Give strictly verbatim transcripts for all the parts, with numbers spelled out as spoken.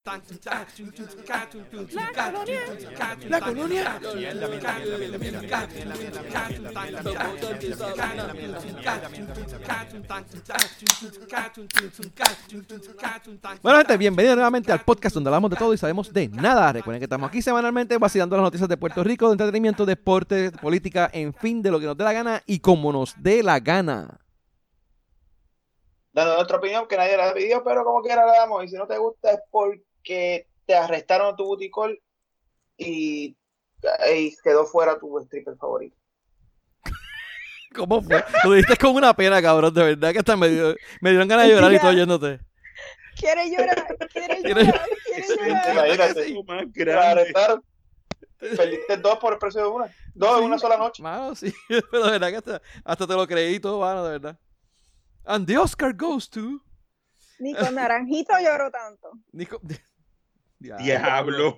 La colonia. La colonia. Bueno, gente, bienvenidos nuevamente al podcast donde hablamos de todo y sabemos de nada. Recuerden que estamos aquí semanalmente vacilando las noticias de Puerto Rico, de entretenimiento, deporte, política, en fin, de lo que nos dé la gana y como nos dé la gana. Dando nuestra opinión, que nadie la pidió, pero como quiera la damos. Y si no te gusta es porque te arrestaron tu buticol y, y quedó fuera tu stripper favorito. ¿Cómo fue? Lo dijiste con una pena, cabrón, de verdad que hasta me, dio, me dieron ganas de llorar y todo oyéndote. Quiere llorar, quiere llorar, quiere llorar. Imagínate, Sí, más grande. Te arrestaron. Perdiste dos por el precio de una. Dos Sí, en una sola noche. Mano, sí, pero de verdad que hasta, hasta te lo creí todo, mano, de verdad. And the Oscar goes to... Ni con Naranjito lloró tanto. Nico... Diablo. Diablo.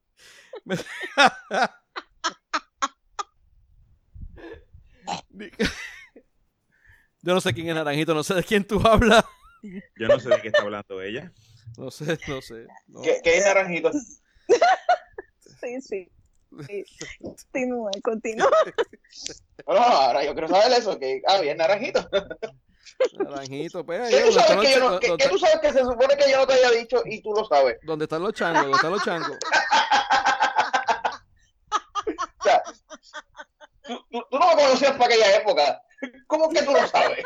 Yo no sé quién es Naranjito, no sé de quién tú hablas. Yo no sé de qué está hablando ella. No sé, no sé. No. ¿Qué, qué es naranjito? Sí, sí. sí. Continúa, continúa. Bueno, ahora yo quiero saber eso. Que, ah, bien, naranjito. Naranjito, pues. ¿Qué, Ahí, tú ¿dónde, están sabes que yo los, no, cha- ¿qué, dónde- qué tú sabes que se supone que yo no te haya dicho y tú lo sabes? dónde están los changos? ¿Dónde están los changos? O sea, tú, tú, tú no me conocías para aquella época. ¿Cómo que tú lo sabes?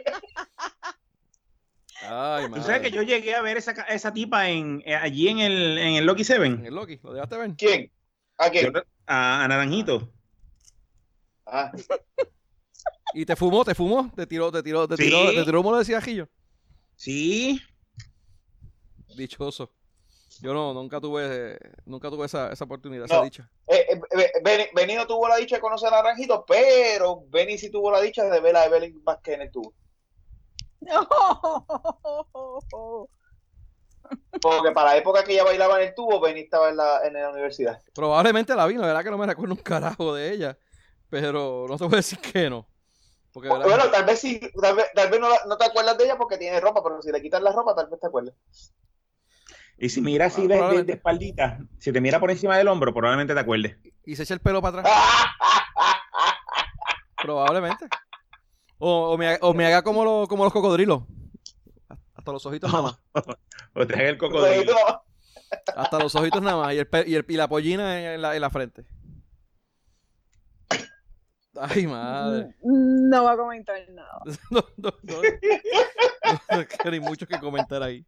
Ay, Tú madre. sabes que yo llegué a ver esa, esa tipa en, eh, allí en el, en el Lucky En Seven. el Loki, ¿lo dejaste ver? ¿Quién? ¿A quién? Yo- A, a Naranjito. Ah, Y te fumó, te fumó, te tiró, te tiró, te Sí. tiró, te tiró humo de cigarrillo. Sí. Dichoso. Yo no, nunca tuve, eh, nunca tuve esa, esa oportunidad, No. esa dicha. eh, eh, Benny, Benny no tuvo la dicha de conocer a Naranjito, pero Benny sí tuvo la dicha de ver a Evelyn Vázquez en el tubo. Porque para la época que ella bailaba en el tubo, Benny estaba en la, en la universidad. Probablemente la vi, la verdad que no me recuerdo un carajo de ella, pero no te voy a decir que no. Porque Bueno, ¿verdad? tal vez sí, tal vez, tal vez no, la- no te acuerdas de ella porque tiene ropa, pero si le quitas la ropa, tal vez te acuerdes. Y si mira así Ah, de, de, probablemente. de espaldita, si te mira por encima del hombro, probablemente te acuerdes. Y se echa el pelo para atrás, probablemente. O, o, me, haga- o me haga como, lo- como los cocodrilos. Hasta los ojitos nada más. O te haga el Pues, cocodrilo. no. Hasta los ojitos nada más. Y, el, pe- y, el, y la pollina en la, en la frente. Ay, madre. No va a comentar nada. No, no, no. No, es que hay mucho que comentar ahí.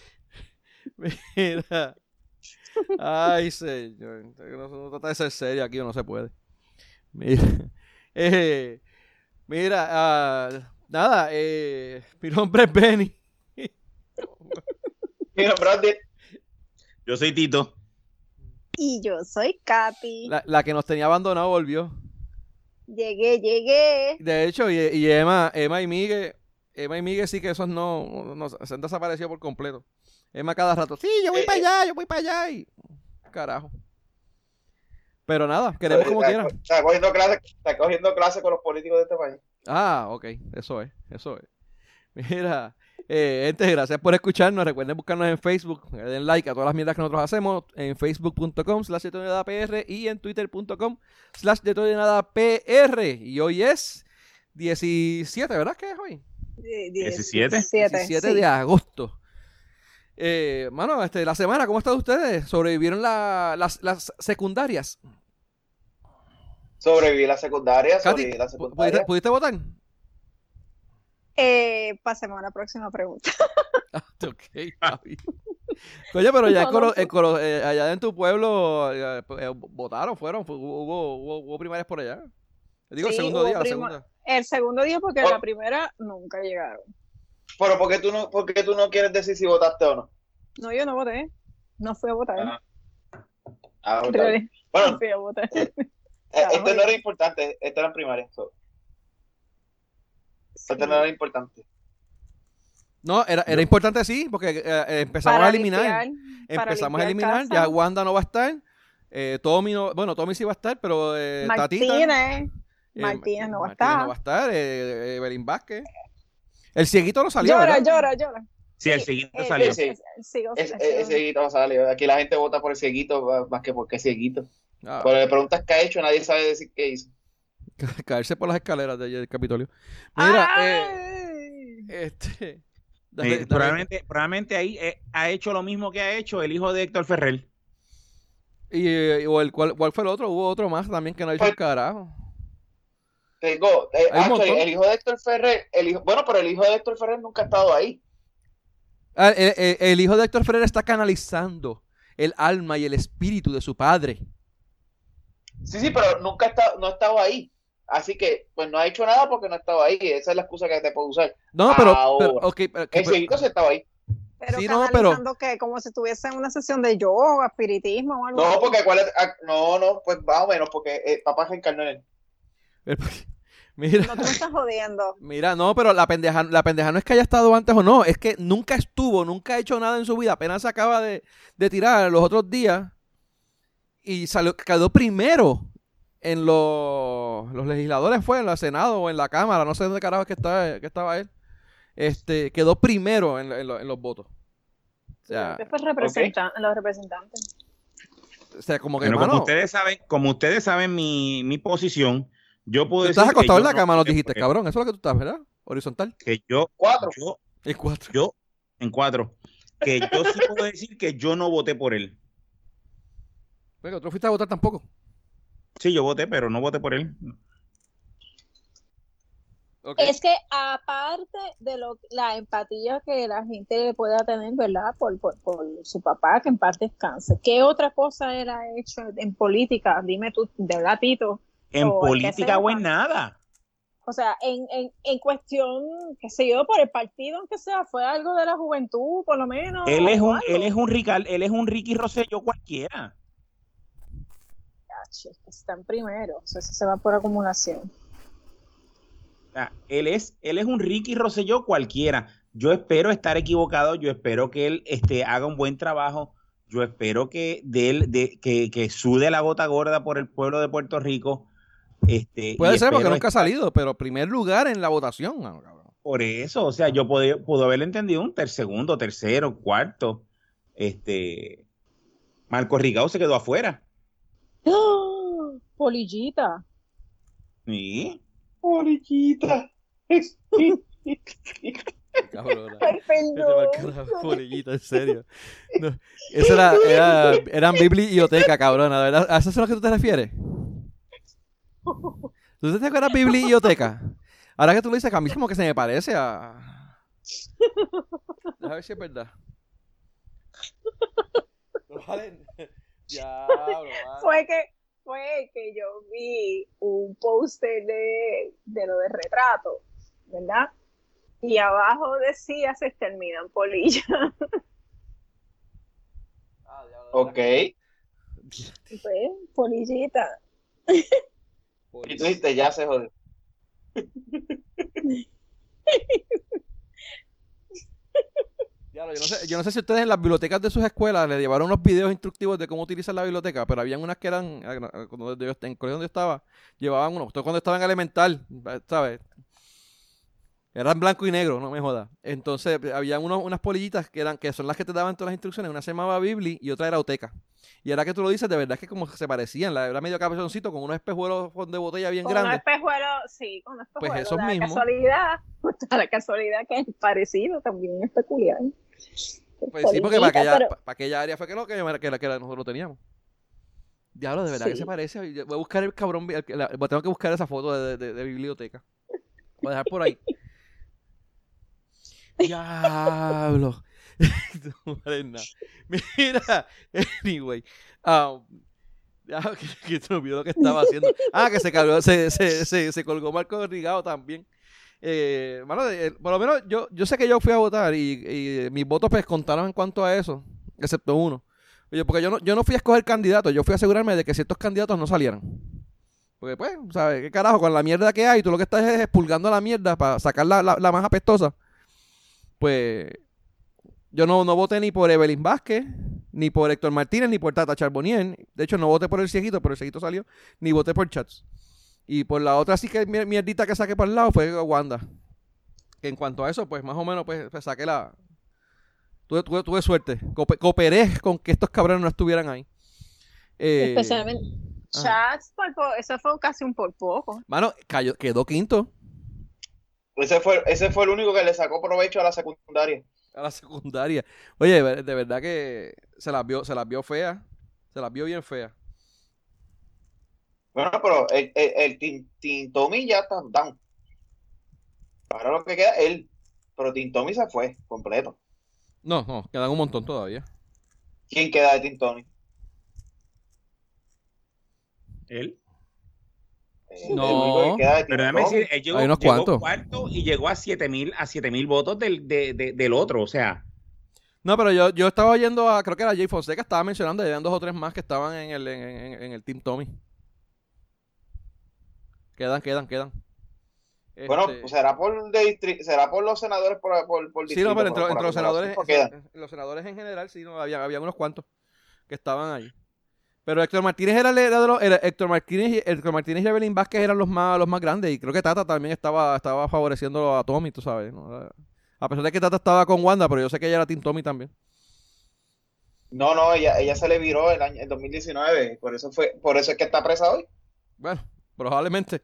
Mira. Ay, señor. No, no trata de ser serio aquí o no se puede. Mira. Eh, mira, ah, nada. Eh, mi nombre es Benny. Mira, Brandy, Yo soy Tito. Y yo soy Katy. La, la que nos tenía abandonado volvió. Llegué, llegué. De hecho, y, y Emma, Emma y Miguel, Emma y Miguel sí que esos no, no se han desaparecido por completo. Emma cada rato, sí, yo voy Eh, para allá, yo voy para allá y carajo. Pero nada, queremos como está, quieran. está cogiendo clases, está cogiendo clases con los políticos de este país. Ah, ok, eso es, eso es. Mira, eh, gente, gracias por escucharnos. Recuerden buscarnos en Facebook, den like a todas las mierdas que nosotros hacemos en facebook punto com slash de todo y nada P R y en twitter punto com slash de todo y nada P R. Y hoy es diecisiete, ¿verdad que es hoy? diecisiete. diecisiete sí. de agosto. Eh, mano, este, la semana, ¿cómo están ustedes? ¿Sobrevivieron la- las, las secundarias? Sobreviví la secundaria, Katy, sobreviví la ¿pu- secundaria. ¿pudiste, pudiste votar? Eh, pasemos a la próxima pregunta. Ah, ok, está bien. Oye, pero ya en No, Colo- no, en Colo- eh, allá en tu pueblo eh, eh, votaron, fueron, fu- hubo, hubo, hubo primarias por allá. Digo, el Sí, segundo hubo día, la prima- segunda. El segundo día porque Oh. la primera nunca llegaron. Pero ¿por qué tú no, por qué tú no quieres decir si votaste o no? No, yo no voté. No fui a votar. Ah, Ah, En está bien. realidad, Bueno, no fui a votar. eh, esto no era importante, esto era en primaria. so, Esto no era importante. No, era, era importante sí, porque eh, eh, empezamos Para a eliminar. limpiar, para Empezamos a limpiar eliminar, casa. ya Wanda no va a estar. Eh, Tommy no, bueno, Tommy sí va a estar, pero eh, Tatita. Martínez. eh, Martínez no va a Martínez estar. no va a estar. Eh, Evelyn Vázquez. El cieguito no salió, Llora, ¿verdad? llora, llora. Sí, el cieguito eh, salió. Sí, es- sigo- Es- sigo- Ese cieguito sale. Aquí la gente vota por el cieguito más que porque es cieguito. Ah, Cuando le preguntas qué ha hecho, nadie sabe decir qué hizo. caerse por las escaleras de allí del Capitolio. Mira, eh, ¡Ay! este... Eh, dale- dale. probablemente, probablemente ahí eh, ha hecho lo mismo que ha hecho el hijo de Héctor Ferrer. Y, eh, o el, ¿cuál, ¿cuál fue el otro? Hubo otro más también que no ha hecho Pues- un carajo. Te digo, eh, Hay un actually, montón. el hijo de Héctor Ferrer, el hijo, bueno, pero el hijo de Héctor Ferrer nunca ha estado ahí. Ah, el, el- el hijo de Héctor Ferrer está canalizando el alma y el espíritu de su padre. Sí, sí, pero nunca ha estado, no ha estado ahí. Así que, pues no ha hecho nada porque no ha estado ahí. Esa es la excusa que te puedo usar. No, pero, Ahora. pero ok, pero- El pero- cieguito sí estaba ahí. Pero Sí, no, canalizando que como si estuviese en una sesión de yoga, espiritismo o algo No, así. porque acuérdate, ah, no, no, pues más o menos, porque eh, papá reencarnó en él. mira, No te me estás jodiendo. mira, no, pero la pendeja, la pendeja no es que haya estado antes o no, es que nunca estuvo, nunca ha hecho nada en su vida, apenas se acaba de, de tirar los otros días y salió, quedó primero en los, los legisladores, fue en la Senado o en la Cámara, no sé dónde carajo es que estaba, que estaba él, este, quedó primero en, en lo- en los votos. O sea, Que fue representan- los representantes. o sea, como que, Bueno, como mano, ustedes saben, como ustedes saben mi, mi posición, yo puedo tú decir estás que acostado yo en la no cama, nos voté dijiste, por él. cabrón, eso es lo que tú estás, ¿verdad? Horizontal, Que yo, Cuatro. yo, el cuatro. yo, en cuatro, que yo sí puedo decir que yo no voté por él. Pero tú fuiste a votar tampoco. Sí, yo voté, pero no voté por él. Okay. Es que aparte de lo, la empatía que la gente pueda tener, ¿verdad? Por, por, por su papá, que en paz descanse. ¿Qué otra cosa él ha hecho en política? Dime tú, de verdad, Tito. En O el que política o en sepa. nada. O sea, en, en, en cuestión, qué sé yo, por el partido, aunque sea, fue algo de la juventud, por lo menos. Él es o un, algo. él es un Rical, él es un Ricky Rosselló cualquiera. Ach, está en primero, o sea, eso se va por acumulación. O sea, él es, él es un Ricky Rosselló cualquiera. Yo espero estar equivocado, yo espero que él este, haga un buen trabajo, yo espero que de él, de, que, que sude la gota gorda por el pueblo de Puerto Rico. Este, Puede y ser porque espero nunca ha estar- salido, pero primer lugar en la votación. Ah, cabrón. Por eso, o sea, yo puedo, puedo haber entendido un ter, segundo, tercero, cuarto. Este, Marco Rigao se quedó afuera. ¡Ah! Polillita. Sí. Polillita. Cabrona. Ay, Vete pa'l perdón. carajo, polillita, en serio. No, eso era, era, eran biblioteca, cabrona, ¿verdad? ¿A eso es a lo que tú te refieres? ¿Tú te acuerdas de biblioteca? Ahora que tú lo dices, que a mí como que se me parece a... Déjame ver si es verdad. No vale. Diablo, vale. Fue que, fue que yo vi un póster de, de lo de retrato, ¿verdad? Y abajo decía se exterminan polillas. Ah, diablo, Ok. ¿verdad? Pues, polillita. Y tú dijiste, ya se jodió. Diablo, yo no sé, yo no sé si ustedes en las bibliotecas de sus escuelas le llevaron unos videos instructivos de cómo utilizar la biblioteca, pero habían unas que eran, eh, cuando yo, en el colegio donde yo estaba, llevaban unos, esto cuando estaba en elemental, ¿sabes? Eran blanco y negro, no me jodas. Entonces, había unos, unas polillitas que eran, que son las que te daban todas las instrucciones. Una se llamaba Bibli y otra era Oteca. Y ahora que tú lo dices, de verdad es que como se parecían. La, era medio cabezoncito con unos espejuelos de botella bien Con unos grandes. espejuelos, sí, con unos Pues espejuelos. esos la mismos. casualidad, da la casualidad que es parecido, también es peculiar. Pues sí, porque para Polillita, aquella, pero- pa- para aquella área fue que lo que, que, que, que nosotros lo teníamos. Diablo, de verdad que Sí. se parece. Yo voy a buscar el cabrón. el- la- tengo que buscar esa foto de, de, de biblioteca. Voy a dejar por ahí. Diablo. No vale nada. Mira, anyway. Um, ya, que, que se me olvidó lo que estaba haciendo. Ah, que se, colgó, se, se, se, se colgó Marco Rigao también. Eh, mano, eh, por lo menos yo, yo sé que yo fui a votar y, y mis votos pues contaron en cuanto a eso, excepto uno. Oye, porque yo no, yo no fui a escoger candidatos, yo fui a asegurarme de que ciertos candidatos no salieran. Porque pues, ¿sabes? ¿Qué carajo? Con la mierda que hay, tú lo que estás es expulgando la mierda para sacar la, la, la más apestosa. Pues yo no, no voté ni por Evelyn Vázquez, ni por Héctor Martínez, ni por Tata Charbonnier. De hecho, no voté por el cieguito, pero el cieguito salió. Ni voté por Chats. Y por la otra sí que mier- mierdita que saqué por el lado fue Wanda. Que en cuanto a eso, pues más o menos pues, pues, saqué la, Tuve, tuve, tuve suerte. Coope- cooperé con que estos cabrones no estuvieran ahí. Eh, Especialmente ajá. Chats, por po- eso fue casi un por poco. Mano, cayó, quedó quinto Ese fue, ese fue el único que le sacó provecho a la secundaria. a la secundaria. Oye, de de verdad que se las vio, se las vio feas. Se las vio bien feas. Bueno, pero el, el, el Tin, Tin Tommy ya está down. Ahora lo que queda es él. Pero Tin Tommy se fue completo. No, no, quedan un montón todavía. ¿Quién queda de Tin Tommy? Él. El, No. el único que queda de Tin Pero déjame Tommy. decir, él llegó, Hay unos llegó cuantos. cuarto y llegó a siete mil a siete mil votos del, de, de- del otro. O sea, No, pero yo, yo estaba oyendo a, creo que era Jay Fonseca, estaba mencionando, habían dos o tres más que estaban en el, en, en- en el Team Tommy. Quedan, quedan, quedan. Bueno, Este, pues será por de distri- será por los senadores por, por, por sí, distrito, no, pero entre, por- por entre los acumulación, senadores, pues quedan. entre los senadores en general, sí, no, había, había unos cuantos que estaban ahí. Pero Héctor Martínez era, el- era de los, era Héctor Martínez, y- Héctor Martínez y Evelyn Vázquez eran los más, los más grandes, y creo que Tata también estaba, estaba favoreciendo a Tommy, tú sabes, ¿no? A pesar de que Tata estaba con Wanda, pero yo sé que ella era Team Tommy también. No, no, ella, ella se le viró el año el dos mil diecinueve, por eso fue, por eso es que está presa hoy. Bueno, probablemente.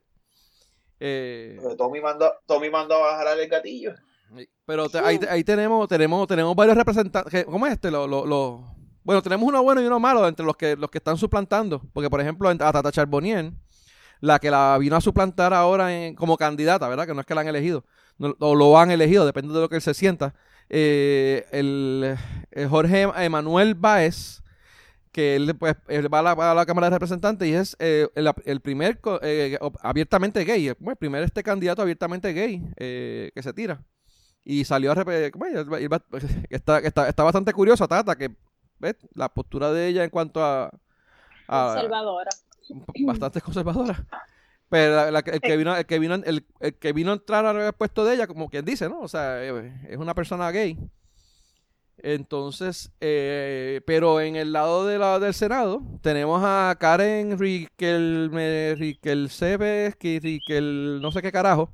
Eh, Porque Tommy mandó, Tommy mandó a bajar el gatillo. pero te- ahí, ahí tenemos, tenemos, tenemos varios representantes. que- ¿Cómo es este? Lo, lo, lo- bueno, tenemos uno bueno y uno malo entre los que, los que están suplantando. Porque, por ejemplo, a Tata Charbonnier, la que la vino a suplantar ahora en- como candidata, ¿verdad? Que no es que la han elegido, no- o lo han elegido, depende de lo que él se sienta. Eh, el, el Jorge Emanuel Báez, que él, pues, él va a la, va a la Cámara de Representantes y es eh, el, el primer co- eh, abiertamente gay, bueno, el primer este candidato abiertamente gay eh, que se tira. Y salió a rep- ¿cómo es? Él va- él va- está, está, está bastante curiosa Tata, que ¿ves? La postura de ella en cuanto a, a Conservadora. bastante conservadora. Pero la- la- el que vino, el que vino, el, el que vino a entrar al puesto de ella, como quien dice, ¿no? O sea, eh, es una persona gay. Entonces, eh, pero en el lado de la, del Senado tenemos a Karen Riquel, me- Riquelseves, que Riquel, no sé qué carajo,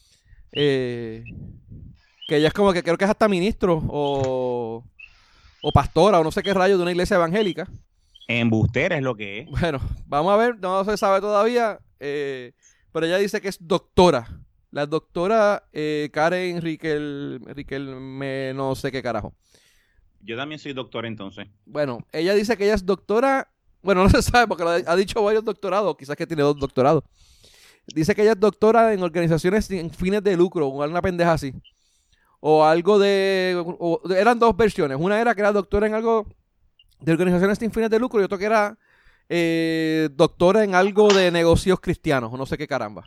eh, que ella es como que creo que es hasta ministro o, o pastora o no sé qué rayo de una iglesia evangélica. embustera es lo que es. Bueno, vamos a ver, no se sabe todavía, eh, pero ella dice que es doctora. La doctora eh, Karen Riquel, Riquel, me, no sé qué carajo. Yo también soy doctor entonces. Bueno, ella dice que ella es doctora. Bueno, no se sabe porque lo ha dicho varios doctorados, quizás que tiene dos doctorados. Dice que ella es doctora en organizaciones sin fines de lucro, o alguna pendeja así. O algo de. o- eran dos versiones. Una era que era doctora en algo de organizaciones sin fines de lucro y otro que era eh, doctora en algo de negocios cristianos, o no sé qué caramba.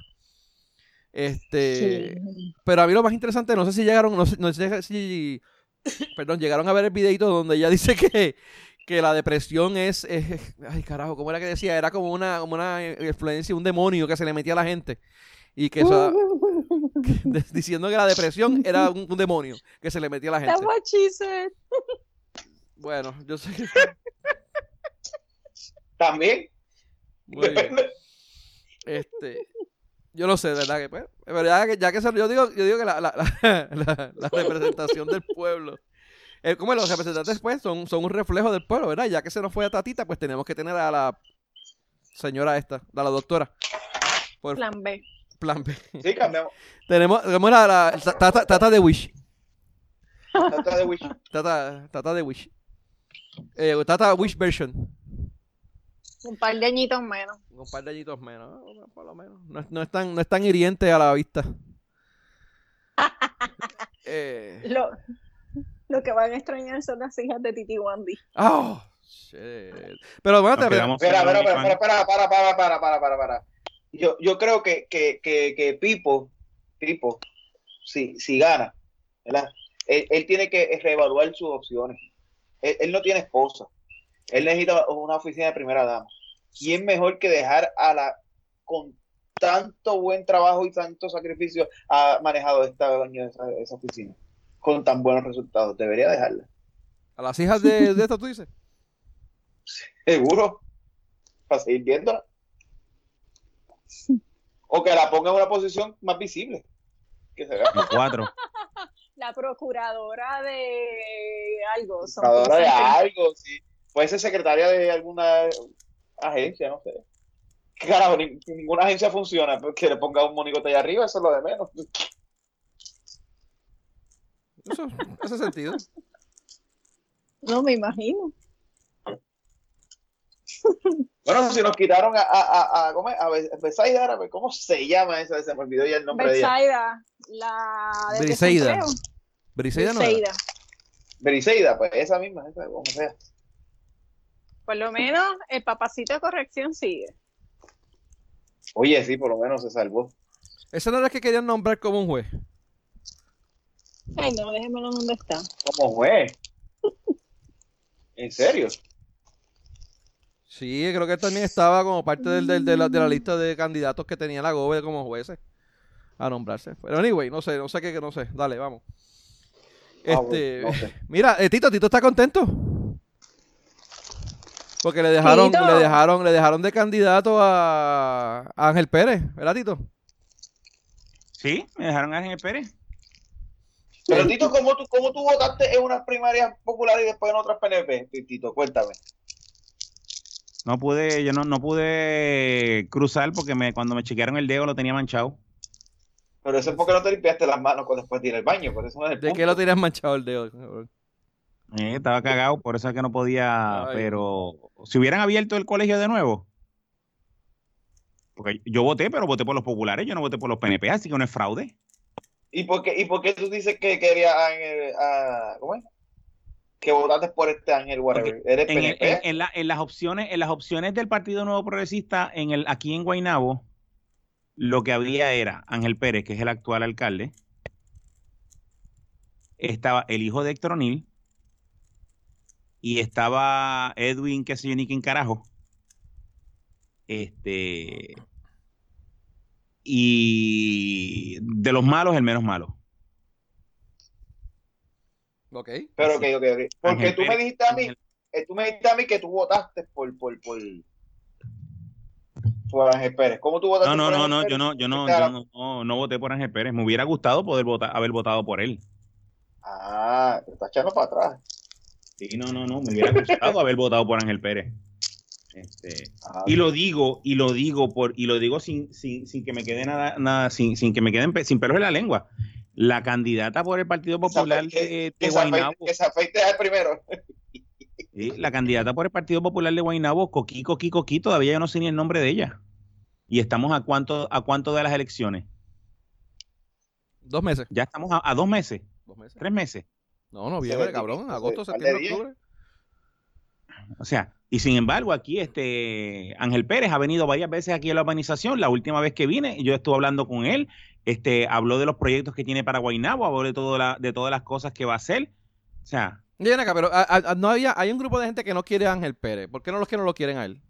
Este. Sí. Pero a mí lo más interesante, no sé si llegaron, no sé, no sé si, perdón, llegaron a ver el videito donde ella dice que, que la depresión es, es- ay carajo, ¿cómo era que decía? Era como una, como una influencia, un demonio que se le metía a la gente. Y que eso, de- diciendo que la depresión era un, un demonio que se le metía a la gente. That's what she said. Bueno, yo sé que... También. Muy bien. Este, yo no sé, de verdad que, pues, pero ya que, ya que se- yo digo, yo digo que la, la, la, la- la representación del pueblo, eh, como los representantes pues son, son un reflejo del pueblo, ¿verdad? Ya que se nos fue a Tatita, pues tenemos que tener a la señora esta, a la doctora, por Plan B. plan B. Sí, cambiamos. Tenemos, tenemos la, la tata, tata de Wish, Tata de Wish. tata, tata de Wish, eh, tata Wish version. Un par de añitos menos. Un par de añitos menos, ¿no? Por lo menos. No, es- no es tan, no es tan hiriente a la vista. eh, Lo, lo que van a extrañar son las hijas de Titi Wandy. oh, shit. Pero bueno, Nos te, quedamos Espera, sin espera, espera, OnlyFans. espera, para, para, para, para, para, para. Yo, yo creo que, que, que, que Pipo, Pipo, si, si gana, ¿verdad? Él, él tiene que reevaluar sus opciones. Él, él no tiene esposa. Él necesita una oficina de primera dama. ¿Quién mejor que dejar a la con tanto buen trabajo y tanto sacrificio ha manejado esta año esa, esa oficina? Con tan buenos resultados. Debería dejarla. a las hijas de, de esta tú dices. Seguro. Para seguir viéndola. O que la ponga en una posición más visible. Que se vea. Los cuatro. la procuradora de algo. Procuradora de algo, sí. Puede ser secretaria de alguna agencia, no sé. Carajo, ni, ninguna agencia funciona, porque le ponga un monigote allá arriba, eso es lo de menos. Eso hace sentido. No me imagino. Bueno, si nos quitaron a, a, a, a, ¿cómo es? A Betsaida Árabe, ¿cómo se llama esa? Se me olvidó ya el nombre Betsaida, de ella. la de Briseida. desempleo. Briseida no era. Briseida. Briseida, pues esa misma, esa, como sea. Por lo menos el papacito de corrección sigue. Oye, sí, por lo menos se salvó. Esa no era la que querían nombrar como un juez. Ay, no, déjemelo donde está. ¿Cómo juez? ¿En serio? Sí, creo que él también estaba como parte del, del- de, la, de la lista de candidatos que tenía la Gobe como jueces a nombrarse. Pero anyway, no sé, no sé qué, no sé. Dale, vamos. Este, Ah, bueno, no sé. mira, eh, Tito, Tito está contento. Porque le dejaron, Tito. le dejaron, le dejaron de candidato a, a Ángel Pérez, ¿verdad, Tito? Sí, me dejaron a Ángel Pérez. Pero Tito, ¿cómo tú, ¿cómo tú votaste en unas primarias populares y después en otras P N P? Tito, cuéntame. No pude, yo no, no pude cruzar porque me, cuando me chequearon el dedo lo tenía manchado. Pero eso es porque no te limpiaste las manos cuando después de ir al baño, por eso no es el ¿De punto. qué lo tenías manchado el dedo? Eh, estaba cagado, por eso es que no podía, Ay. pero si hubieran abierto el colegio de nuevo, porque yo voté, pero voté por los populares, yo no voté por los P N P, así que no es fraude. ¿Y por qué, y por qué tú dices que querías a Ángel, a, ¿cómo es? Que votaste por este Ángel, whatever. ¿Eres En, el- P N P? en- en la- en las opciones, en las opciones del Partido Nuevo Progresista, en el, aquí en Guaynabo, lo que había era Ángel Pérez, que es el actual alcalde, estaba el hijo de Héctor O'Neill, y estaba Edwin, qué sé yo, ni quién carajo. Este. Y de los malos, el menos malo. Ok. Pero ok, ok, ok. Porque Ángel tú me Pérez, dijiste a mí, Ángel- eh, tú me dijiste a mí que tú votaste por, por, por, por Ángel Pérez. ¿Cómo tú votaste No, no, por no, Ángel no, Pérez? yo no, yo no, Claro. yo no, no, no voté por Ángel Pérez. Me hubiera gustado poder votar, haber votado por él. Ah, te estás echando para atrás. Sí, no, no, no, me hubiera gustado haber votado por Ángel Pérez. Este, Ah, y lo digo, y lo digo por, y lo digo sin, sin, sin que me quede nada, nada, sin, sin que me queden pe- sin pelos en la lengua. La candidata por el Partido que se Popular afe- que- de, que de se afeite- Guaynabo, que se afeite al primero. sí, la candidata por el Partido Popular de Guaynabo, Coqui, Coqui, Coqui, todavía yo no sé ni el nombre de ella. Y estamos a cuánto, a cuánto de las elecciones. Dos meses. Ya estamos a, a dos meses, Dos meses. tres meses. No, noviembre, Se cabrón. vertiquito, Agosto, se- septiembre, al de diez. octubre. O sea, y sin embargo, aquí este Ángel Pérez ha venido varias veces aquí a la urbanización. La última vez que vine, yo estuve hablando con él, este, habló de los proyectos que tiene para Guaynabo, habló de todo la, de todas las cosas que va a hacer. O sea, Ven acá, pero a- a- no había, hay un grupo de gente que no quiere a Ángel Pérez. ¿Por qué no los que no lo quieren a él?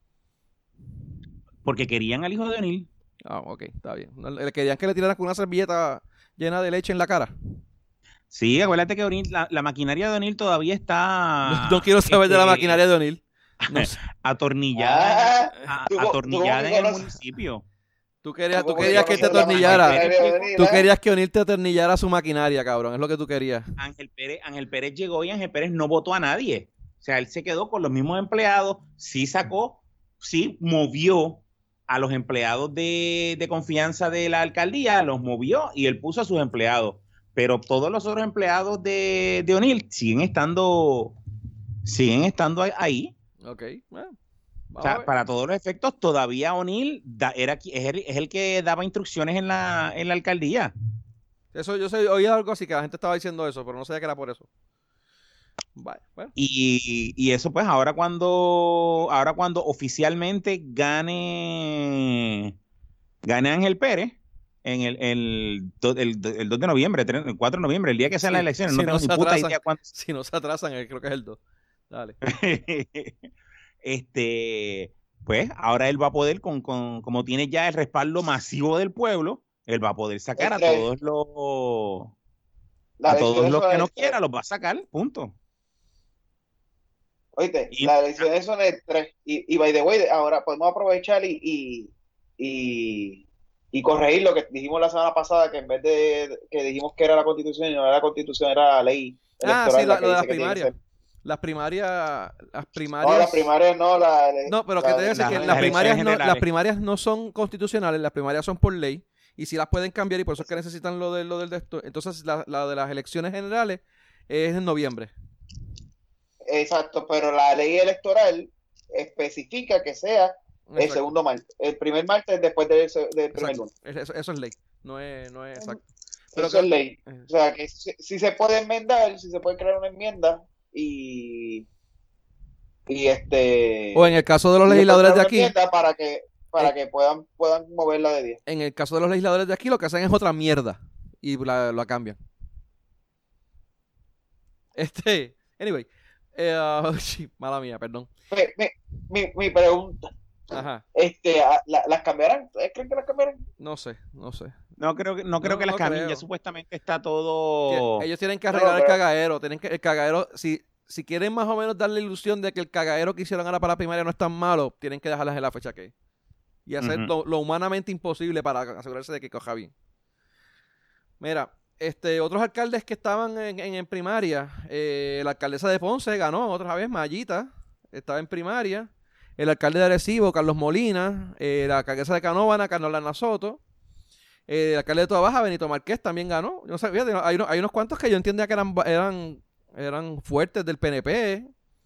porque querían al hijo de O'Neill. Ah, ok, está bien. No, le querían que le tiraran con una servilleta llena de leche en la cara. Sí, acuérdate que O'Neill, la, la maquinaria de O'Neill todavía está. no quiero saber de la este, maquinaria de O'Neill. No sé. Atornillada, Ah, a- tú- tú atornillada cómo en el conoces- municipio. Tú querías, tú ¿Cómo que querías que te conoces la atornillara. maquinaria de O'Neill, Tú eh? querías que O'Neill te atornillara su maquinaria, cabrón. Es lo que tú querías. Ángel Pérez, Ángel Pérez llegó y Ángel Pérez no votó a nadie. O sea, él se quedó con los mismos empleados, sí sacó, sí movió a los empleados de, de confianza de la alcaldía, los movió y él puso a sus empleados. Pero todos los otros empleados de, de O'Neill siguen estando, siguen estando ahí. Ok, bueno. O Vamos a sea, ver. para todos los efectos, todavía O'Neill da, era, qui- es, el, es el que daba instrucciones en la, en la alcaldía. Eso, yo sé, oí algo así que la gente estaba diciendo eso, pero no sabía que era por eso. Vale, bueno. Y, y eso pues ahora cuando ahora cuando oficialmente gane gane Ángel Pérez en el, el, do- el, el dos de noviembre, tres- el cuatro de noviembre, el día que sean Sí, las elecciones, si no no tengo se ni puta atrasan. idea cuándo. Si no se atrasan, eh, creo que es el dos. Dale. este, pues ahora él va a poder, con, con, como tiene ya el respaldo masivo del pueblo, él va a poder sacar a Este, todos los La a todos elección los son que el no tres. quiera, los va a sacar, punto. Oíste, Y- las elecciones son el tres. Y, y by the way, ahora podemos aprovechar y, y, y, y corregir lo que dijimos la semana pasada, que en vez de que dijimos que era la Constitución y no era la Constitución, era la ley Ah, electoral sí, la la- que lo de dice las que tiene que primarias. ser. Las primarias, las No, primarias. las primarias no, la, No, pero la- que te voy a decir las- que las las primarias elecciones no, las generales. primarias no son constitucionales, las primarias son por ley y sí las pueden cambiar y por eso es que necesitan lo de lo del de esto. Entonces la, la de las elecciones generales es en noviembre. Exacto, pero la ley electoral especifica que sea el Exacto, segundo martes, el primer martes después del, se- del primer exacto. lunes. Eso, eso es ley, no es, no es exacto. Pero Eso es que- ley. eh, O sea, que si, si se puede enmendar, si se puede crear una enmienda y, y este... O en el caso de los y después legisladores crear de una aquí, enmienda para que, para Eh. que puedan, puedan moverla de día. en el caso de los legisladores de aquí lo que hacen es otra mierda y la, la cambian. Este, anyway, eh, ah, sí, mala mía, perdón. Mi, mi, mi, mi pregunta, Ajá, este, a- la- ¿las cambiarán? ¿Ustedes creen que las cambiarán? no sé, no sé. No creo que, no creo No, que las no cambien, creo. ya supuestamente está todo... Tie- Ellos tienen que No, arreglar el pero- cagadero, tienen que, el cagadero, si, si quieren más o menos darle la ilusión de que el cagadero que hicieron ahora para la primaria no es tan malo, tienen que dejarlas en la fecha que es. Y hacer Ujú. lo, lo humanamente imposible para asegurarse de que coja bien. Mira, este, otros alcaldes que estaban en, en, en primaria, eh, la alcaldesa de Ponce ganó otra vez, Mayita, estaba en primaria. El alcalde de Arecibo, Carlos Molina, eh, la alcaldesa de Canóvana, Carlos Lana Soto. Eh, el alcalde de Toa Baja, Benito Márquez, también ganó. Yo no sé, fíjate, hay, unos, hay unos cuantos que yo entendía que eran, eran, eran fuertes del P N P.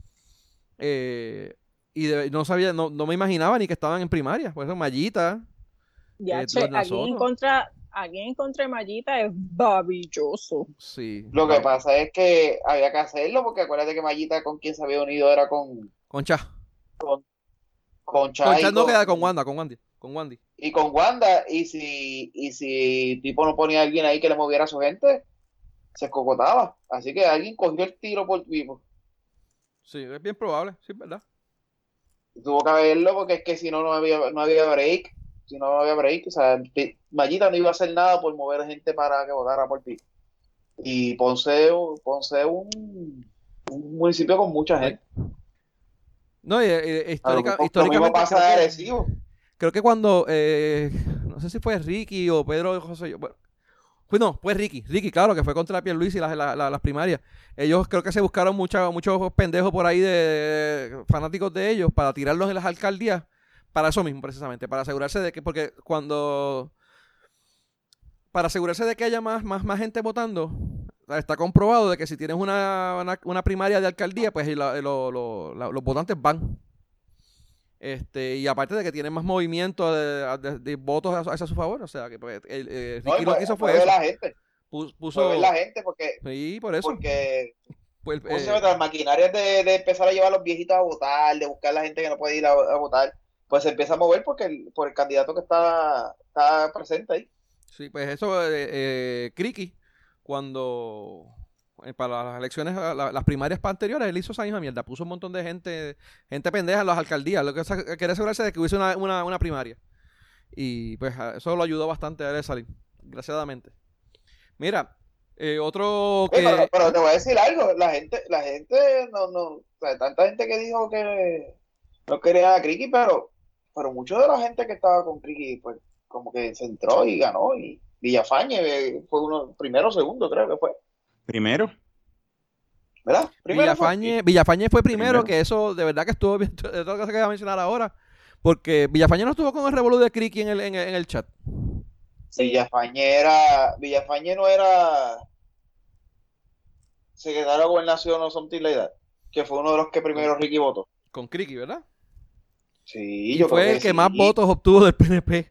Eh, y de- no sabía, no, no me imaginaba ni que estaban en primaria. Por eso Mayita. Ya, Eh, che, Lorna aquí en Soto. contra, aquí en contra de Mallita es maravilloso. Sí. Lo que Va- pasa es que había que hacerlo, porque acuérdate que Mayita con quien se había unido era con, Concha. con, con Chai Concha y no con- queda con Wanda, con Wandy. Con Wandy. y con Wanda, y si, y si tipo no ponía a alguien ahí que le moviera a su gente, se escocotaba. Así que alguien cogió el tiro por vivo. Sí, es bien probable, sí, es verdad. Tuvo que haberlo, porque es que si no, no había, no había break. Si no, no había break. O sea, Pi- Mayita no iba a hacer nada por mover gente para que votara por ti. Y Ponce, Ponce es un, un municipio con mucha gente. No, y, eh, histórica- Lo mismo- lo históricamente mismo pasa creo de que- Arecibo. creo que cuando, eh, no sé si fue Ricky o Pedro José, yo, bueno, pues no, fue Ricky, Ricky, claro, que fue contra Pierluisi las, las, las, las primarias. Ellos creo que se buscaron mucha, muchos pendejos por ahí de, de fanáticos de ellos para tirarlos en las alcaldías, para eso mismo precisamente, para asegurarse de que, porque cuando, para asegurarse de que haya más, más, más gente votando, está comprobado de que si tienes una, una, una primaria de alcaldía, pues la- lo- lo- la- los votantes van. Este, y aparte de que tienen más movimiento de, de- de votos a, a su favor, o sea que pues, el, eh, No, Ricky y lo mueve- que hizo fue mueve eso. la gente. Pu- Puso, Mueve la gente, porque, sí, por eso. porque Pues, ¿cómo se eh, llama? Las maquinarias de, de empezar a llevar a los viejitos a votar, de buscar a la gente que no puede ir a, a votar, pues se empieza a mover porque el, por el candidato que está, está presente ahí. sí, pues eso, eh, eh, Criqui, cuando eh, para las elecciones, la- las primarias pa- anteriores, él hizo esa misma mierda, puso un montón de gente, gente pendeja en las alcaldías, lo que sa- quería asegurarse de que hubiese una, una, una primaria. Y pues a- eso lo ayudó bastante a él a salir, desgraciadamente. Mira, eh, otro Oye, que... pero, pero te voy a decir algo, la gente, la gente no, no, o sea, tanta gente que dijo que no quería a Criqui, pero, pero mucha de la gente que estaba con Criqui, pues, como que se entró y ganó, y Villafañe eh, fue uno, primero o segundo, creo que fue, Primero. ¿verdad? Primero fue- Villafañe, Villafañe fue primero, Primero. que eso de verdad que estuvo bien, es lo que se quería mencionar ahora, porque Villafañe no estuvo con el revolú de Criqui en el, en el, en el chat. Villafañe era, Villafañe no era secretario de Gobernación o something like that, que fue uno de los que primero Ricky votó. Con Criqui, ¿verdad? Sí, Y yo fue creo el que sí. más votos obtuvo del P N P.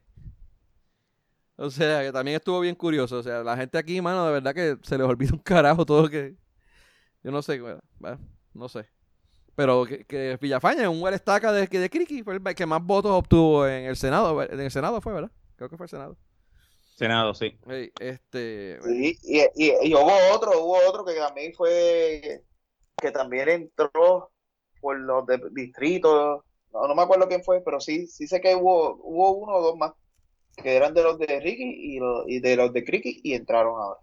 O sea, que también estuvo bien curioso. O sea, la gente aquí, mano, de verdad que se les olvida un carajo todo lo que... Yo no sé, bueno, bueno, no sé. Pero que, que Villafañe, un buen estaca de, de Criqui, fue el que más votos obtuvo en el Senado. En el Senado fue, ¿verdad? Creo que fue el Senado. Senado, sí. Ey, este... Sí, y, y, y hubo otro, hubo otro que también fue, que también entró por los de distritos, no, no me acuerdo quién fue, pero sí, sí sé que hubo, hubo uno o dos más que eran de los de Ricky y, los, y de los de Criqui y entraron ahora.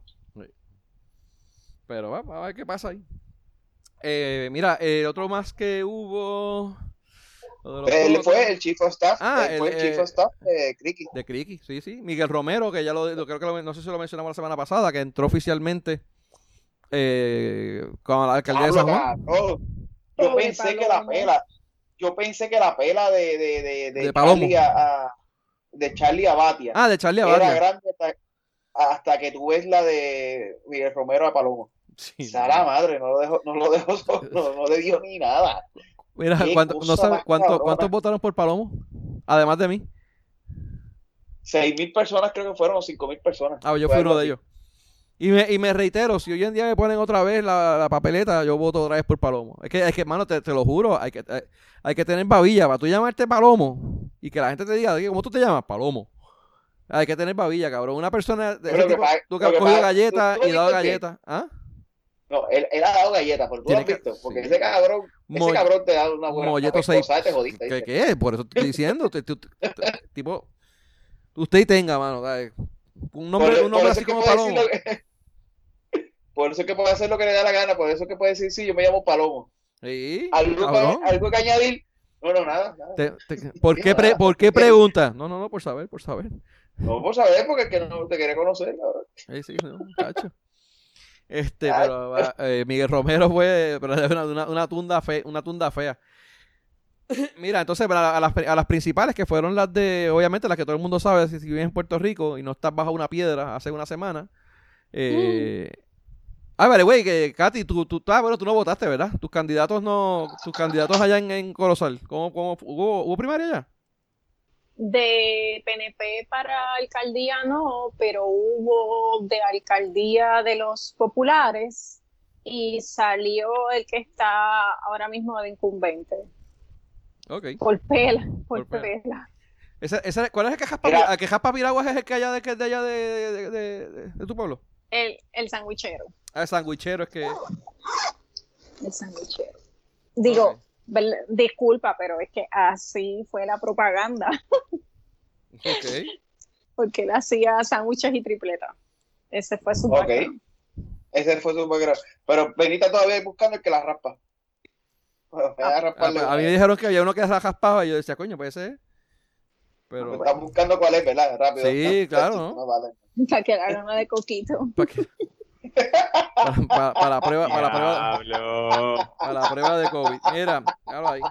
Pero vamos a ver qué pasa ahí. Eh, mira, eh, otro más que hubo... Lo de los Él toros. fue el chief of staff. Ah, él fue el, el chief eh, of staff de Criqui. De Criqui, sí, sí. Miguel Romero, que ya lo, lo creo que lo, no sé si lo mencionamos la semana pasada, que entró oficialmente eh, con la alcaldía de San Pablo, Juan. cabrón. Yo Pobre pensé que la Palomo. pela, yo pensé que la pela de, de, de, de, De Palomo. Charlie a, a- de Charlie a Batia Ah, de Charlie era Abadia. grande hasta, hasta que tú ves la de Miguel Romero a Palomo. Sí. Sara madre, no lo dejó, no lo dejó solo, no, no le dio ni nada. Mira, Qué ¿cuánto, cosa no sabe, más cuánto, cabrona. ¿cuántos votaron por Palomo? Además de mí. Seis mil personas creo que fueron, o cinco mil personas. Ah, yo Fue fui algo uno de así. ellos. Y me, y me reitero, si hoy en día me ponen otra vez la, la papeleta, yo voto otra vez por Palomo. Es que, es que hermano, te, te lo juro, hay que, hay, hay que tener babilla para tú llamarte Palomo y que la gente te diga, ¿cómo tú te llamas? Palomo. Hay que tener babilla, cabrón. Una persona de Pero ese lo que tipo, pasa- tú que lo has que cogido pasa- galletas ¿tú- tú y dado viste que- galletas. ¿Ah? No, él, él ha dado galletas, pero tú lo has Tiene que- visto, porque sí. ese cabrón, Mo- ese cabrón te da una buena Molleto una seis. pescosa, te jodiste. ¿Qué, ¿viste? qué? Por eso te estoy diciendo. te- te- te- te- tipo, usted y tenga, mano. ¿sabes? Un nombre, Por- un por nombre eso así es que como puede Palomo. decir lo que- Por eso es que puede hacer lo que le da la gana, por eso es que puede decir, sí, yo me llamo Palomo. Sí, ¿Algo, cabrón. que, algo que añadir? No, no, nada. nada. Te- te- ¿por, qué pre- ¿Por qué pregunta? No, no, no, por saber, por saber. No, por saber, porque es que no te quiere conocer, cabrón. Sí, sí, no, muchacho. Este, Ay. pero va, eh, Miguel Romero fue pero es una, una, una tunda fe, una tunda fea. Mira, entonces para a las, a las principales que fueron las de, obviamente las que todo el mundo sabe si, si vives en Puerto Rico y no estás bajo una piedra hace una semana. Eh, Ah, vale, güey, que Katy, tú, tú, ah, bueno, tú no votaste, ¿verdad? Tus candidatos no, tus candidatos allá en, en Corozal, ¿cómo, cómo, hubo, hubo primaria ya? De P N P para alcaldía no, pero hubo de alcaldía de los populares y salió el que está ahora mismo de incumbente, Ok. por pela, por, Por pela. pela. Ese, ese, ¿cuál es el que jaspa, Mira. el que jaspa Piraguas es el que allá de, que de allá de, de, de, de- de tu pueblo? El, el sandwichero, Ah, el sandwichero es que... el sandwichero. Digo, Ok. vel- disculpa, pero es que así fue la propaganda, Ok. porque él hacía sándwiches y tripletas. Ese fue su Ok. background. Ese fue su background. Pero Benita todavía ahí buscando el que la raspa. Bueno, me da a Ah, rasparle pues, a una mí me vez. dijeron que había uno que se raspaba y yo decía, coño, puede ser. Pero... Están buscando cuál es, ¿verdad? Rápido. Sí, claro, ¿no? No vale. Para que le hagan una de coquito. ¿Para qué? Para, para, para la prueba, para la prueba, Diablo. para la prueba de COVID. Mira, claro ahí.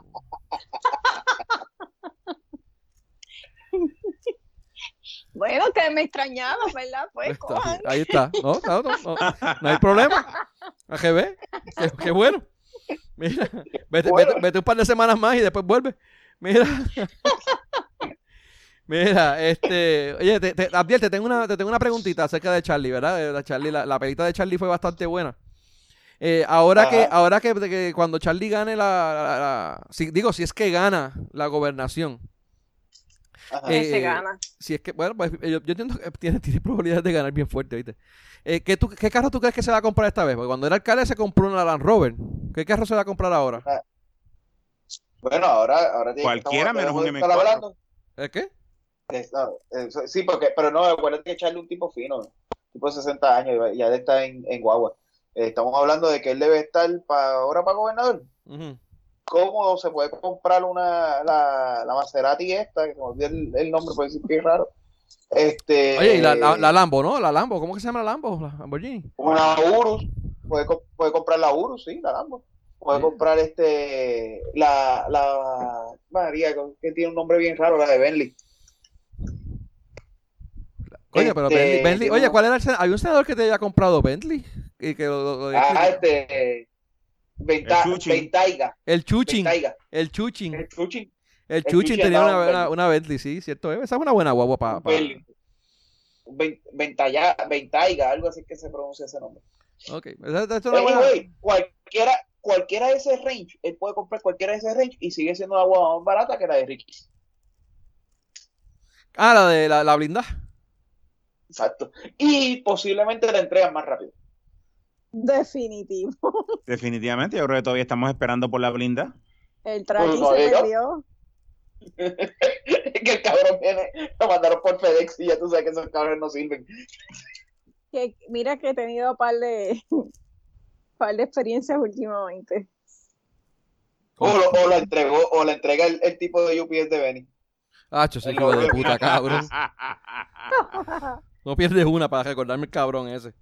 Bueno, que me extrañaban, ¿verdad? Pues, Ahí está, cojan. ahí está. No, no, no, no, no hay problema. A G B. Qué, qué bueno. Mira, vete, Bueno. vete, vete un par de semanas más y después vuelve. Mira. Mira, este, oye, te, te, Abdiel, te tengo una, te tengo una preguntita acerca de Charlie, ¿verdad? Eh, La, Charlie, la, la pelita de Charlie fue bastante buena. Eh, ahora Ajá. que, ahora que, que cuando Charlie gane la, la- la- si- digo, si es que gana la gobernación, Ajá. Eh, se gana. si es que, bueno, pues yo, yo entiendo que tiene, tiene probabilidades de ganar bien fuerte, ¿viste? Eh, ¿qué, tú- ¿Qué carro tú crees que se va a comprar esta vez? Porque cuando era alcalde se compró una Land Rover. ¿Qué carro se va a comprar ahora? Bueno, ahora, ahora tiene Cualquiera estamos- menos un tenemos que M estar cuatro. hablando. ¿El qué? Eh, claro, eso- sí, porque, pero no, acuérdate que echarle un tipo fino, tipo de sesenta años, y ya él está en, en guagua. Eh, estamos hablando de que él debe estar para ahora para gobernador. Ujú. ¿Cómo se puede comprar una la, la Maserati esta? Que se me olvidó el, el nombre, puede decir que es raro. Este, Oye, y la, la, la Lambo, ¿no? La Lambo, ¿cómo que se llama la Lambo? La Lamborghini. Una Urus, puede, co- puede comprar la Urus, sí, la Lambo. Puede Sí. comprar este la, la María, que tiene un nombre bien raro, la de Bentley. Coño, pero Este, Bentley, Bentley- digo- oye, ¿cuál era el senador? Había un senador que te había comprado Bentley. Y que lo, lo- lo- Ah, este Venta, El Chuchin. Ventaiga. el Chuchin. Ventaiga. El Chuchin. El Chuchin. El el Chuchin Chuchin tenía andaba una, un una, Bentley. una Bentley, sí, cierto. Esa es una buena guagua para. Un Bentley. Ven- Ventaya, Ventaiga, algo así que se pronuncia ese nombre. Ok, esa, esa es una buena. Anyway, cualquiera, cualquiera de ese range, él puede comprar cualquiera de ese range y sigue siendo una guagua más barata que la de Ricky. Ah, la de la, la blindada. Exacto. Y posiblemente la entregan más rápido. Definitivo. Definitivamente, yo creo que todavía estamos esperando por la blinda. El tracking Pues no se llegó. perdió. Que el cabrón viene, lo mandaron por FedEx y ya tú sabes que esos cabrones no sirven. Que, mira que he tenido un par de, par de experiencias últimamente. O lo, o lo entregó, o le entrega el, el tipo de U P S de Benny. Hacho, ese hijo de puta, cabrón. No pierdes una para recordarme el cabrón ese.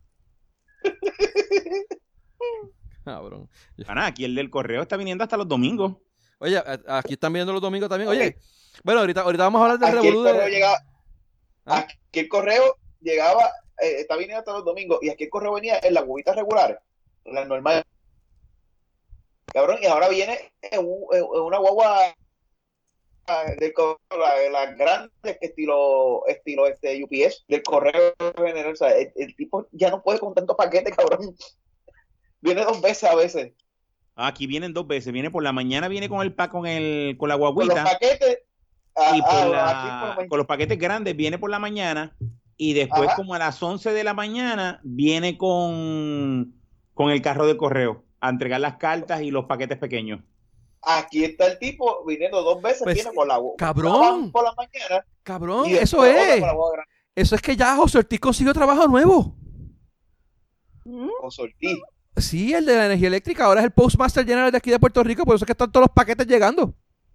Cabrón. Pana, aquí el del correo está viniendo hasta los domingos. Oye, aquí están viendo los domingos también. Oye, bueno, ahorita, ahorita vamos a hablar del Aquí el revolú correo de... llegaba, ¿Ah? aquí el correo llegaba, eh, está viniendo hasta los domingos, y aquí el correo venía en las huevitas regulares, en las normales. Cabrón, y ahora viene en, un, en una guagua del correo, la, la grande, que estilo, estilo este U P S, del correo general. O sea, el, el tipo ya no puede con tantos paquetes, cabrón. Viene dos veces a veces. Aquí vienen dos veces. Viene por la mañana, viene con el pa con el con la Con los guaguita. paquetes. Y ah, por ah, la- aquí por la con los paquetes grandes viene por la mañana. Y después, Ajá. como a las once de la mañana, viene con, con el carro de correo a entregar las cartas y los paquetes pequeños. Aquí está el tipo viniendo dos veces, Pues, viene con la guagua. cabrón. Por la mañana. Cabrón, y eso después otra es. con la guagua grande. Eso es que ya José Ortiz consiguió trabajo nuevo. ¿Mm? Con Ortiz. Sí, el de la energía eléctrica. Ahora es el Postmaster General de aquí de Puerto Rico. Por eso es que están todos los paquetes llegando.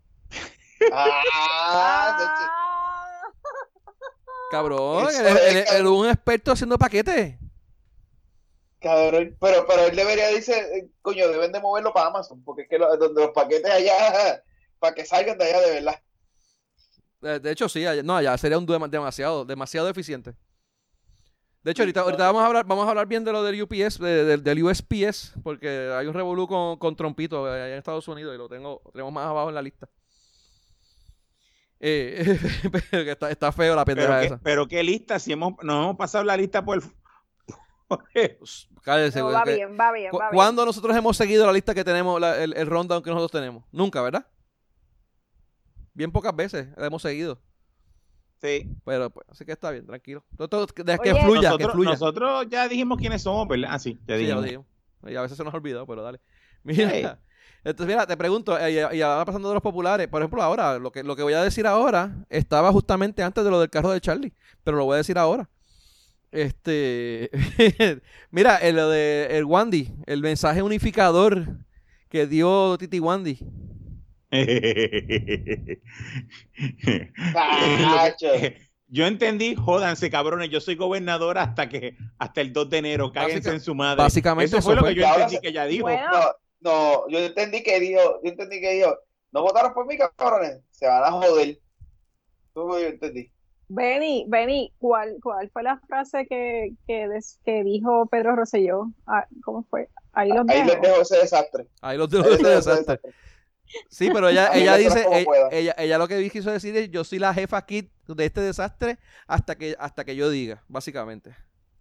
Ah, Ah. Cabrón, Eso él es- es, él es- él es un experto haciendo paquetes. cabrón, pero, pero él debería, dice, eh, coño, deben de moverlo para Amazon, porque es que lo- donde los paquetes allá, para que salgan de allá de verdad. De, de hecho, sí, allá- no, allá sería un dema- demasiado, demasiado eficiente. De hecho, ahorita, ahorita vamos a hablar, vamos a hablar bien de lo del U P S, de- de- del U S P S, porque hay un revolú con, con Trompito allá en Estados Unidos y lo tengo, lo tenemos más abajo en la lista. Eh, pero que está, está feo la Pero pendeja qué, esa. pero qué lista, si hemos, nos hemos pasado la lista por el... Cállese, No, güey, va que- bien, va bien, cu- va bien. ¿Cuándo nosotros hemos seguido la lista que tenemos, la- el, el rundown que nosotros tenemos? Nunca, ¿verdad? Bien pocas veces la hemos seguido. Sí. Pero, pues, así que está bien, tranquilo. Todo, todo- deja que Oye, fluya, que Nosotros, fluya. nosotros ya dijimos quiénes somos, ¿verdad? Ah, sí, ya Sí, ya lo dijimos. dijimos. Y a veces se nos ha olvidado, pero dale. Mira, Hey. entonces, mira, te pregunto, eh, y, y ahora pasando de los populares, por ejemplo, ahora, lo que, lo que voy a decir ahora estaba justamente antes de lo del carro de Charlie, pero lo voy a decir ahora. Este, mira, eh, lo de el Wandy, el mensaje unificador que dio Titi Wandy. Cacho. Yo entendí, jódanse cabrones, yo soy gobernador hasta que hasta el dos de enero, cáguense Básica- en su madre. básicamente eso eso fue lo fue. que yo Y ahora entendí se- que ella dijo. Bueno. No, no, yo entendí que dijo, yo entendí que dijo, no votaron por mí, cabrones, se van a joder. Todo yo entendí. Benny, Benny, ¿cuál, cuál fue la frase que, que, des- que dijo Pedro Rosselló? Ah, ¿cómo fue? Ahí los Ahí dejo. les dejo ese desastre. Ahí los Ahí dejo les de dejo ese desastre. desastre. Sí, pero ella, Ahí ella lo dice, como ella, pueda. ella, ella lo que quiso decir es, yo soy la jefa aquí de este desastre hasta que, hasta que yo diga, básicamente.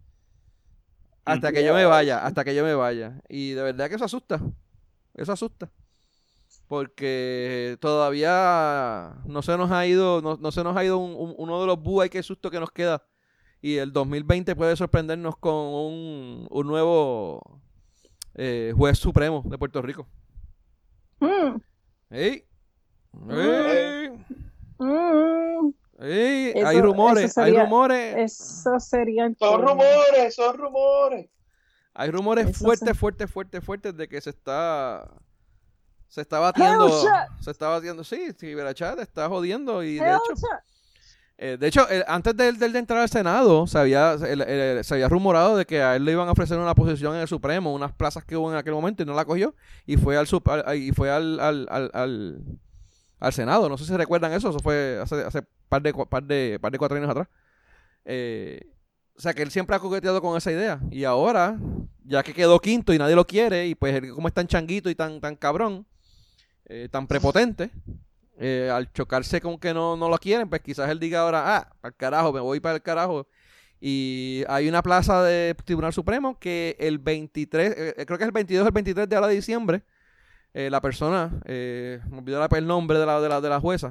Hasta que yo me vaya, hasta que yo me vaya. Y de verdad que eso asusta. Eso asusta. Porque todavía no se nos ha ido, no, no se nos ha ido un- un- uno de los búhos, ay, qué susto que nos queda. Y el dos mil veinte puede sorprendernos con un, un nuevo eh, juez supremo de Puerto Rico. Mm, ¡Ey! ¡Ey! mm, ¡Ey! Eso- Hay rumores, eso sería- hay rumores. eso sería el Son colmo. rumores, son rumores. Hay rumores Eso fuertes, sí. fuertes, fuertes, fuertes de que se está se está batiendo, Hellcat. se está batiendo, sí, sí, Verachat está jodiendo y de Hell hecho, yeah. eh, de hecho, eh, antes de, él- de él de entrar al Senado, se había, el- el- se había rumorado de que a él le iban a ofrecer una posición en el Supremo, unas plazas que hubo en aquel momento y no la cogió y fue al sup- al- y fue al, al, al, al, al Senado. No sé si recuerdan eso, eso fue hace, hace par de cua- par de par de cuatro años atrás. Eh, o sea que él siempre ha coqueteado con esa idea y ahora, ya que quedó quinto y nadie lo quiere y pues él como es tan changuito y tan tan cabrón, eh, tan prepotente, eh, al chocarse con que no, no lo quieren, pues quizás él diga ahora, ah, para el carajo, me voy para el carajo. Y hay una plaza de Tribunal Supremo que el veintitrés, eh, creo que es el veintidós o el veintitrés de ahora de diciembre, eh, la persona, eh, me olvidó la- el nombre de la, de la, de la jueza,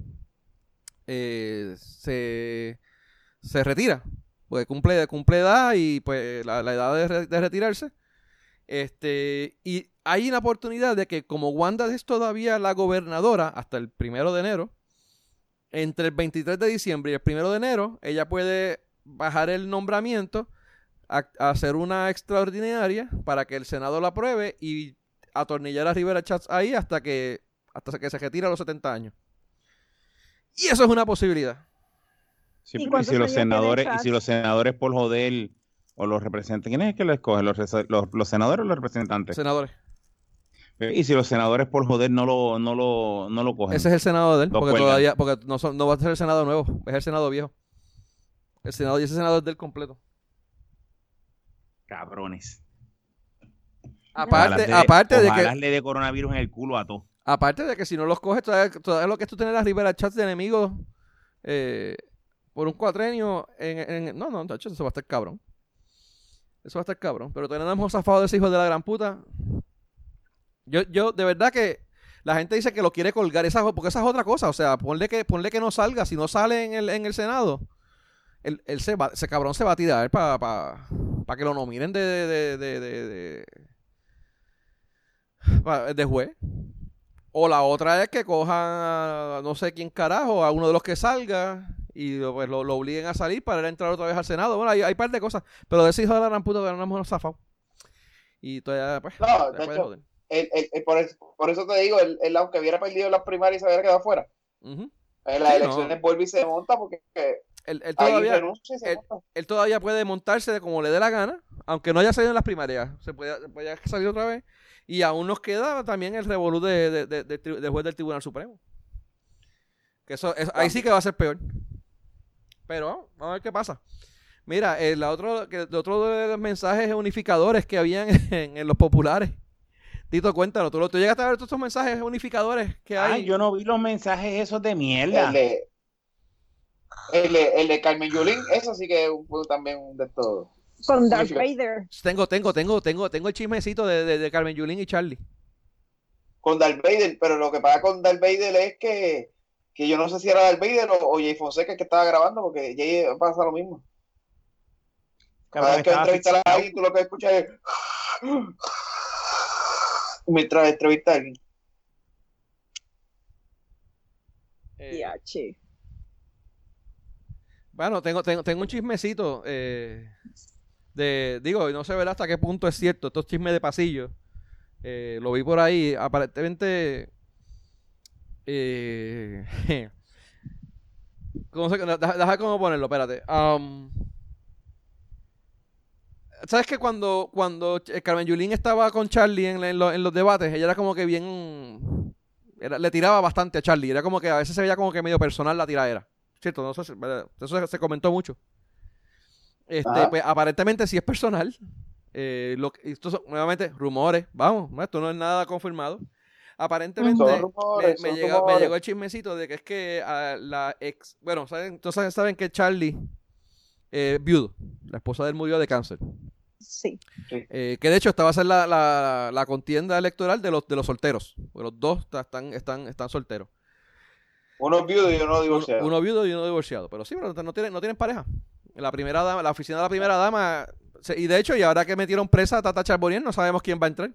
eh, se, se retira, porque cumple, cumple edad y pues la, la edad de, re- de retirarse. Este, y hay una oportunidad de que como Wanda es todavía la gobernadora hasta el primero de enero, entre el veintitrés de diciembre y el primero de enero, ella puede bajar el nombramiento, a, a hacer una extraordinaria para que el Senado la apruebe y atornillar a Rivera Chats ahí hasta que, hasta que se retire a los setenta años. Y eso es una posibilidad. Sí, ¿Y pero y cuántos si los años tiene senadores, y Chats? si los senadores por joder o los representantes, ¿quién es que lo escoge? ¿Los, res- los, los senadores o los representantes? Senadores. Y si los senadores por joder no lo, no lo, no lo cogen. Ese es el Senado de él, Lo porque cuelgan. todavía, porque no, son, no va a ser el Senado nuevo, es el Senado viejo. El Senado y ese Senado es del completo. Cabrones. Aparte, Ojalá le- aparte de ojalá que, le dé coronavirus en el culo a todos. aparte de que si no los coges, todavía, todavía lo que es tú tener a Rivera Chats de enemigos eh, por un cuatrenio, en, en- no, no, tacho, eso va a estar cabrón. Eso va a estar cabrón. Pero todavía no hemos zafado de ese hijo de la gran puta. Yo, yo, de verdad que la gente dice que lo quiere colgar, esa, porque esa es otra cosa. O sea, ponle que, ponle que no salga. Si no sale en el, en el Senado, él, él se va, ese cabrón se va a tirar para pa, pa que lo nominen de, de, de, de, de, de, pa- de juez. O la otra es que cojan a no sé quién carajo, a uno de los que salga y pues, lo, lo obliguen a salir para él entrar otra vez al Senado. Bueno, hay, hay par de cosas. Pero de ese hijo de la gran puta todavía no hemos zafado. Y todavía, pues, No, todavía de puede hecho, joder. él- él- él- por, eso, por eso te digo, él, él, aunque hubiera perdido las primarias y se hubiera quedado fuera, Ujú. en las Sí, elecciones no. vuelve y se monta porque Él, él ahí todavía, renuncia y se él- monta. él todavía puede montarse de como le dé la gana, aunque no haya salido en las primarias. Se puede, se puede salir otra vez. Y aún nos queda también el revolú de, de, de, de, de juez del Tribunal Supremo. Que eso, eso- ahí sí que va a ser peor. Pero vamos, vamos a ver qué pasa. Mira, el otro, que, el otro de los mensajes unificadores que habían en, en los populares. Tito, cuéntanos, ¿tú, lo- tú llegaste a ver todos estos mensajes unificadores que hay? Ay, yo no vi los mensajes esos de mierda. El de, el, de, el de Carmen Yulín, eso sí que fue también un de todo. Con Darth Significa- Vader. Tengo, tengo, tengo, tengo, tengo el chismecito de, de, de Carmen Yulín y Charlie. Con Darth Vader, pero lo que pasa con Darth Vader es que, que yo no sé si era Darth Vader o, o Jay Fonseca el que estaba grabando, porque Jay pasa lo mismo. Cada Cabrón, vez que estaba entrevistas a asfixiado. alguien, tú lo que escuchas es mientras entrevista a alguien. Eh, Ya, che. Bueno, tengo, tengo, tengo un chismecito eh, de, digo, no sé ver hasta qué punto es cierto, estos chismes de pasillo. Eh, lo vi por ahí, aparentemente eh, ¿cómo se, deja, deja cómo ponerlo, espérate. Um, ¿Sabes que cuando, cuando Carmen Yulín estaba con Charlie en, en, lo, en los debates, ella era como que bien, era, le tiraba bastante a Charlie, era como que a veces se veía como que medio personal la tiradera, ¿cierto? No sé, si- eso se, se comentó mucho. Este, Ajá. pues aparentemente sí es personal. Eh, lo, que- esto son nuevamente rumores, vamos, no, esto no es nada confirmado. Aparentemente Son me, rumores, me son llega- me rumores. llegó el chismecito de que es que a la ex, bueno, ¿saben? Entonces saben que Charlie eh, viudo, la esposa de él murió de cáncer. Sí. Eh, que de hecho esta va a ser la, la, la contienda electoral de los, de los solteros. Porque los dos ta- están, están, están solteros. Uno viudo y uno Uno, divorciado. uno viudo y uno divorciado. Pero sí, pero no tienen, no tienen pareja. La primera dama, la oficina de la primera dama. se- y de hecho, y ahora que metieron presa a Tata Charbonnier, no sabemos quién va a entrar.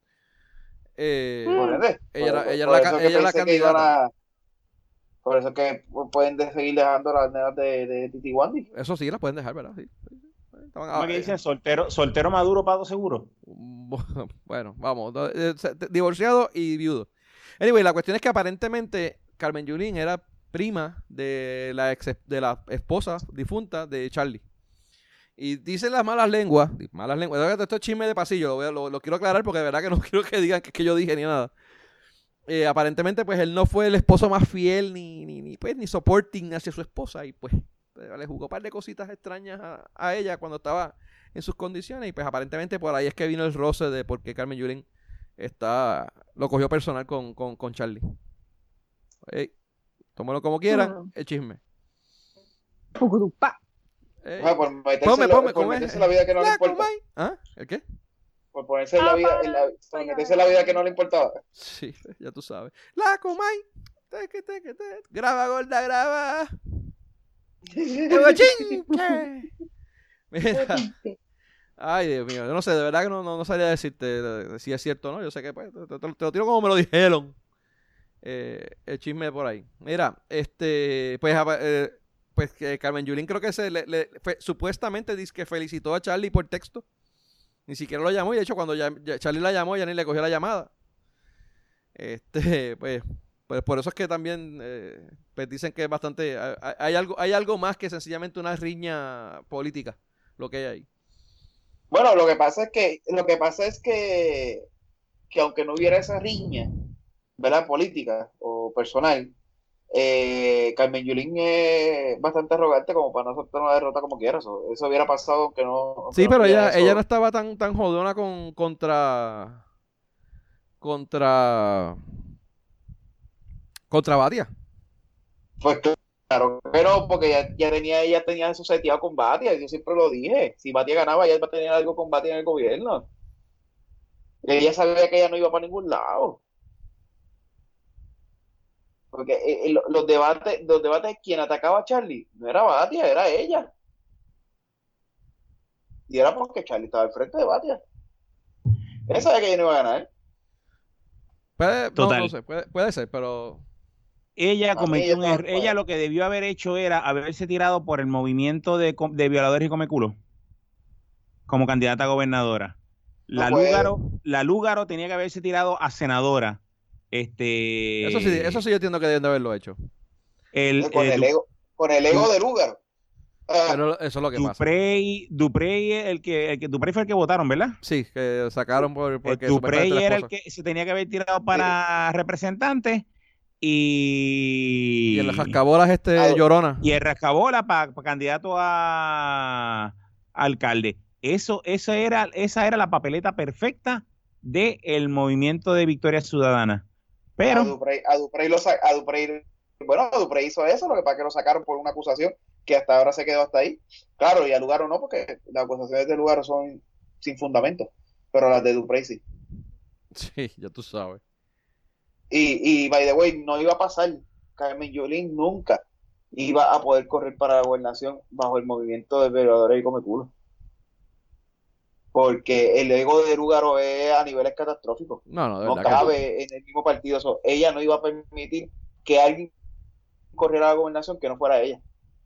Eh, Por ende, ella era- por- ella era por la eso ca- que ella era la pensé que iban candidata. a- por eso que pueden de- seguir dejando las nenas de, de Titi Wandy. Eso sí, las pueden dejar, ¿verdad? Sí. Estaban- ¿Cómo ah, que eh, dicen? Soltero, soltero maduro, pago seguro. Bueno, vamos. no, eh, se- te- Divorciado y viudo. Anyway, la cuestión es que aparentemente Carmen Yulín era prima de la ex, de la esposa difunta de Charlie. Y dicen las malas lenguas, malas lenguas, esto es chisme de pasillo, lo, voy a- lo- lo quiero aclarar porque de verdad que no quiero que digan que es que yo dije ni nada. Eh, aparentemente, pues él no fue el esposo más fiel ni, ni, ni, pues, ni supporting hacia su esposa y pues eh, le jugó un par de cositas extrañas a, a ella cuando estaba en sus condiciones y pues aparentemente por ahí es que vino el roce de por qué Carmen Yulín está, lo cogió personal con, con, con Charlie. Ey, tómalo como quieran, Mm. el chisme. Fucurupa. Ey, Ah, por meterse, ponme, en la- ponme, por ¿cómo es? meterse en la vida que no le La importa. Comay. ¿Ah? ¿El qué? Por ponerse en la vida, en la, por meterse en la vida que no le importaba. Sí, ya tú sabes. La Comay. Teque, teque, teque. Graba, gorda, graba. ¡El bochinche! Mira. Ay, Dios mío, yo no sé, de verdad que no, no, no sabría decirte eh, si es cierto o no. Yo sé que pues, te, te- te lo tiro como me lo dijeron. Eh, el chisme por ahí. Mira, este, pues, apa- eh, pues que Carmen Yulín creo que se le, le- fe- supuestamente dice que felicitó a Charlie por texto Ni siquiera lo llamó y de hecho cuando ya, ya Charlie la llamó ya ni le cogió la llamada. Este, pues, pues por eso es que también eh, pues dicen que es bastante hay, hay algo hay algo más que sencillamente una riña política lo que hay ahí. Bueno, lo que pasa es que lo que pasa es que que aunque no hubiera esa riña, ¿verdad? Política o personal, eh, Carmen Yulín es bastante arrogante como para no aceptar una derrota como quiera. Eso, eso hubiera pasado aunque no. Aunque Sí, no pero ella, eso. ella no estaba tan, tan jodona con contra contra contra Batia. Pues claro, pero porque ya, ya tenía ella tenía eso seteado con Batia, yo siempre lo dije. Si Batia ganaba, ella iba a tener algo con Batia en el gobierno. Ella sabía que ella no iba para ningún lado. Porque eh, eh, los debates, los debates, quien atacaba a Charlie no era Batia, era ella. Y era porque Charlie estaba al frente de Batia. Ella sabía que ella no iba a ganar. Puede, no, Total. no sé, puede, puede ser, pero Ella A cometió mí un ella error. estaba- Ella lo que debió haber hecho era haberse tirado por el movimiento de, com- de violadores y comeculos como candidata a gobernadora. La No puede. Lúgaro, la Lúgaro tenía que haberse tirado a senadora. Este, eso sí, eso sí yo entiendo que deben de haberlo hecho. el, con, eh, el Du- ego, con el ego Du- de lugar. Ah, Pero eso es lo que pasa. Duprey, Duprey, el que, el que Duprey fue el que votaron, ¿verdad? Sí, que sacaron por Eh, porque Duprey supuestamente la era el esposa. que se tenía que haber tirado para representante y, Y en las jascabolas este Ah, llorona. y el rascabola para candidato a, a alcalde. Eso, eso era, esa era la papeleta perfecta del movimiento de Victoria Ciudadana. a Pero Duprey, a Duprey lo sa- a Duprey, bueno, a Duprey hizo eso, lo que pasa es que lo sacaron por una acusación que hasta ahora se quedó hasta ahí. Claro, y a Lugaro no, porque las acusaciones de Lugaro son sin fundamento, pero las de Duprey sí. Sí, ya tú sabes. Y, y by the way, no iba a pasar. Carmen Yulín nunca iba a poder correr para la gobernación bajo el movimiento de violadores y comeculos. Porque el ego de Lugaro es a niveles catastróficos. No, no, de No verdad que cabe en el mismo partido. So, ella no iba a permitir que alguien corriera a la gobernación que no fuera ella.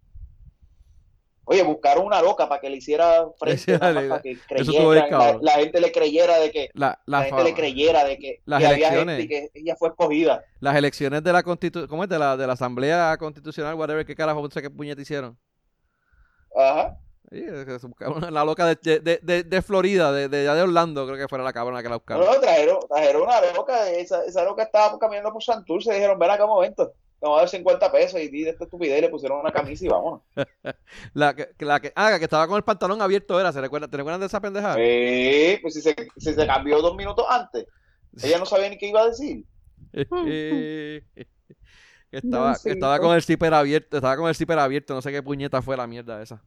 Oye, buscaron una loca para que le hiciera frente, Sí, nada más dale, para que eso estuvo bien creyera, la, cabrón. la gente le creyera de que la, la, la gente le fama. creyera de que, Las que había elecciones. gente y que ella fue escogida. Las elecciones de la constitu ¿cómo es? De la, de la Asamblea Constitucional, whatever, qué carajo, no sé qué puñete hicieron. Ajá. Sí, es que se buscaron una- la loca de, de, de, de Florida, de, de, de Orlando, creo que fuera la cabrona que la No, buscaron. no, trajeron, trajeron una loca, esa, esa loca estaba caminando por Santurce, dijeron, ven acá un momento, te vamos a dar cincuenta pesos y di de esta estupidez y le pusieron una camisa y vámonos. La que, la que, ah, que estaba con el pantalón abierto era, ¿se recuerda? ¿Te recuerdan de esa pendejada? Eh, pues si se, si se cambió dos minutos antes, ella no sabía ni qué iba a decir. que estaba, que Diosito. estaba con el zipper abierto, estaba con el zipper abierto, no sé qué puñeta fue la mierda esa.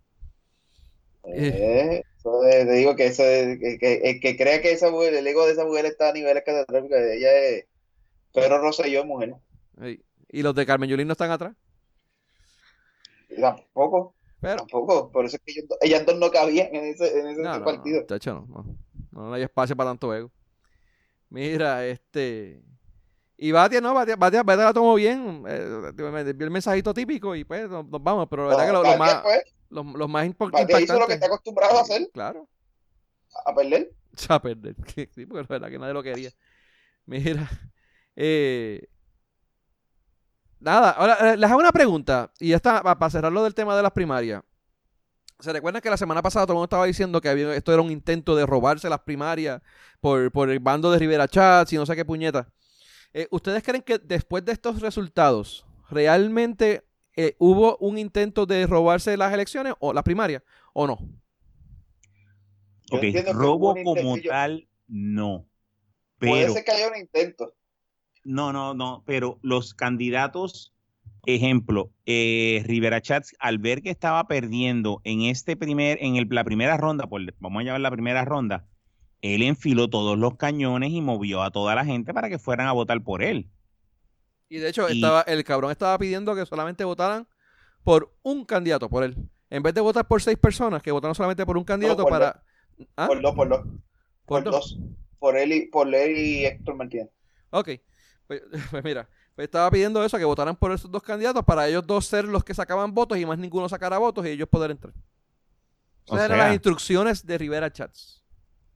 Eh, eso de- te digo que, eso de- que, que- el que crea que esa mujer, el ego de esa mujer está a niveles catastróficos, ella es Pedro Rosselló, mujer. Ey, y los de Carmen Yulín no están atrás. Y tampoco, Pero, tampoco, por eso es que ellos, ellas dos no cabían en ese, en ese no, no, partido. no, tacho, no, no, no, no hay espacio para tanto ego. Mira, este. Y Batia, no, Batia, Batia, Batia la tomó bien. Eh, me dio el mensajito típico y pues nos, nos vamos. Pero la verdad que lo, lo Batia, más, pues, los, los más impo- Batia hizo lo que impactantes. está acostumbrado a hacer, Claro, a perder. a perder. Sí, porque la verdad que nadie lo quería. Mira, eh, nada, ahora eh, les hago una pregunta. Y ya está, para cerrarlo del tema de las primarias. ¿Se recuerdan que la semana pasada todo el mundo estaba diciendo que había, esto era un intento de robarse las primarias por, por el bando de Rivera Chats y no sé qué puñeta? Eh, ¿Ustedes creen que después de estos resultados realmente eh, hubo un intento de robarse las elecciones o las primarias o no? Yo ok, entiendo que hubo robo un como intento- tal, no. Puede Pero, ser que haya un intento. no, no, no, pero los candidatos, ejemplo, eh, Rivera Chats, al ver que estaba perdiendo en este primer, en el, la primera ronda, por, vamos a llamar la primera ronda, él enfiló todos los cañones y movió a toda la gente para que fueran a votar por él. Y de hecho, Y- estaba, el cabrón estaba pidiendo que solamente votaran por un candidato, por él. En vez de votar por seis personas, que votaran solamente por un candidato por para... ¿Ah? Por dos, por dos. Por Por dos. dos. Por él y, por él y Héctor Martínez. Ok, pues, pues mira, pues estaba pidiendo eso, que votaran por esos dos candidatos para ellos dos ser los que sacaban votos y más ninguno sacara votos y ellos poder entrar. O Esas eran sea- las instrucciones de Rivera Chats.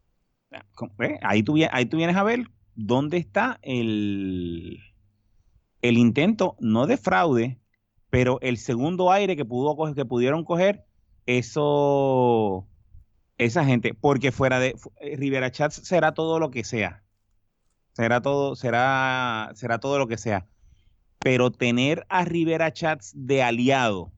¿Eh? Ahí, tú, ahí tú vienes a ver dónde está el, el intento, no de fraude, pero el segundo aire que, pudo, que pudieron coger eso, esa gente, porque fuera de Rivera Chats será todo lo que sea, será todo, será, será todo lo que sea, pero tener a Rivera Chats de aliado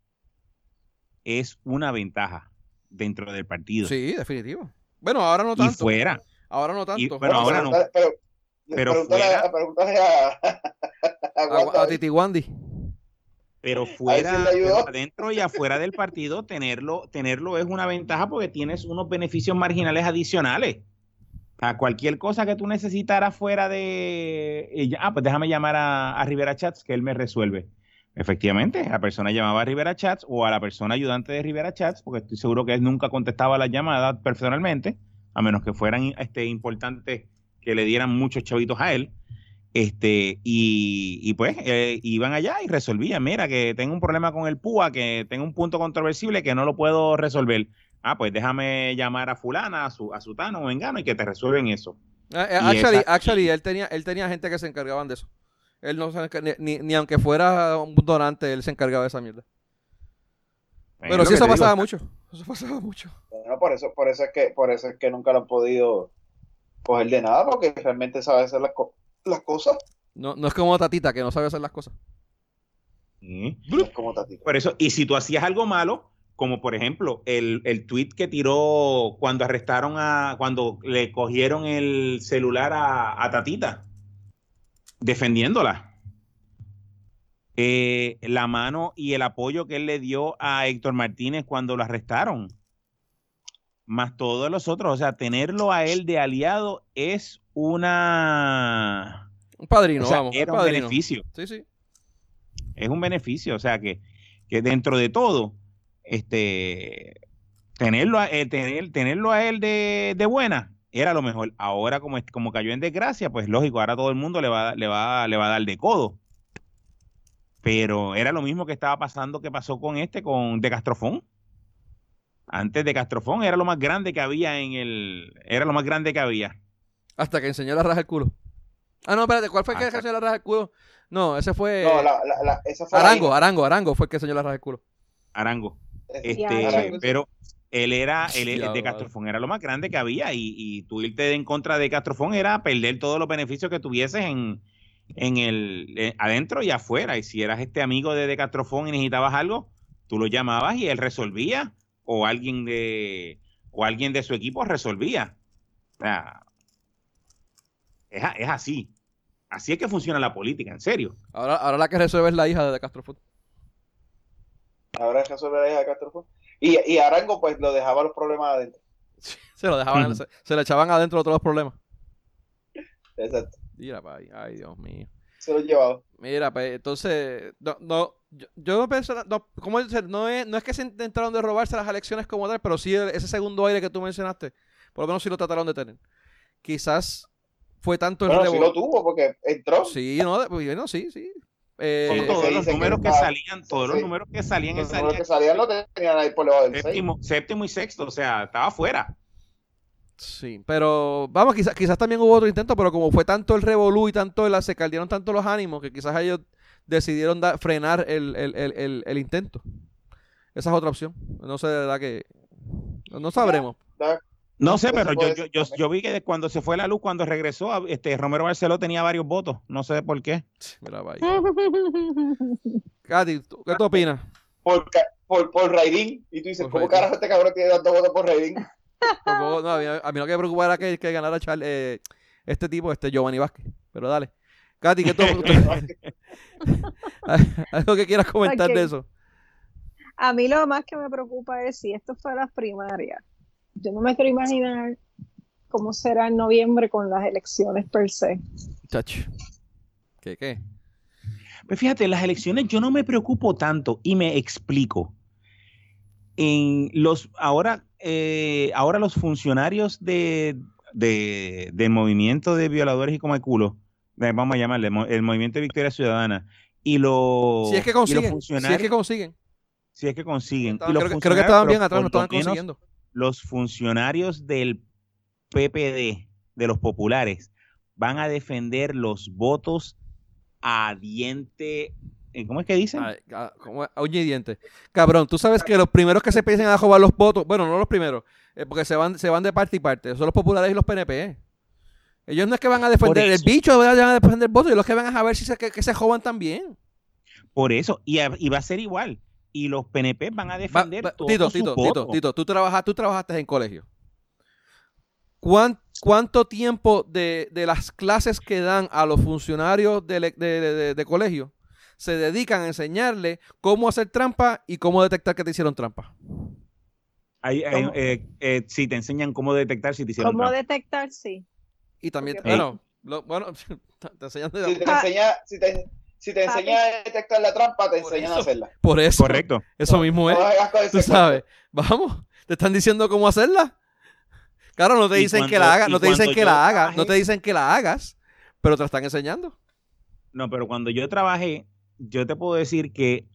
es una ventaja dentro del partido. Sí, definitivo. Bueno, ahora no tanto. Y fuera. Ahora no tanto. Y, bueno, ahora no. Pero, pero pregúntale, fuera. Pregúntale a, a, a, a Titi Wandy. Pero fuera, pero adentro y afuera del partido, tenerlo, tenerlo es una ventaja porque tienes unos beneficios marginales adicionales. A cualquier cosa que tú necesitaras fuera de... Ah, pues déjame llamar a, a Rivera Chats, que él me resuelve. Efectivamente, la persona llamaba a Rivera Chats o a la persona ayudante de Rivera Chats, porque estoy seguro que él nunca contestaba las llamadas personalmente, a menos que fueran este, importantes que le dieran muchos chavitos a él. Este, y, y pues eh, iban allá y resolvían. Mira, que tengo un problema con el P U A, que tengo un punto controversible que no lo puedo resolver. Ah, pues déjame llamar a fulana, a su a sutano o engano y que te resuelven eso. Uh, actually, esa, actually él tenía él tenía gente que se encargaban de eso. Él no se, ni, ni aunque fuera un donante, él se encargaba de esa mierda. Bueno, pero sí, eso pasaba digo, mucho. Eso pasaba mucho. Bueno, por eso, por eso es que, por eso es que nunca lo han podido coger de nada, porque realmente sabe hacer las, co las cosas. No, no es como Tatita, que no sabe hacer las cosas. ¿Sí? No es como Tatita. Por eso, y si tú hacías algo malo, como por ejemplo, el, el tweet que tiró cuando arrestaron a, cuando le cogieron el celular a, a Tatita, defendiéndola. Eh, la mano y el apoyo que él le dio a Héctor Martínez cuando lo arrestaron, más todos los otros, o sea, tenerlo a él de aliado es una... Un padrino, o sea, vamos. Era un un padrino. beneficio. Sí, sí. Es un beneficio, o sea, que, que dentro de todo, este, tenerlo a, eh, tener, tenerlo a él de, de buena era lo mejor. Ahora, como, como cayó en desgracia, pues lógico, ahora todo el mundo le va, le va, le va a dar de codo. Pero era lo mismo que estaba pasando, que pasó con este, con De Castrofón. Antes de Castrofón era lo más grande que había en el... Era lo más grande que había. Hasta que enseñó la raja el culo. Ah, no, espérate, ¿cuál fue el que enseñó la raja el culo? No, ese fue... No, la, la, la, esa fue Arango, Arango, Arango fue el que enseñó la raja el culo. Arango. Este, Arango. Pero él era... Él, Ya, de Castrofón era lo más grande que había y, y tú irte en contra de Castrofón era perder todos los beneficios que tuvieses en... en el eh, adentro y afuera, y si eras este amigo de De Castrofón y necesitabas algo, tú lo llamabas y él resolvía, o alguien de o alguien de su equipo resolvía. O sea, es, es así así es que funciona la política, en serio. Ahora, ahora la que resuelve es la hija de De Castrofón. Ahora es resolver la hija de Castrofón. Y, y Arango pues lo dejaba los problemas adentro. Se lo dejaban, se, se le echaban adentro todos los problemas. Exacto. Mira, pa, ay, Dios mío. Se lo llevaba. Mira, pues, entonces, no, no, yo, yo no pienso, no, ¿cómo es? No es, no es que se intentaron de robarse las elecciones como tal, pero sí ese segundo aire que tú mencionaste, por lo menos sí lo trataron de tener. Quizás fue tanto el bueno, rebo... sí lo tuvo, porque entró. Sí, no, bueno, sí, sí. Eh, sí, todos los números que, que salían, todos sí. los números que salían, los salían, números que salían lo tenían ahí por debajo del séptimo, séptimo y sexto, o sea, estaba fuera. Sí, pero vamos, quizás quizás también hubo otro intento, pero como fue tanto el revolú y tanto el, se caldearon tanto los ánimos que quizás ellos decidieron da, frenar el, el, el, el, el intento. Esa es otra opción. No sé, de verdad que no sabremos. No sé, pero yo, yo, yo, yo vi que cuando se fue la luz, cuando regresó, este Romero Barceló tenía varios votos. No sé por qué. Mira, vaya. Katy, ¿qué tú opinas? Por, por, por Raidín. Y tú dices, por ¿cómo Raidín? Carajo este cabrón tiene tantos votos por Raidín? No, a, mí, a mí lo que me preocupaba era que, que ganara Charles, eh, este tipo, este Giovanni Vázquez. Pero dale. Katy, ¿qué tú, algo que quieras comentar okay. de eso? A mí lo más que me preocupa es si esto fue las primarias. Yo no me quiero imaginar cómo será en noviembre con las elecciones per se. Chacho. ¿Qué, qué? Pues fíjate, las elecciones yo no me preocupo tanto y me explico. En los ahora eh, ahora los funcionarios de, de del movimiento de violadores y come culo, vamos a llamarle el movimiento de Victoria Ciudadana y los si es que consiguen, si es que consiguen, si es que consiguen, estaban, y los creo, creo que estaban bien atrás, no estaban consiguiendo. Los funcionarios del P P D, de los populares, van a defender los votos a diente, ¿cómo es que dicen? A, a, como a uña y diente. Cabrón, tú sabes que los primeros que se empiezan a robar los votos, bueno, no los primeros, eh, porque se van, se van de parte y parte, son los populares y los P N P. Ellos no es que van a defender el bicho, van a defender el voto, y los que van a ver si se, que, que se jodan también. Por eso, y, a, y va a ser igual. Y los P N P van a defender va, va, todos Tito, sus Tito, votos. Tito, Tito, tú, trabajas, tú trabajaste en colegio. ¿Cuán, ¿Cuánto tiempo de, de las clases que dan a los funcionarios de, de, de, de, de colegio se dedican a enseñarle cómo hacer trampa y cómo detectar que te hicieron trampa? Hay, hay, eh, eh, sí, te enseñan cómo detectar si te hicieron ¿Cómo trampa. detectar? Sí. Y también, Porque, bueno, lo, bueno, te enseñan de... Si te enseña, si te, si te enseña a detectar la trampa, te Por enseñan eso. a hacerla. Por eso. Correcto. Eso mismo es. No hagas con ese Tú sabes. Vamos, te están diciendo cómo hacerla. Claro, no te Y dicen cuando- que la hagas, y no te dicen cuando que yo la hagas, trabajé- no te dicen que la hagas, pero te la están enseñando. No, pero cuando yo trabajé, yo te puedo decir que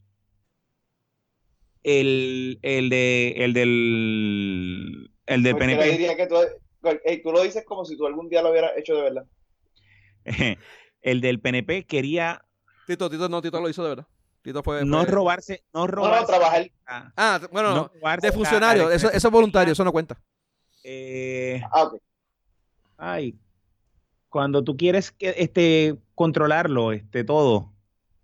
el, el de el del el del Porque le P N diría que tú, eh, tú lo dices como si tú algún día lo hubieras hecho de verdad. P, el del P N P quería Tito, Tito, no, Tito lo hizo de verdad. Tito fue... no fue- robarse, no No, robarse. no, trabajar. a- Ah, t- bueno, no no, robarse de a- funcionario, a- eso, eso es voluntario, eso no cuenta. Eh, Ah, ok. ay, cuando tú quieres que este controlarlo, este todo.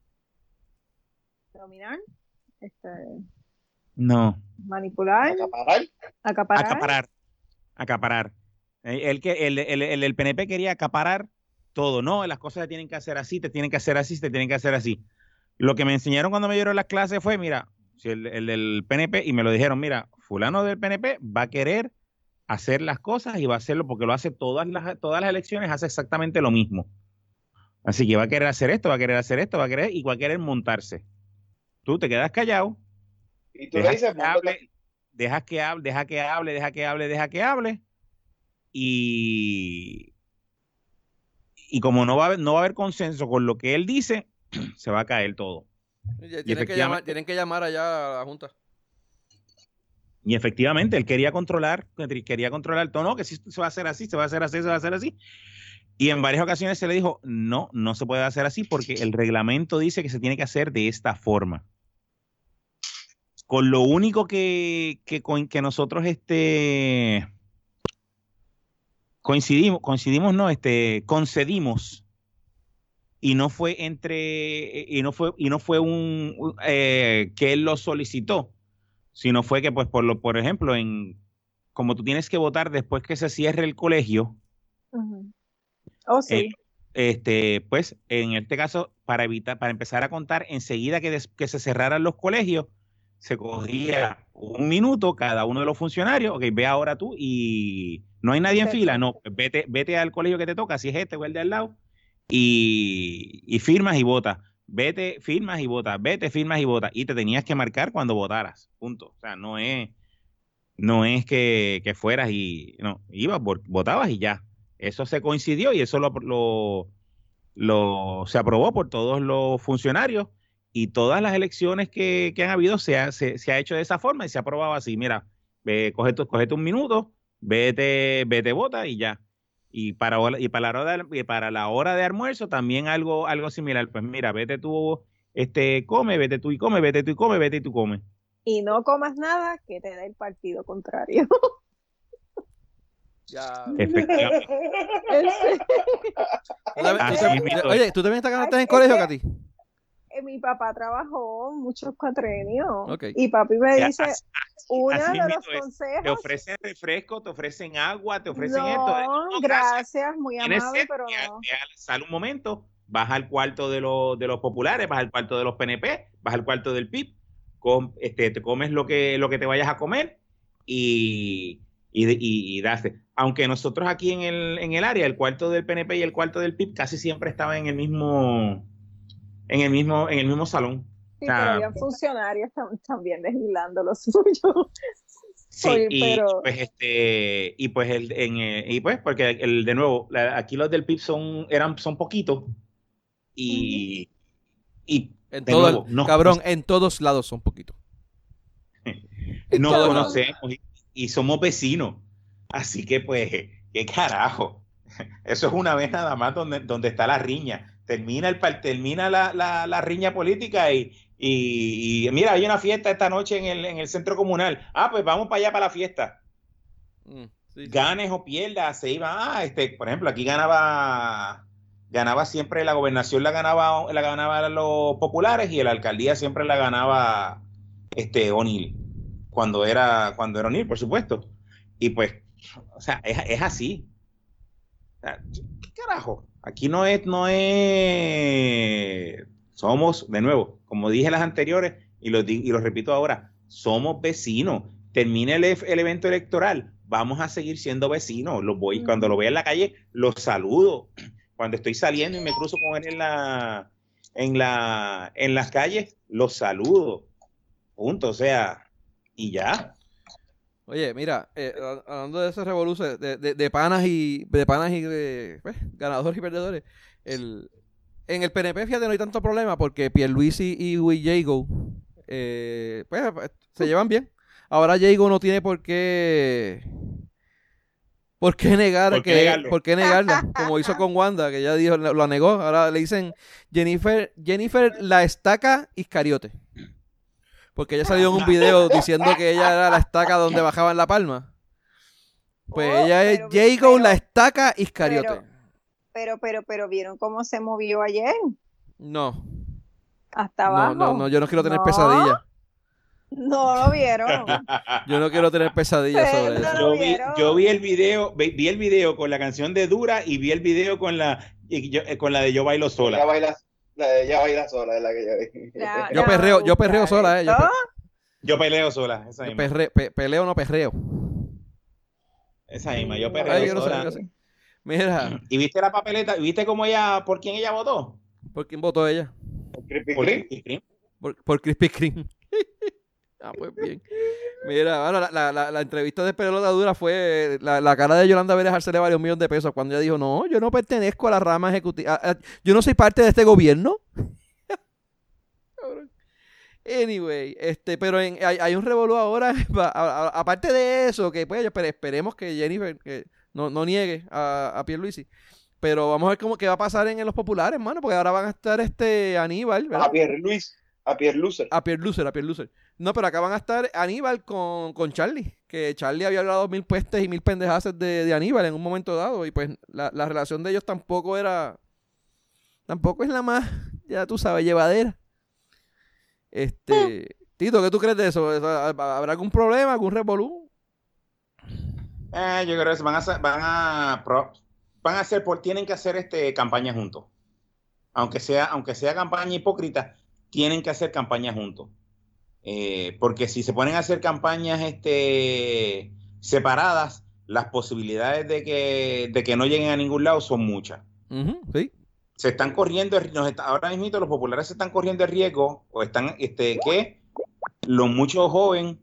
Dominar, este, No. manipular, Acaparar. acaparar. Acaparar. Acaparar. El, el que el, el, el, el P N P quería acaparar todo. No, las cosas se tienen que hacer así, te tienen que hacer así, te tienen que hacer así. Lo que me enseñaron cuando me dieron las clases fue, mira, si el, el del P N P, y me lo dijeron, mira, fulano del P N P va a querer hacer las cosas y va a hacerlo porque lo hace todas las, todas las elecciones, hace exactamente lo mismo. Así que va a querer hacer esto, va a querer hacer esto, va a querer y va a querer montarse. Tú te quedas callado, Y tú le dejas dices, que hable, dejas que hable, deja que hable, deja que hable, deja que hable, y, y como no va a haber, no va a haber consenso con lo que él dice, se va a caer todo. Tienen que, efectivamente- llamar, tienen que llamar allá a la Junta. Y efectivamente, él quería controlar, quería controlar todo, no, que si se va a hacer así, se va a hacer así, se va a hacer así. Y en varias ocasiones se le dijo, no, no se puede hacer así porque el reglamento dice que se tiene que hacer de esta forma. Con lo único que, que, con, que nosotros este, coincidimos, coincidimos, no, este, concedimos, y no fue entre, y no fue, y no fue un, un, eh, que él lo solicitó, sino fue que, pues, por lo, por ejemplo, en como tú tienes que votar después que se cierre el colegio, Ujú. Oh, sí. eh, este, pues, en este caso, para evitar, para empezar a contar, enseguida que, des, que se cerraran los colegios, se cogía un minuto cada uno de los funcionarios, ok, ve ahora tú y no hay nadie en Perfecto. fila, no, vete, vete al colegio que te toca, si es este o el de al lado, y, y firmas y votas, vete, firmas y votas, vete, firmas y votas, y te tenías que marcar cuando votaras, punto. O sea, no es, no es que, que fueras y, no, ibas, votabas y ya. Eso se coincidió y eso lo, lo, lo se aprobó por todos los funcionarios. Y todas las elecciones que, que han habido se ha, se, se ha hecho de esa forma y se ha aprobado así. Mira, ve, cogete, cogete un minuto, vete, vete, vota y ya. Y para, y para, la, hora de, y para la hora de almuerzo también algo, algo similar. Pues mira, vete tú, este, come, vete tú y come, vete tú y come, vete y tú come. Y no comas nada que te dé el partido contrario. Ya. Efectivamente. Ese- ¿Tú también- Así tú también- mismito oye, ¿tú también estás en el colegio, Katy? eh, Mi papá trabajó muchos cuatrenios. Ok. Y papi me Ya, dice, así- uno así de los mismo es. consejos. Te ofrecen refresco, te ofrecen agua, te ofrecen no, esto. No, gracias. gracias, muy Tienes amable, sed, pero ya- no. ya sal un momento, vas al cuarto de, los de los populares, vas al cuarto de los P N P, vas al cuarto del P I B, com, este, te comes lo que, lo que te vayas a comer y, y, y, y daste. Aunque nosotros aquí en el, en el área, el cuarto del P N P y el cuarto del P I B casi siempre estaban en el mismo, en el mismo, en el mismo salón. Sí, o sea, pero había funcionarios tam- también legislando lo suyo. Sí, Oye, y pero- pues este, y pues el, en, eh, y pues porque el de nuevo, la- aquí los del P I B son, eran, son poquitos y, y En de todo, nuevo, no, cabrón, en todos lados son poquitos. En no todos conocemos y, y somos vecinos, así que pues ¿Qué carajo? Eso es una vez nada más donde, donde está la riña. Termina, el, termina la, la, la riña política y, y, y mira, hay una fiesta esta noche en el, en el centro comunal. Ah, pues vamos para allá para la fiesta. Mm, sí, sí. Ganes o pierdas, se iban. Ah, este, por ejemplo, aquí ganaba ganaba siempre la gobernación, la ganaba la ganaban los populares y la alcaldía siempre la ganaba este O'Neill. Cuando era, cuando era O'Neill, por supuesto. Y pues, o sea, es, es así. O sea, ¿qué carajo? Aquí no es, no es. Somos, de nuevo, como dije las anteriores, y lo, y lo repito ahora, somos vecinos. Termine el, el evento electoral, vamos a seguir siendo vecinos. Los voy, cuando lo vea en la calle, los saludo. Cuando estoy saliendo y me cruzo con él en la, en la, en las calles, los saludo. Punto, o sea, y ya. Oye, mira, eh, hablando de ese revolución, de, de, de panas y de panas y de pues, ganadores y perdedores, el, en el P N P, fíjate, no hay tanto problema porque Pierluisi y Jago eh, pues, se llevan bien. Ahora Jago no tiene por qué por qué negar ¿Por qué que negarlo? por qué negarla, como hizo con Wanda, que ella dijo, lo negó. Ahora le dicen Jennifer, Jennifer la estaca Iscariote. Porque ella salió en un video diciendo que ella era la estaca donde bajaban la palma. Pues Oh, ella es pero- Jago, pero- la estaca Iscariote. pero- Pero, pero, pero, ¿vieron cómo se movió ayer? No, Hasta no, abajo. no, no, yo no quiero tener No. pesadilla. No lo vieron. Yo no quiero tener pesadillas Pero sobre no eso. lo Yo vi, vieron. yo vi el video, vi, vi el video con la canción de Dura y vi el video con la y yo- eh, con la de Yo Bailo Ella Sola. baila, la de ella baila sola, es la que yo vi. La- Yo la perreo, yo busca perreo sola, eh. Yo, esto. pe- Yo peleo sola, esa yo misma. perre- pe- peleo, no perreo. Esa misma, yo Ay, peleo yo no sé, sola. yo sé. Mira, ¿Y viste la papeleta? ¿Y viste cómo ella, por quién ella votó? ¿por quién votó ella? Krispy Por Kreme. Krispy Kreme. Por, por Krispy Kreme. Ah, pues bien. Mira, bueno, la, la, la, la entrevista de Pelota Dura fue la, la cara de Yolanda Vélez Arcelé varios millones de pesos cuando ella dijo, no, yo no pertenezco a la rama ejecutiva, a- a- yo no soy parte de este gobierno. Cabrón. Anyway, este, pero en, hay, hay un revolú ahora, a- a- aparte de eso, que pues pero esperemos que Jennifer que no, no niegue a, a Pierluisi, pero vamos a ver cómo qué va a pasar en, en los populares, mano, porque ahora van a estar este Aníbal, ¿verdad? A Pierre Luis, a Pierre Lucer. A Pierre Loser, a Pierre Loser. No, pero acá van a estar Aníbal con, con Charlie. Que Charlie había hablado mil puestes y mil pendejaces de, de Aníbal en un momento dado. Y pues la, la relación de ellos tampoco era. Tampoco es la más, ya tú sabes, llevadera. Este. Tito, ¿qué tú crees de eso? ¿Habrá algún problema, algún revolú? Eh, yo creo que van a hacer- van a pro- van a hacer por tienen que hacer este campaña juntos. Aunque sea aunque sea campaña hipócrita, tienen que hacer campaña juntos. Eh, porque si se ponen a hacer campañas este separadas, las posibilidades de que de que no lleguen a ningún lado son muchas. Ujú, sí. Se están corriendo, nos está- ahora mismo los populares se están corriendo el riesgo, o están, este, que los muchos jóvenes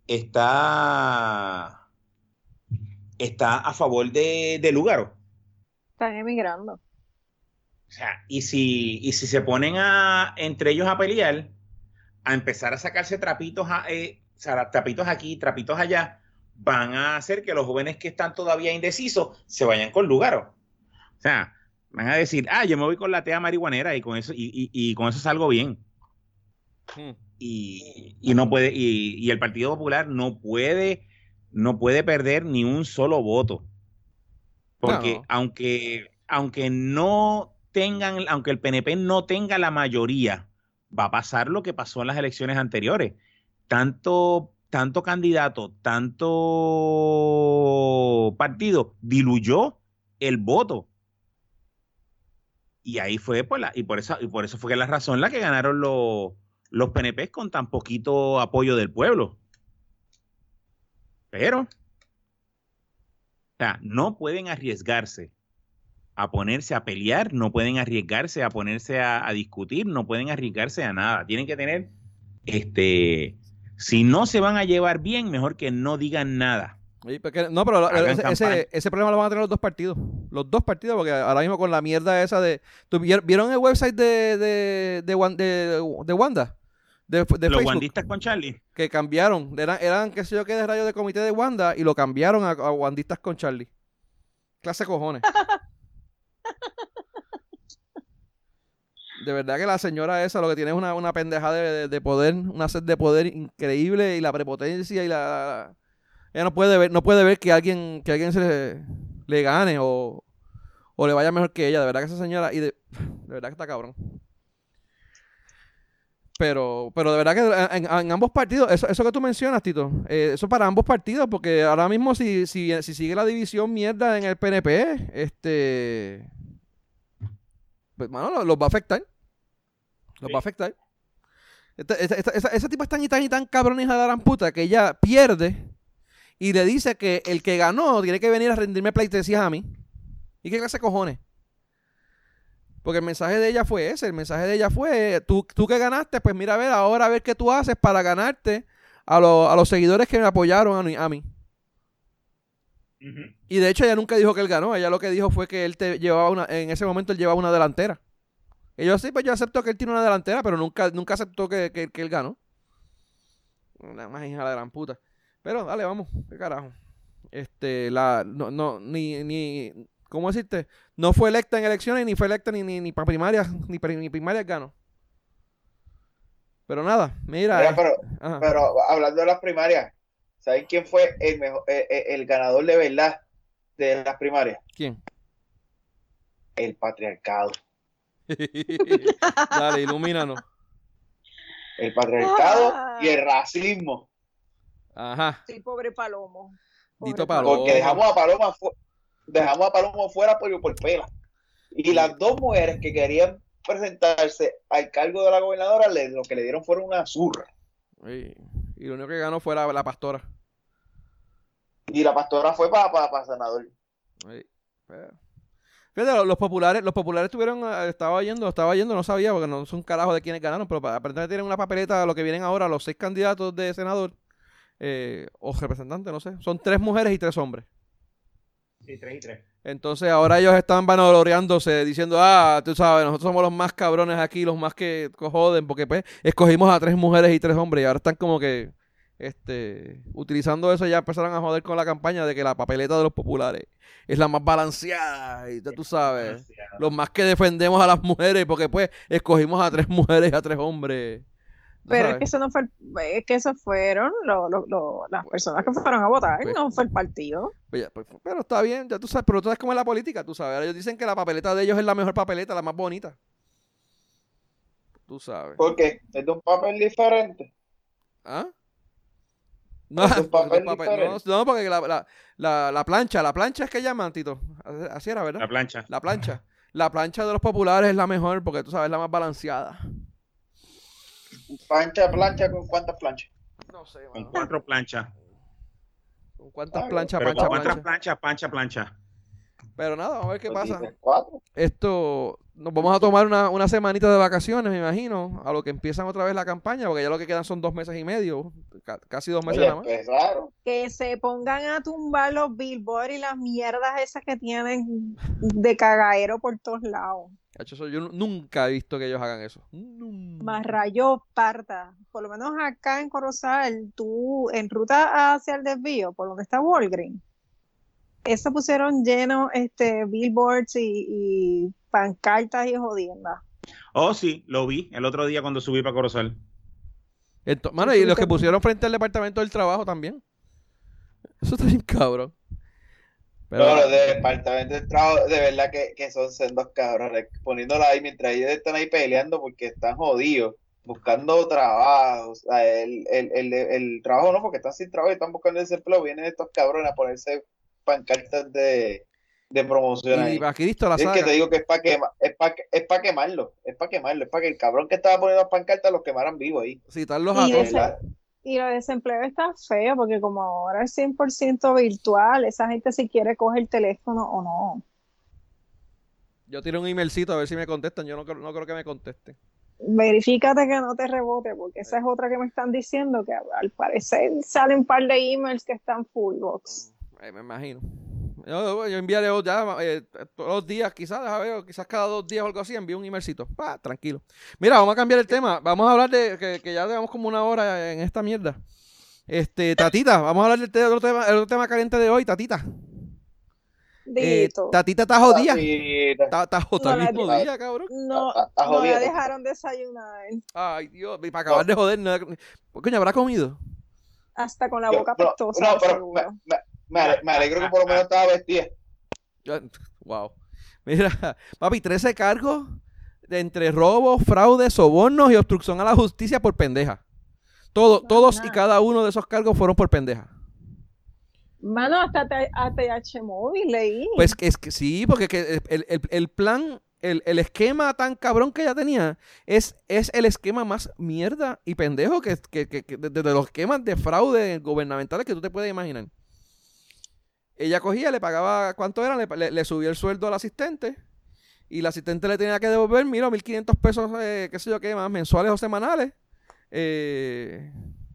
está, está a favor de, de Lugaro. Están emigrando. O sea, y si, y si se ponen a, entre ellos a pelear, a empezar a sacarse trapitos, a, eh, o sea, trapitos aquí, trapitos allá, van a hacer que los jóvenes que están todavía indecisos se vayan con Lugaro. O sea, van a decir, ah, yo me voy con la tea marihuanera y con eso, y, y, y con eso salgo bien. Hmm. Y, y no puede, y, y el Partido Popular no puede, no puede perder ni un solo voto. Porque No, no. aunque, aunque no tengan, aunque el P N P no tenga la mayoría, va a pasar lo que pasó en las elecciones anteriores. Tanto, tanto candidato, tanto partido diluyó el voto. Y ahí fue por la, y por eso, y por eso fue que la razón la que ganaron los, los P N P con tan poquito apoyo del pueblo. Pero, o sea, no pueden arriesgarse a ponerse a pelear, no pueden arriesgarse a ponerse a, a discutir, no pueden arriesgarse a nada. Tienen que tener, este, si no se van a llevar bien, mejor que no digan nada. Sí, porque- no, pero lo- Hagan ese, campaña. ese, ese problema lo van a tener los dos partidos. Los dos partidos, porque ahora mismo con la mierda esa de... ¿tú vier- ¿Vieron el website de, de, de, Wan- de, de Wanda? De, de Los Facebook. guandistas con Charlie. Que cambiaron. Eran, eran qué sé yo qué, de rayos de comité de Wanda y lo cambiaron a, a Wandistas con Charlie. clase de cojones. De verdad que la señora esa lo que tiene es una, una pendeja de, de, de poder, una sed de poder increíble y la prepotencia y la, la... Ella no puede ver, no puede ver que alguien, que alguien se le, le gane o, o le vaya mejor que ella. De verdad que esa señora, y de, de verdad que está cabrón. Pero, pero de verdad que en, en ambos partidos, eso, eso que tú mencionas, Tito, eh, eso para ambos partidos, porque ahora mismo si, si, si sigue la división mierda en el P N P, este, pues mano, los, los va a afectar. Los sí. va a afectar. Esta, esta, esta, esta, ese tipo es tan y tan y tan cabrón, hija de la gran puta, que ella pierde y le dice que el que ganó tiene que venir a rendirme pleitesías a mí. ¿Y qué clase de cojones? Porque el mensaje de ella fue ese, el mensaje de ella fue, tú, tú que ganaste, pues mira a ver, ahora a ver qué tú haces para ganarte a, lo, a los seguidores que me apoyaron a mí. A mí. Uh-huh. Y de hecho ella nunca dijo que él ganó, ella lo que dijo fue que él te llevaba una, en ese momento él llevaba una delantera. Y yo sí, pues yo acepto que él tiene una delantera, pero nunca, nunca aceptó que, que, que él ganó. Una más hija de la gran puta. Pero dale, vamos, qué carajo. Este, la, no, no, ni, ni, ¿cómo decirte? No fue electa en elecciones, ni fue electa ni, ni, ni para primarias, ni, ni primarias ganó. Pero nada, mira. mira pero, pero hablando de las primarias, ¿saben quién fue el mejor, el, el ganador de verdad de las primarias? ¿Quién? El patriarcado. Dale, ilumínanos. El patriarcado ah. y el racismo. Ajá. Sí, pobre Palomo. Pobre Dito Palomo. Porque dejamos a Paloma fu- dejamos a Palomo fuera por, por pela. Y sí. Las dos mujeres que querían presentarse al cargo de la gobernadora, le, lo que le dieron fueron una zurra. Sí. Y lo único que ganó fue la, la pastora. Y la pastora fue para pa, pa senador. Sí. Pero... Fíjate, los populares, los populares tuvieron, estaba yendo, estaba yendo, no sabía, porque no son carajos de quienes ganaron, pero aparentemente tienen una papeleta, lo que vienen ahora, los seis candidatos de senador, eh, o representantes, no sé, son tres mujeres y tres hombres. Sí, tres y tres. Entonces ahora ellos están vanagloriándose, diciendo, ah, tú sabes, nosotros somos los más cabrones aquí, los más que joden, porque pues escogimos a tres mujeres y tres hombres, y ahora están como que, este, utilizando eso, ya empezaron a joder con la campaña de que la papeleta de los populares es la más balanceada, y tú sabes, los más que defendemos a las mujeres, porque pues escogimos a tres mujeres y a tres hombres. Pero sabes? Es que eso no fue, es que esos fueron lo, lo, lo, las personas que fueron a votar, pues, no fue el partido. Pues ya, pues, pero está bien, ya tú sabes, pero tú sabes cómo es la política, tú sabes, ahora ellos dicen que la papeleta de ellos es la mejor papeleta, la más bonita. Tú sabes. ¿Por qué? ¿Es de un papel diferente? ¿Ah? No, papel papel, no, no, porque la, la, la, la plancha, la plancha es que llaman, Tito. Así era, ¿verdad? La plancha. La plancha. La plancha de los populares es la mejor porque tú sabes, es la más balanceada. ¿Plancha, plancha con cuántas planchas? No sé, mano. Con cuatro planchas. ¿Con cuántas Ah, planchas, pero plancha, con cuatro plancha? planchas, plancha, plancha. Pero nada, vamos a ver qué Pues pasa. dice, ¿cuatro? Esto, nos vamos a tomar una, una semanita de vacaciones, me imagino, a lo que empiezan otra vez la campaña, porque ya lo que quedan son dos meses y medio, ca- casi dos meses Oye, nada más. empezaron. Que se pongan a tumbar los billboards y las mierdas esas que tienen de cagadero por todos lados. Cacho, eso yo nu- nunca he visto que ellos hagan eso. Nunca. Más rayos parta. Por lo menos acá en Corozal, tú en ruta hacia el desvío, por donde está Walgreens, eso pusieron lleno este billboards y, y pancartas y jodiendas. Oh, sí, lo vi el otro día cuando subí para Corozal. Entonces, mano, y los que pusieron frente al departamento del trabajo también. Eso está bien cabrón. Pero, No, los de departamento de trabajo, de verdad que, que son sendos cabrones, poniéndola ahí mientras ellos están ahí peleando porque están jodidos, buscando trabajo, o sea, el, el, el, el trabajo no, porque están sin trabajo y están buscando desempleo, vienen estos cabrones a ponerse pancartas de, de promoción ahí. y aquí listo la Es saga. que te digo que es para quema, es para es para quemarlo, es para quemarlo, es para que el cabrón que estaba poniendo las pancartas los quemaran vivos ahí. Citarlos a Y, todos. ese, y el desempleo está feo porque como ahora es cien por ciento virtual, esa gente si quiere coge el teléfono o no. Yo tiro un emailcito a ver si me contestan. Yo no, creo- no creo que me contesten. Verifícate que no te rebote porque esa es otra que me están diciendo que al parecer salen un par de emails que están full box. Eh, me imagino. Yo, yo enviaré ya eh, todos los días, quizás, deja ver, quizás cada dos días o algo así, envío un emailcito. Pa, tranquilo. Mira, vamos a cambiar el tema. Vamos a hablar de que, que ya llevamos como una hora en esta mierda. Este, Tatita, vamos a hablar del te- otro tema, el otro tema caliente de hoy, Tatita. Eh, Dito. Tatita está jodida. Tatita. Está, está, está No la bien di- jodida, cabrón. No, Está- está no la jodida, dejaron desayunar. Ay, Dios, para acabar de joder. No, coño, ¿habrá comido? Hasta con la Yo- boca no, pestosa, no, pero me, seguro. me- me ale- me alegro que por lo menos estaba vestida. Ya, wow. Mira, papi, trece cargos de entre robos, fraudes, sobornos y obstrucción a la justicia por pendeja. Todo, No, todos nada. y cada uno de esos cargos fueron por pendeja. Mano, hasta T- A T H Móvil leí. Pues que es que sí, porque que el, el- el plan, el, el esquema tan cabrón que ella tenía es, es el esquema más mierda y pendejo que, que, que, que de, de los esquemas de fraude gubernamentales que tú te puedes imaginar. Ella cogía, le pagaba, ¿cuánto era? Le, le, le subía el sueldo al asistente y el asistente le tenía que devolver, mira, mil quinientos pesos, eh, qué sé yo qué más, mensuales o semanales. Eh,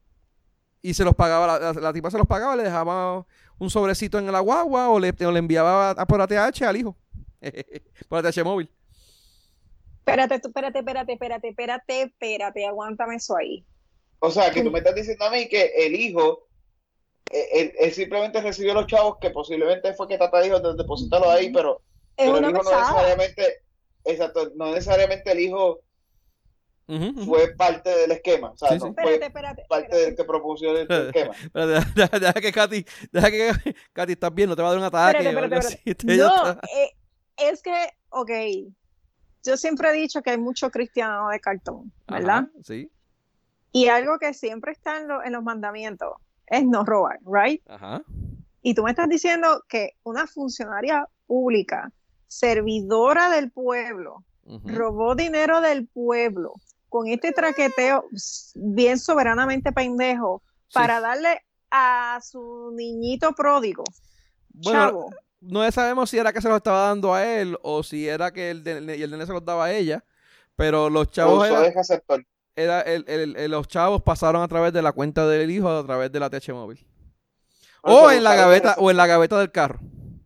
y se los pagaba, la, la, la tipa se los pagaba, le dejaba un sobrecito en la guagua o le, o le enviaba a, por A T H al hijo. Por A T H móvil. Espérate, tú, espérate, espérate, espérate, espérate, espérate, aguántame eso ahí. O sea, que tú me estás diciendo a mí que el hijo, eh, él, él simplemente recibió los chavos que posiblemente fue que Tata dijo, "De- deposítalo ahí", pero, Es pero el una hijo no mesada. necesariamente, exacto, no necesariamente el hijo Ujú, ujú. fue parte del esquema, o sea, Sí, no sí. fue Espérate, espérate. parte espérate. del que propuso el, el esquema. Pero deja, deja- deja que Katy, deja que Katy, estás bien, no te va a dar un ataque Espérate, o algo espérate, así. Este, ya No, está. eh, es que, ok, yo siempre he dicho que hay mucho cristiano de cartón, ¿verdad? Ajá, sí, Y algo que siempre está en, lo- en los mandamientos es no robar, ¿right? ajá. Y tú me estás diciendo que una funcionaria pública, servidora del pueblo, Ujú. robó dinero del pueblo con este traqueteo bien soberanamente pendejo Sí. para darle a su niñito pródigo, Bueno, chavo. no sabemos si era que se los estaba dando a él o si era que el, de- y el nene se los daba a ella, pero los chavos Usó era, de receptor. era el, el- el- los chavos pasaron a través de la cuenta del hijo a través de la T H móvil. Por O eso en la usaron de gaveta, receptor. o en la gaveta del carro.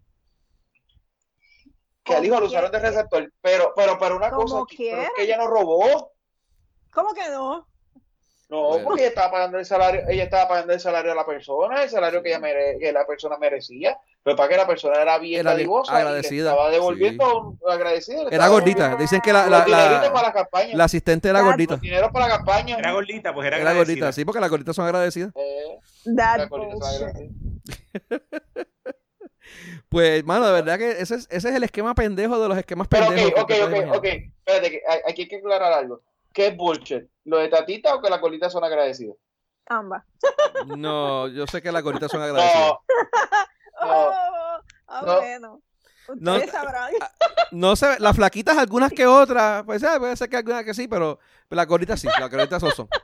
Que al hijo lo Como usaron de quiera. receptor, pero, pero, pero una Como cosa, pero es quiera. que ella no robó. ¿Cómo que no? No, Bueno. porque ella estaba pagando el salario, ella estaba pagando el salario a la persona, el salario que ella mere- que la persona merecía, pero para que la persona era bien Era bien dadivosa y le agradecida, estaba devolviendo sí. un- agradecida. le Era estaba gordita. Dicen que la, devolviendo la, los dineritos para la, la campaña, la asistente era That's- gordita. los dineros para la campaña. Era gordita, pues era, Era agradecida. gordita, sí, porque las gorditas son agradecidas. Eh, That la gordita estaba bullshit. agradecida. Pues, mano, de verdad que ese es, ese es el esquema pendejo de los esquemas Pero pendejos. ok, que ok, te puedes ok, imaginar. ok, espérate, que hay- aquí hay que aclarar algo. ¿Qué es bullshit? ¿Lo de Tatita o que las gorditas son agradecidas? Ambas. No, yo sé que las gorditas son agradecidas. No, No. Oh, ah, No. bueno. No. Ustedes sabrán. No sé, las flaquitas algunas que otras, pues ah, puede ser que algunas que sí, pero, pero las gorditas sí, las gorditas son. son.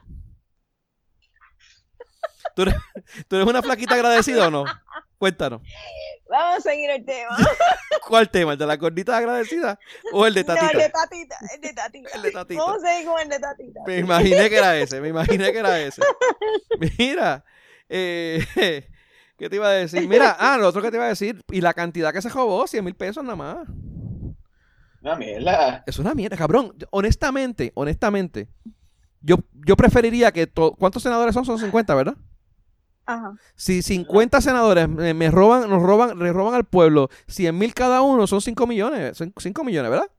¿Tú eres, ¿Tú eres una flaquita agradecida o no? Cuéntanos. Vamos a seguir el tema. ¿Cuál tema? ¿El de las gorditas agradecidas o el de No, el Tatita? de tatita, el de tatita. El de Tatita. Vamos a seguir con el de tatita. Me imaginé que era ese, me imaginé que era ese. Mira, eh, ¿qué te iba a decir? Mira, ah, lo otro que te iba a decir, y la cantidad que se robó, cien mil pesos nada más. una mierda. Es una mierda, cabrón. Honestamente, honestamente, yo, yo preferiría que... to- ¿Cuántos senadores son? Son cincuenta, ¿verdad? Ajá. Si cincuenta senadores me, me roban, nos roban, le roban al pueblo cien mil cada uno, son cinco millones. Son cinco millones, ¿verdad?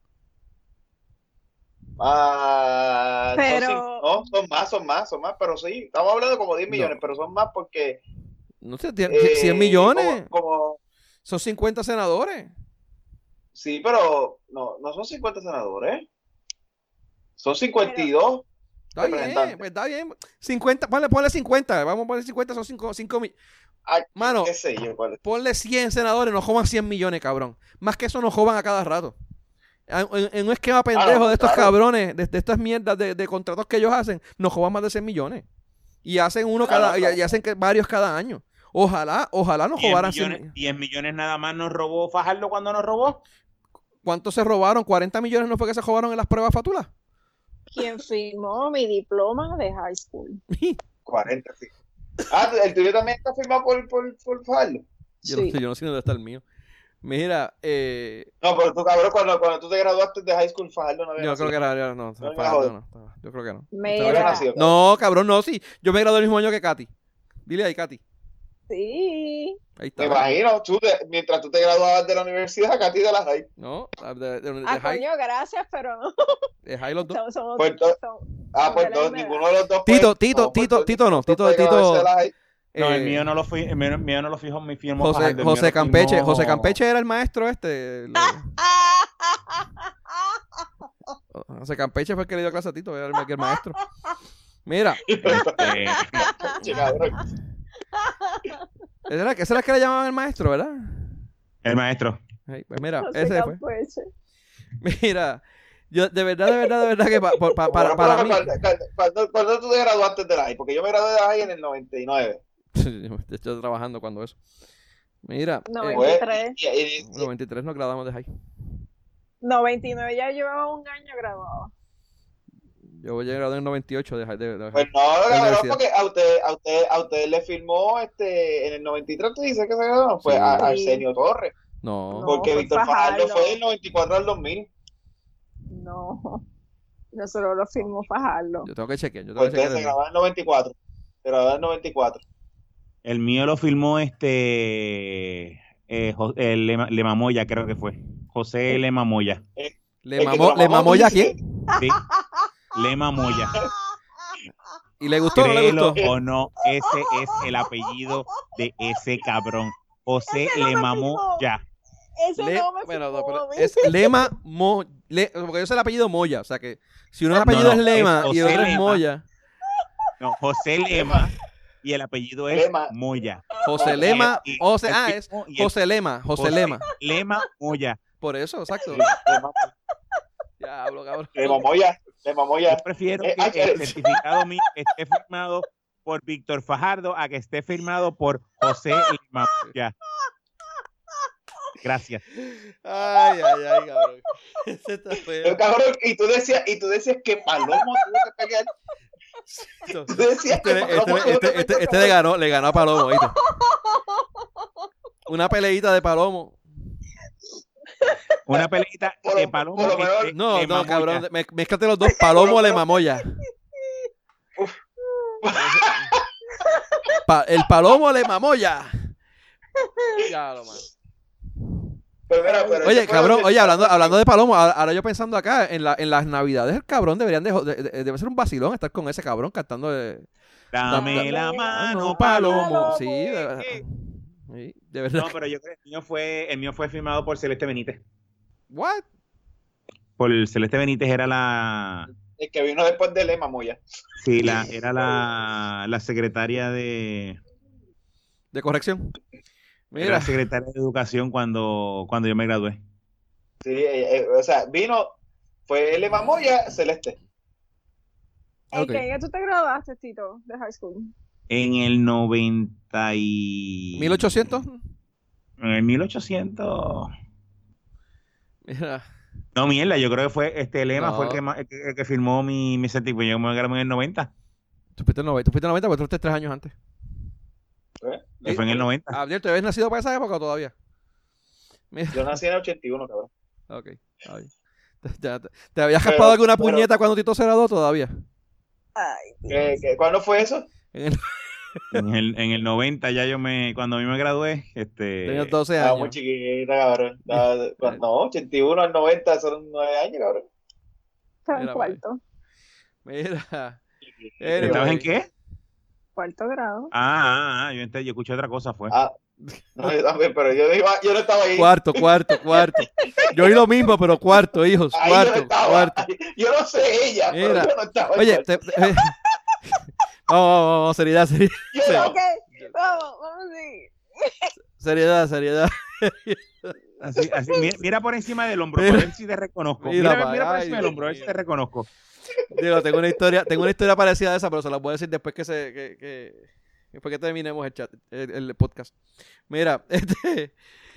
Ah, son Pero- cinco- no, son más, son más, son más, pero sí, estamos hablando como diez No. millones, pero son más porque... No sé, tie- eh, cien millones. Como, como- Son cincuenta senadores. sí, pero no, no son cincuenta senadores, son cincuenta y dos. Está bien, Representante. pues está bien. cincuenta, ponle, ponle cincuenta. Vamos a poner cincuenta, son cinco mil. Ay, Mano, qué sé yo, cuál es. ponle cien senadores, nos joban cien millones, cabrón. Más que eso nos joban a cada rato. En, en- en un esquema pendejo no, de estos claro. cabrones, de, de estas mierdas de, de contratos que ellos hacen, nos joban más de cien millones. Y hacen uno Claro, cada, y- claro. y hacen que- varios cada año. Ojalá, ojalá nos diez jobaran cien millones, millones. diez millones nada más nos robó Fajardo cuando nos robó. ¿Cuántos se robaron? ¿cuarenta millones no fue que se robaron en las pruebas fatulas? Quien firmó mi diploma de high school. cuarenta, sí. Ah, el tuyo también está firmado por, por, por Fajardo. Yo, Sí. no sé, yo no sé dónde está el mío. Mira, eh, No, pero tú, cabrón, cuando, cuando tú te graduaste de high school, Fajardo no había yo nacido. creo que era, era- no, No, Fajardo joder. no, yo creo que no. Mira. No había nacido. No, cabrón, no, sí. Yo me gradué el mismo año que Katy. Dile ahí, Katy. Sí. Ahí está. Me imagino, tú te- mientras tú te graduabas de la universidad, acá a ti de la high. No, de, de, de, de Ah, high, coño, gracias, pero no. de high los dos. Somos, somos, Pues, to- somos- Ah, somos pues de la dos, misma ninguno edad. de los dos. Tito, puede- Tito, no, pues, Tito, dos- Tito no, ninguno Tito, puede graduarse Tito. de la high. No, el eh, mío no lo fui, el mío, el mío no lo fijo, mi firmó José, Fajardo, el José mío lo Campeche, firmó- José Campeche era el maestro este. lo- José Campeche fue el que le dio clase a Tito, era el, el maestro. Mira, Este, Che, cabrón. esa era, esa era la que le llamaban el maestro, ¿verdad? el maestro. Ay, pues mira, José ese fue. Campeche. Mira, yo de verdad, de verdad, de verdad que pa- pa- pa- para, Bueno, para pero mí. cuando, cuando- cuando- cuando tú te graduaste de la high, porque yo me gradué de la higy en el noventa y nueve. Yo estoy trabajando cuando eso. Mira, eh, Pues, noventa y tres. y- y- y- noventa y tres nos graduamos de high. noventa y nueve ya llevaba un año graduado. Yo llegué a graduar en noventa y ocho de high. De, de Pues high. no, cabrón, universidad. porque a usted, a usted, a usted le firmó este en el noventa y tres, tú dices que se graduó, pues Sí. a Arsenio Torres, No, No, porque fue Víctor Fajardo Fajardo. fue del noventa y cuatro al dos mil. No. Nosotros lo firmó Fajardo. yo tengo que chequear. Yo tengo Pues que chequear. entonces se el- graduó en el noventa y cuatro. Se graduó en el noventa y cuatro. El mío lo filmó este eh, Jo- el Lema, Lemamoya, creo que fue. José Lemamoya. Le El que mamó, te le mamó, mamó ya a dice. quién. Sí. Lemamoya. ¿Y le gustó o no le Créelo gustó? o no, ese es el apellido de ese cabrón. José Ese no me Lemamoya. Ese Le- no me bueno, firmó no, pero a mí. es Lema Mo, Le- porque yo sé el apellido Moya, o sea que si uno es No, apellido no, es Lema es y el José otro es Lema. Moya, No, José Lema y el apellido es Lema. Moya. José Y- Lema, y- o sea, ah, y- es y el- José Lema, José José Lema, Lema Moya. por eso, exacto. Le mamó- Diablo, cabrón. Le mamó ya, le mamó ya. Yo prefiero Eh, que ah, el eh. certificado mío esté firmado por Víctor Fajardo a que esté firmado por José Lemamoya. Gracias. Ay, ay, ay, cabrón. Ese está Pero, feo. cabrón, y tú decías, y tú decías que Palomo tuvo que pelear. Tú decías que Este, Palomo este, tuvo que este, este, pelear. este le ganó, le ganó a Palomo, ¿viste? Una peleita de Palomo. Una peleita Por de lo- Palomo. por lo que- menos- que No, no, Lemamoya. cabrón, me, mézclate los dos, Palomo le mamoya. Pa- el Palomo le mamoya. Ya lo man. Pero mira, pero Oye, ese fue cabrón, el- oye, hablando, hablando de Palomo, ahora ahora yo pensando acá, en, la, en las navidades, el cabrón deberían de, de- de- debe ser un vacilón estar con ese cabrón cantando de Dame la Ah, mano, no, Palomo. Palomo. Sí, de verdad. Sí, de verdad. No, pero yo creo que el mío fue, el mío fue firmado por Celeste Benítez. What? Por Celeste Benítez era la, el que vino después de Lema Moya. sí, la, era la, la secretaria de, De corrección. era Mira, la secretaria de educación cuando, cuando yo me gradué. Sí, eh, eh, o sea, vino, fue Lema Moya, Celeste. ¿En Ok. qué año tú te graduaste, Tito, de high school? En el noventa y... mil ochocientos. En el mil ochocientos... Mira, No, mierda, yo creo que fue este Lema, No. fue el que, ma- el que, el que firmó mi, mi certificado. Yo me gradué en el noventa. tú fuiste en el noventa, tú fuiste en el noventa porque tú fuiste tres años antes. ¿Eh? Que fue en el noventa. Abdiel, ¿te habías nacido para esa época o todavía? Mira, Yo nací en el ochenta y uno, cabrón. ok. está bien. Te, ya te- ¿te habías Pero- raspado alguna pero- puñeta cuando Tito se graduó todavía? Ay, ¿Qué- qué- ¿Cuándo fue eso? En el- En el, en el noventa ya yo me... Cuando a mí me gradué, este... Tenías doce Estaba años. muy chiquita, cabrón. Estaba- no, ochenta y uno al noventa son nueve años, cabrón. estaba en Mira, cuarto, Mira. ¿Estabas en qué? cuarto grado. Ah, ah, ah, yo, ent- yo escuché otra cosa, fue. Ah, no, yo también, pero yo, iba- yo no estaba ahí. Cuarto, cuarto, cuarto. Yo oí lo mismo, pero cuarto, hijos. Ahí yo no Cuarto, estaba. cuarto. Yo no sé ella, Mira. pero yo no estaba. Oye, te, te- vamos, vamos, vamos, seriedad, seriedad, Yo sí. no. Ok, vamos, vamos a seguir. seriedad, seriedad. Así, así, mira, mira por encima del hombro, Mira. para ver si te reconozco. Mira Mira, pa' mira, por allá, encima ay, del hombro, a ver si Dios te reconozco. Digo, tengo una historia, tengo una historia parecida a esa, pero se la voy a decir después que se, que, que después que terminemos el chat, el, el podcast. Mira, este,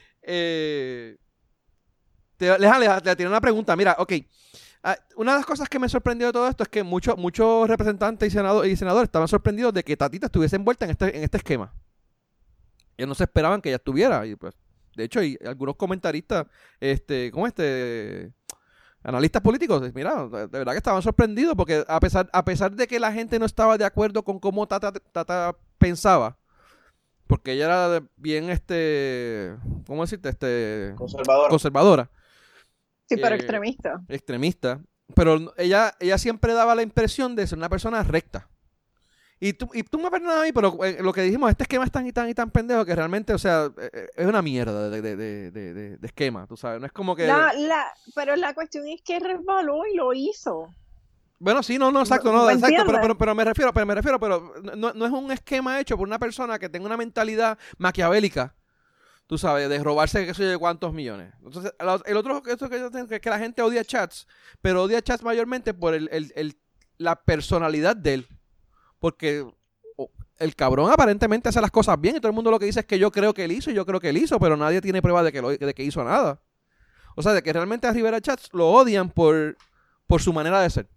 eh, te, les, les, les tiene una pregunta. Mira, ok. Ah, una de las cosas que me sorprendió de todo esto es que muchos muchos representantes y, senado, y senadores estaban sorprendidos de que Tatita estuviese envuelta en este, en este esquema. Ellos no se esperaban que ella estuviera. Y pues, de hecho, hay algunos comentaristas, este, ¿cómo este? Analistas políticos, mira, de verdad que estaban sorprendidos porque a pesar, a pesar de que la gente no estaba de acuerdo con cómo Tata, Tata pensaba, porque ella era de- bien, este, ¿cómo decirte? Este, Conservadora. conservadora, Sí, pero Eh, extremista. extremista, pero ella, ella siempre daba la impresión de ser una persona recta. Y tú, y tú me perdonas a mí, pero eh, lo que dijimos, este esquema es tan y tan y tan pendejo que realmente, o sea, eh, eh, es una mierda de, de, de, de, de- de esquema, tú sabes. No es como que... La, la, pero la cuestión es que resbaló y lo hizo. Bueno, sí, no, no, exacto, no, ¿Me exacto, pero, entiendes? pero, pero me refiero, pero me refiero, pero no, no es un esquema hecho por una persona que tenga una mentalidad maquiavélica, tú sabes, de robarse qué sé yo de cuántos millones. Entonces, la- el otro esto que yo tengo es que la gente odia chats, pero odia chats mayormente por el, el, el- la personalidad de él. Porque oh, el cabrón aparentemente hace las cosas bien y todo el mundo lo que dice es que yo creo que él hizo y yo creo que él hizo, pero nadie tiene prueba de que, lo, de que hizo nada. O sea, de que realmente a Rivera Chats lo odian por, por su manera de ser.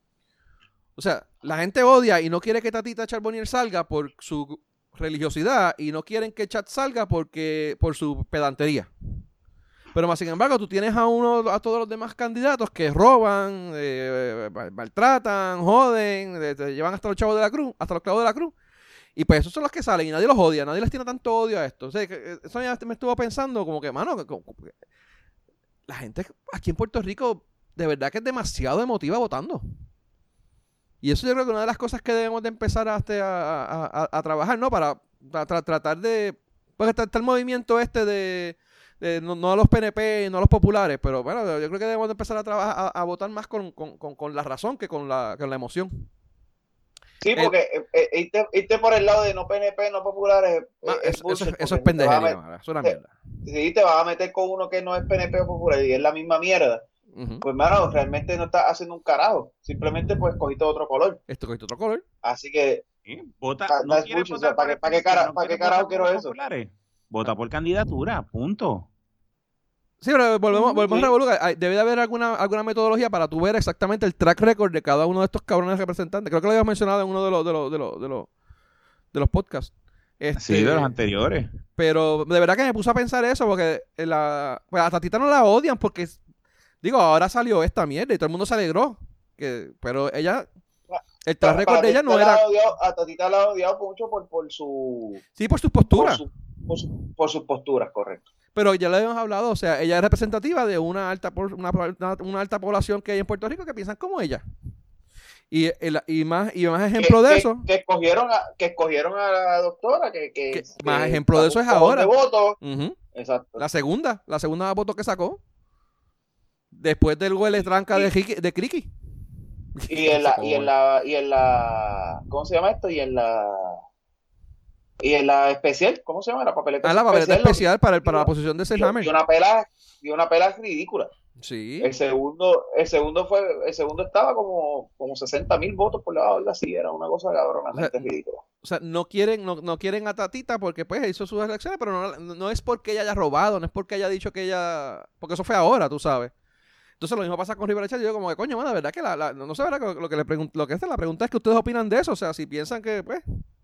O sea, la gente odia y no quiere que Tatita Charbonnier salga por su religiosidad y no quieren que Chat salga porque por su pedantería. Pero más sin embargo, tú tienes a uno, a todos los demás candidatos que roban, eh, maltratan, joden, eh, te llevan hasta los chavos de la cruz, hasta los clavos de la cruz. Y pues esos son los que salen y nadie los odia, nadie les tiene tanto odio a esto. O sea, que, eso ya me estuvo pensando como que, mano, que, como, la gente aquí en Puerto Rico de verdad que es demasiado emotiva votando. Y eso yo creo que una de las cosas que debemos de empezar a, a, a, a trabajar, ¿no? Para, para tra tratar de... Porque está, está el movimiento este de... de no, no a los P N P, no a los populares, pero bueno, yo creo que debemos de empezar a trabajar a, a votar más con, con, con, con la razón que con la, con la emoción. Sí, porque el, eh, eh, irte, irte por el lado de no P N P, no populares, Ma, es, eso, eso, bullshit, eso es pendejería, man, eso es una mierda. Si te vas a meter con uno que no es P N P o popular y es la misma mierda, uh-huh. Pues mano, realmente no estás haciendo un carajo. Simplemente pues cogiste otro color. Esto cogiste otro color. Así que ¿Eh? Vota, ta, no bullshit, o sea, ¿para, qué, para, qué cara, no ¿para qué carajo quiero eso? Populares. Vota por candidatura, punto. Sí, pero volvemos, volvemos sí. a revolucionar. Debe de haber alguna, alguna metodología para tú ver exactamente el track record de cada uno de estos cabrones representantes. Creo que lo habías mencionado en uno de los, de los, de los, de los, de los podcasts. Este, sí, de los anteriores. Pero de verdad que me puse a pensar eso porque la, pues a Tatita no la odian porque, digo, ahora salió esta mierda y todo el mundo se alegró. Que, pero ella, el track record de ella no era... Odiado, a Tatita la ha odiado mucho por, por su... Sí, por sus posturas. Por, su, por, su, por sus posturas, correcto. Pero ya lo habíamos hablado, o sea, ella es representativa de una alta una, una, una alta población que hay en Puerto Rico que piensan como ella. Y, el, y más y más ejemplo que, de que, eso. Que escogieron a, que escogieron a la doctora, que, que, que que más ejemplo de eso es ahora. De voto. Uh-huh. Exacto. La segunda, la segunda voto que sacó. Después del huele tranca de, de Criqui. Y en la, y en la, y en la, ¿cómo se llama esto? Y en la Y en la especial, ¿cómo se llama? La papeleta ah, la papeleta especial, especial para, el, para y, la posición de Selhammer. Y una pela, y una pela ridícula. Sí. El segundo, el segundo fue, el segundo estaba como, como sesenta mil votos por lado, algo así, era una cosa cabronamente o sea, ridícula. O sea, no quieren, no, no quieren a Tatita porque pues hizo sus elecciones, pero no, no es porque ella haya robado, no es porque haya dicho que ella, porque eso fue ahora, tú sabes. Entonces lo mismo pasa con Rivera Chat. Yo como que, coño, man, la verdad que la, la, no sé, ¿verdad? Lo que le pregunto, lo que es la pregunta es que ustedes opinan de eso. O sea, si piensan que, pues,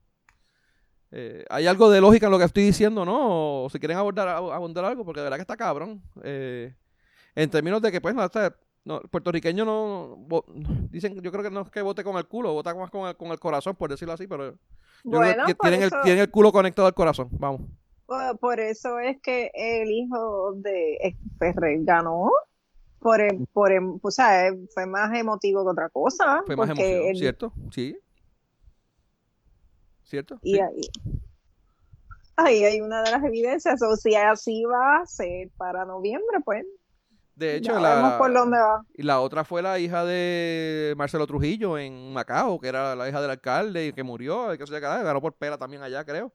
eh, hay algo de lógica en lo que estoy diciendo, ¿no? O si quieren abordar, abordar algo, porque de verdad que está cabrón. Eh, en términos de que, pues, no, está, no, el puertorriqueño no, no, dicen, yo creo que no es que vote con el culo, vota más con el, con el corazón, por decirlo así, pero yo bueno, creo que tienen, eso... el, tienen el culo conectado al corazón. Vamos. Por eso es que el hijo de Ferrer ganó. Por, el, por el, o sea, fue más emotivo que otra cosa. Fue más emotivo, él... ¿cierto? Sí. ¿Cierto? Y sí. ahí, ahí hay una de las evidencias, o si así va a ser para noviembre, pues. De hecho, ya la, vemos por dónde va. Y la otra fue la hija de Marcelo Trujillo en Macao, que era la hija del alcalde y que murió, y que se ganó por pela también allá, creo.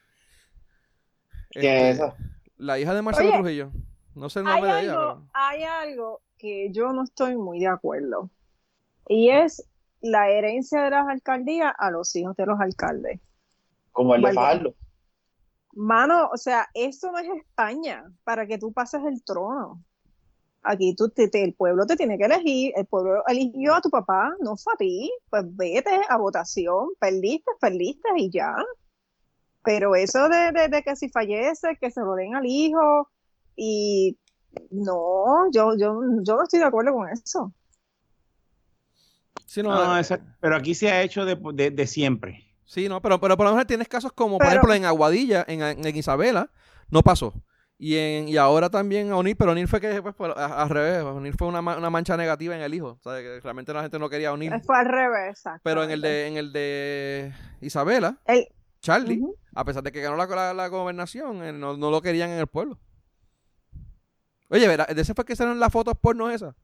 ¿Qué este, es eso? La hija de Marcelo Oye, Trujillo. No sé el nombre hay de ella. Algo, Pero... Hay algo que yo no estoy muy de acuerdo. Y es la herencia de las alcaldías a los hijos de los alcaldes. Como el de Fajardo. Mano, o sea, eso no es España para que tú pases el trono. Aquí tú te, te, el pueblo te tiene que elegir. El pueblo eligió a tu papá, no fue a ti. Pues vete a votación. Perdiste, perdiste y ya. Pero eso de, de, de que si fallece, que se lo den al hijo... Y no, yo, yo, yo no estoy de acuerdo con eso. Sí, no, no, esa, pero aquí se ha hecho de, de, de siempre. Sí, no, pero, pero por lo menos tienes casos como, por Pero- ejemplo, en Aguadilla, en, en Isabela, no pasó. Y en y ahora también a O'Neill, pero O'Neill fue que pues, por- a- al revés, O'Neill fue una, ma- una mancha negativa en el hijo. O sea, que realmente la gente no quería a O'Neill. Fue al revés, Pero en el de en el de Isabela, El- Charlie, Ujú. a pesar de que ganó la, la, la gobernación, eh, no, no lo querían en el pueblo. Oye, ¿verdad? ¿De ese fue que salieron las fotos porno esas?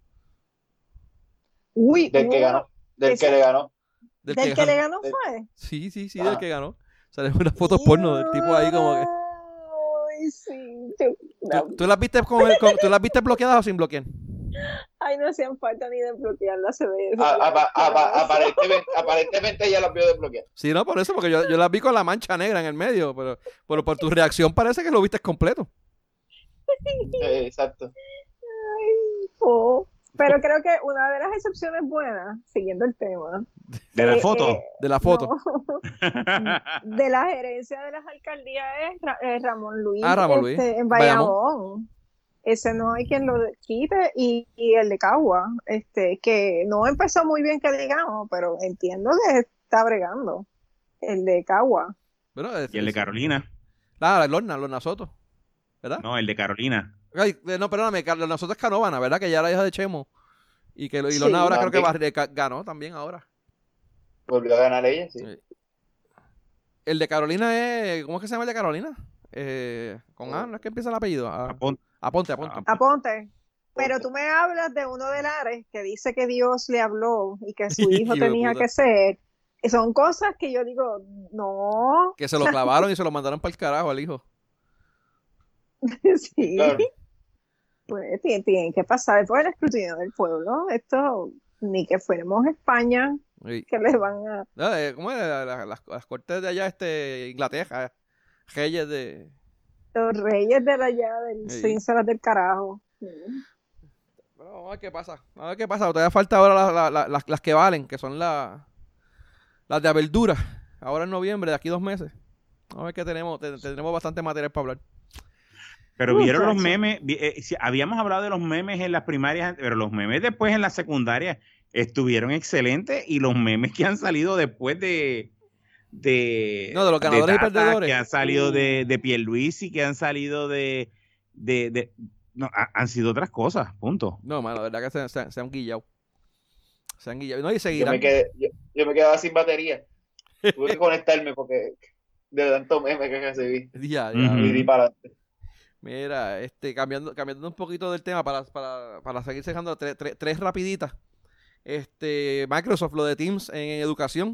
Uy, Del que hubo- ganó. Del ese- que le ganó. Del, del que que le ganó. ganó fue. Sí, sí, sí, Ajá. del que ganó. Salieron unas fotos porno del tipo ahí como que... Ay, sí. yo- no. ¿Tú, tú las viste con el- con- ¿tú las viste bloqueadas o sin bloquear? Ay, no hacían falta ni de bloquearla, se ve. A- se ve apa- apa- asqueroso. aparentemente, aparentemente ella la vio desbloquear. Sí, no, por eso, porque yo, yo las vi con la mancha negra en el medio, pero, pero por tu reacción parece que lo viste completo. Eh, exacto. Ay, po. Pero creo que una de las excepciones buenas, siguiendo el tema, De la eh, foto. eh, De la foto. no, de la gerencia de las alcaldías es Ra- eh, Ramón Luis, Ah, Ramón Luis. este, en Bayamón. Bayamón. Ese no hay quien lo quite. Y, y el de Cagua, este, que no empezó muy bien que digamos, pero entiendo que está bregando. El de Cagua. Bueno, es- Y el de es- Carolina. Ah, Lorna, Lorna Soto. ¿Verdad? No, el de Carolina. Ay, eh, no, perdóname, Car- Lorna Soto es Canovana, ¿verdad? Que ya era la hija de Chemo. Y que lo- y Sí. Lorna ahora creo que También. va- ca- ganó también ahora. Volvió a ganar ella, sí. Sí. El de Carolina es... ¿Cómo es que se llama el de Carolina? Eh, con A, ¿no es que empieza el apellido? A- Apon- Aponte, aponte. Ah, Aponte. Pero tú me hablas de uno de Lares que dice que Dios le habló y que su hijo Hijo de tenía puta. que ser. Son cosas que yo digo, no. Que se lo clavaron y se lo mandaron para el carajo al hijo. Sí. Claro. Pues tienen, tienen que pasar por el escrutinio del pueblo. Esto, ni que fuéramos España, Sí. que les van a. Ah, eh, ¿Cómo es? La- la- las, las cortes de allá, este, Inglaterra, reyes de... Los reyes de allá del Sí. Cínceras del carajo. Sí. Bueno, vamos a ver qué pasa. Vamos a ver qué pasa. Todavía falta ahora la- la- la- las, las que valen, que son la- las de Abeldura. Ahora en noviembre, de aquí dos meses. Vamos a ver qué tenemos. Te- Tendremos bastante material para hablar. Pero vieron los Muchacho. memes, vi- eh, si- habíamos hablado de los memes en las primarias, pero los memes después en la secundaria estuvieron excelentes y los memes que han salido después de de, No, de los ganadores y Tata, perdedores. que han salido de, de Pierluisi, que han salido de, de, de- no, ha- han sido otras cosas, punto. No, mano, la verdad que se, se- se han guillado. Se han guillado. No, y Yo seguirán. me, quedé, yo, yo me quedaba sin batería. Tuve que conectarme porque de tanto meme que recibí. Ya, ya. Ujú. Y di para adelante. Mira, este, cambiando, cambiando un poquito del tema para, para, para seguir cerrando tres, tres, tres rapiditas. Este, Microsoft, lo de Teams en educación.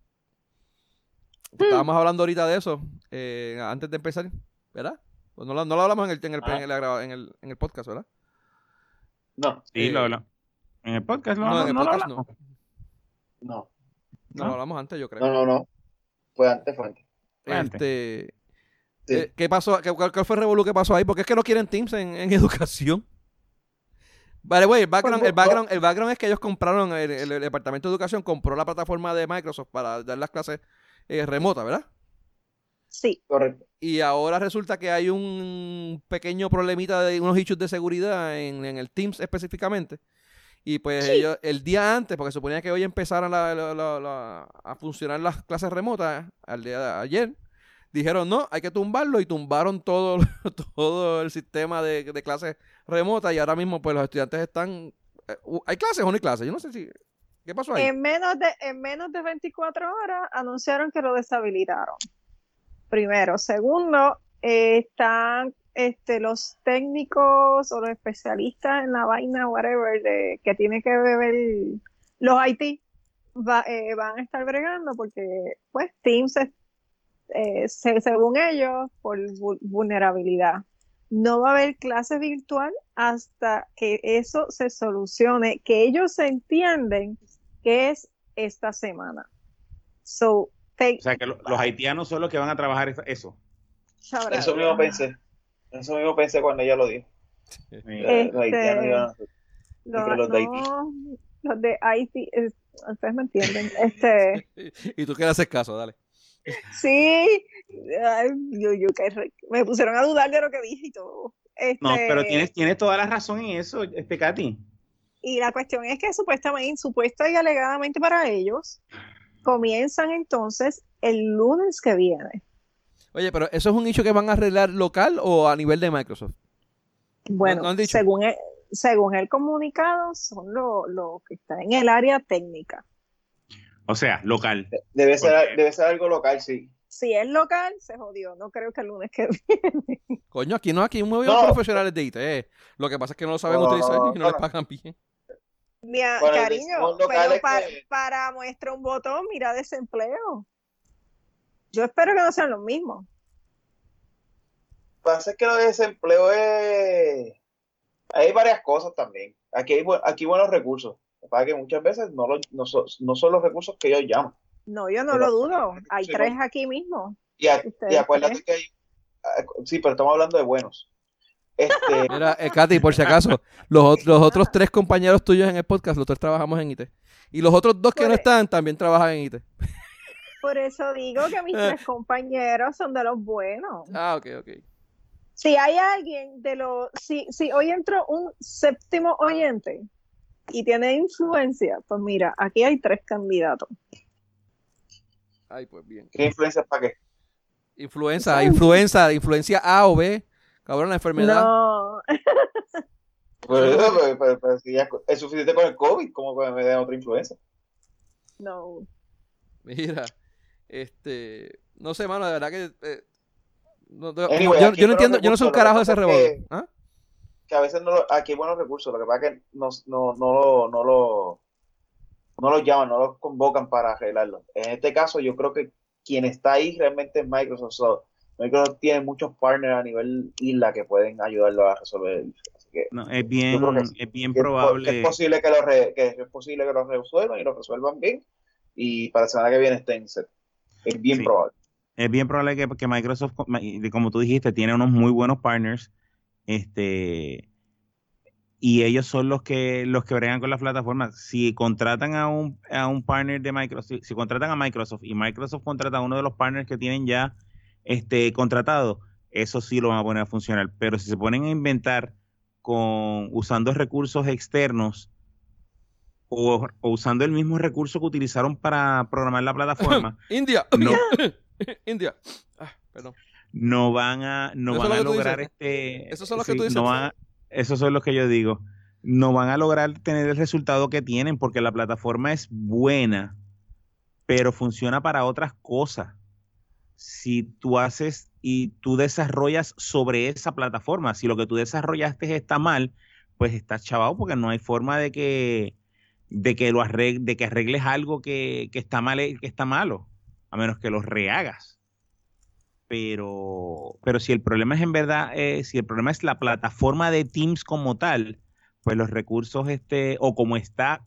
Estábamos hablando ahorita de eso, eh, antes de empezar, ¿verdad? Pues no, lo- no lo hablamos en el, en el, Ah. en el, graba- en el, en el podcast, ¿verdad? No, Sí, Eh, lo habla- En el podcast no, No, en el no lo podcast hablamos. no. no, No, ¿No? lo hablamos antes, yo creo. no, no, no. Fue antes, fue antes. Fue antes. Este, Sí. eh, ¿qué pasó? ¿Qué, cuál, cuál fue el revolú que pasó ahí? Porque es que no quieren Teams en, en educación. Vale, güey, el background, Pues, el, background, el background es que ellos compraron, el, el- el departamento de educación compró la plataforma de Microsoft para dar las clases eh, remotas, ¿verdad? Sí. Correcto. Y ahora resulta que hay un pequeño problemita de unos issues de seguridad en, en el Teams específicamente. Y pues Sí. ellos, el día antes, porque suponía que hoy empezaran la- la- la- la- a funcionar las clases remotas, al día de ayer, dijeron no, hay que tumbarlo y tumbaron todo, todo el sistema de, de clases remotas y ahora mismo pues los estudiantes están... eh, ¿Hay clases o no hay clases? Yo no sé si... ¿Qué pasó ahí? En menos de, en menos de veinticuatro horas anunciaron que lo deshabilitaron. Primero. Segundo, eh, están este, los técnicos o los especialistas en la vaina, whatever, de, que tiene que ver los I T, va- eh, van a estar bregando porque, pues, Teams, es, eh, se- según ellos, por vu- vulnerabilidad. No va a haber clases virtual hasta que eso se solucione, que ellos entienden que es esta semana. So, take, O sea, que lo- los haitianos son los que van a trabajar esa- eso. sabrá Eso Dios. mismo pensé. Eso mismo pensé cuando ella lo dijo. Eh, Los haitianos iban a- Los, que los de Haití. no, los de Haití, eh, ustedes me entienden. Este, Y tú quieres hacer caso, dale. sí, ay, yo, yo que re- me pusieron a dudar de lo que dije y todo. Este, No, pero tienes, tienes toda la razón en eso, este Katy. Y la cuestión es que supuestamente, supuesta y alegadamente para ellos, comienzan entonces el lunes que viene. Oye, pero ¿eso es un issue que van a arreglar local o a nivel de Microsoft? Bueno, ¿No han dicho? según el, según el comunicado, son los lo que están en el área técnica. O sea, local. Debe ser, Porque- debe ser algo local, sí. Si es local, se jodió. No creo que el lunes que viene. Coño, aquí no, aquí un movimiento No. profesionales de I T. Lo que pasa es que no lo saben No, utilizar no, y no no, les no. pagan bien. Mira, Bueno, cariño, decimos pero locales para, que- para muestra un botón, mira desempleo. Yo espero que no sean los mismos. Lo que pasa es que lo de desempleo es... Hay varias cosas también. Aquí hay bu- aquí buenos recursos. Lo que pasa es que muchas veces no, lo- no, son, no son los recursos que ellos llaman. No, yo no Pero- lo dudo. Hay sí, tres no. aquí mismo. Y, a- Ustedes y acuérdate tres. que hay... ah, Sí, pero estamos hablando de buenos. Este, Mira, eh, Katy, por si acaso, los, ot- los otros tres compañeros tuyos en el podcast, los tres trabajamos en I T. Y los otros dos que Por no e- están también trabajan en I T. Por eso digo que mis tres compañeros son de los buenos. Ah, ok, ok. Si hay alguien de los, si, si hoy entró un séptimo oyente y tiene influencia, pues mira, aquí hay tres candidatos. Ay, pues bien. ¿qué influencia para qué? Influenza, influenza, influencia A o B. Cabrón, la enfermedad. No, Pues, pues, pues, pues, si ya es suficiente con el COVID, como que me den otra influencia. no. Mira, este, no sé, mano, de verdad que eh, no, no, Anyway, como yo, aquí yo no fueron entiendo, yo no soy un recursos, carajo de lo ese que pasa es revolver. que- ¿Ah? Que a veces no lo- aquí hay buenos recursos, lo que pasa es que no, no, no, lo, no, lo, no los llaman, no los convocan para arreglarlo. En este caso, yo creo que quien está ahí realmente es Microsoft. So, Microsoft tiene muchos partners a nivel isla que pueden ayudarlo a resolver el issue. Así que No, es Yo bien, creo que sí. es bien que es po- probable. que es posible que lo, re- que es posible que lo resuelvan y lo resuelvan bien. Y para la semana que viene estén set. Es bien Sí. probable. Es bien probable que, que Microsoft, como tú dijiste, tiene unos muy buenos partners, este, y ellos son los que los que bregan con las plataformas. Si contratan a un a un partner de Microsoft, si contratan a Microsoft y Microsoft contrata a uno de los partners que tienen ya este contratado, eso sí lo van a poner a funcionar. Pero si se ponen a inventar con usando recursos externos o, o usando el mismo recurso que utilizaron para programar la plataforma, India. no, India. Ah, perdón. no van a, no ¿Eso van es a lo que tú lograr dices? este. ¿Esos son los que sí, tú dices? no van a- esos son los que yo digo. No van a lograr tener el resultado que tienen porque la plataforma es buena, pero funciona para otras cosas. Si tú haces y tú desarrollas sobre esa plataforma, si lo que tú desarrollaste está mal, pues estás chavado porque no hay forma de que de que lo arregle, de que arregles algo que, que está mal, que está malo, a menos que lo rehagas. Pero, pero si el problema es en verdad, eh, si el problema es la plataforma de Teams como tal, pues los recursos, este, o como está,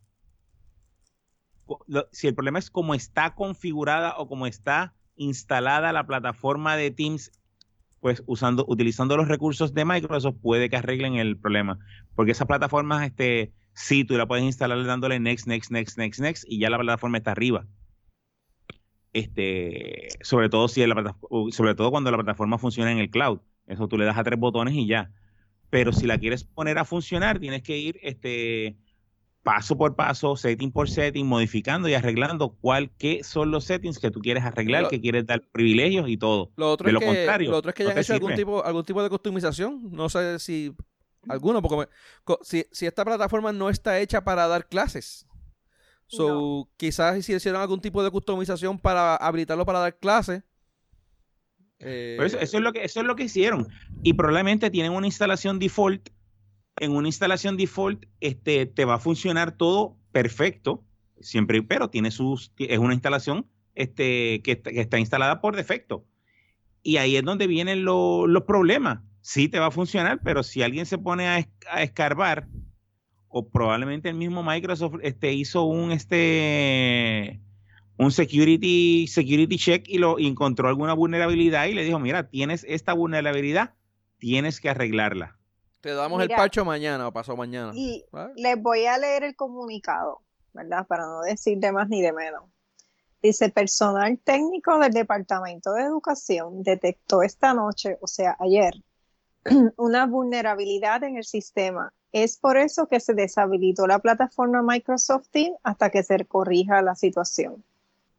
o- lo- si el problema es cómo está configurada o cómo está instalada la plataforma de Teams, pues usando, utilizando los recursos de Microsoft, puede que arreglen el problema. Porque esas plataformas, este, sí, tú la puedes instalar dándole next, next, next, next, next, y ya la plataforma está arriba. Este, sobre todo si la plataforma, sobre todo cuando la plataforma funciona en el cloud. Eso tú le das a tres botones y ya. Pero si la quieres poner a funcionar, tienes que ir este paso por paso, setting por setting, modificando y arreglando cuál, qué son los settings que tú quieres arreglar, Lo- que quieres dar privilegios y todo. Lo otro, De es lo que, contrario, lo otro es que no hayan te hecho algún sirve. tipo, algún tipo de customización. No sé si alguno, porque me- co- si, si esta plataforma no está hecha para dar clases. So, quizás si hicieron algún tipo de customización para habilitarlo para dar clases. eh, Pero eso, eso es lo que, eso es lo que hicieron. Y probablemente tienen una instalación default. En una instalación default, este, te va a funcionar todo perfecto, siempre, pero tiene sus, es una instalación este, que, está, que está instalada por defecto. Y ahí es donde vienen lo- los problemas. Sí te va a funcionar, pero si alguien se pone a, es- a escarbar, o probablemente el mismo Microsoft este, hizo un este un security security check y lo y encontró alguna vulnerabilidad y le dijo, mira, tienes esta vulnerabilidad, tienes que arreglarla. te damos el Mira. parcho mañana o pasado mañana. Y ¿Vale? les voy a leer el comunicado, ¿verdad? Para no decir de más ni de menos. Dice, personal técnico del Departamento de Educación detectó esta noche, o sea, ayer, una vulnerabilidad en el sistema. Es por eso que se deshabilitó la plataforma Microsoft Teams hasta que se corrija la situación.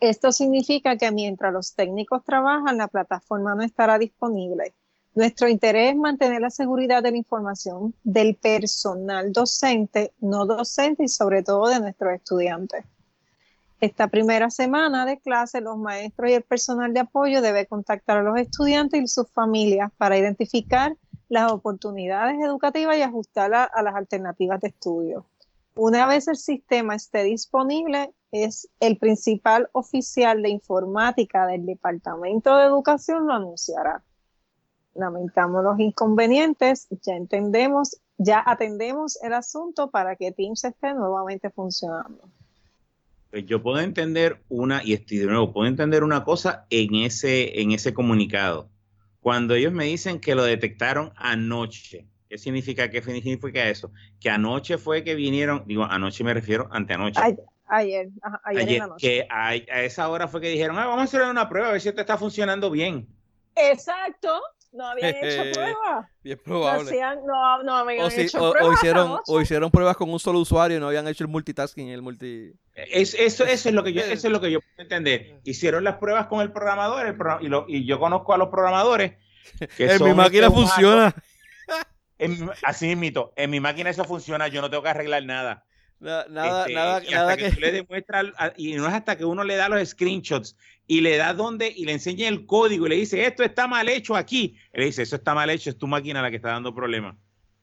Esto significa que mientras los técnicos trabajan, la plataforma no estará disponible. Nuestro interés es mantener la seguridad de la información del personal docente, no docente y sobre todo de nuestros estudiantes. Esta primera semana de clase, los maestros y el personal de apoyo deben contactar a los estudiantes y sus familias para identificar las oportunidades educativas y ajustarlas a las alternativas de estudio. Una vez el sistema esté disponible, es el principal oficial de informática del Departamento de Educación lo anunciará. Lamentamos los inconvenientes, ya entendemos, ya atendemos el asunto para que Teams esté nuevamente funcionando. Pues yo puedo entender una, y estoy de nuevo, puedo entender una cosa en ese, en ese comunicado. Cuando ellos me dicen que lo detectaron anoche, ¿qué significa, qué significa eso? Que anoche fue que vinieron, digo, anoche me refiero anteanoche. Ay, ayer, ajá, ayer, ayer en la noche. Que a, a esa hora fue que dijeron, ah, vamos a hacer una prueba, a ver si esto está funcionando bien. Exacto, no habían hecho pruebas. Bien No, probable. hacían, no, no habían O, si- hecho o- pruebas. o hicieron, anoche. o hicieron pruebas con un solo usuario y no habían hecho el multitasking, el multi... Es, eso, eso es lo que yo, eso es lo que yo puedo entender. Hicieron las pruebas con el programador, el pro- y, lo, y yo conozco a los programadores. Que En son mi máquina este, un funciona. hato. En, así mismo, en mi máquina eso funciona, yo no tengo que arreglar nada. Na- Nada, Este, nada, y hasta nada que, que... tú le demuestras, a- y no es hasta que uno le da los screenshots y le da dónde y le enseña el código y le dice, esto está mal hecho aquí. Él le dice, eso está mal hecho, es tu máquina la que está dando problemas.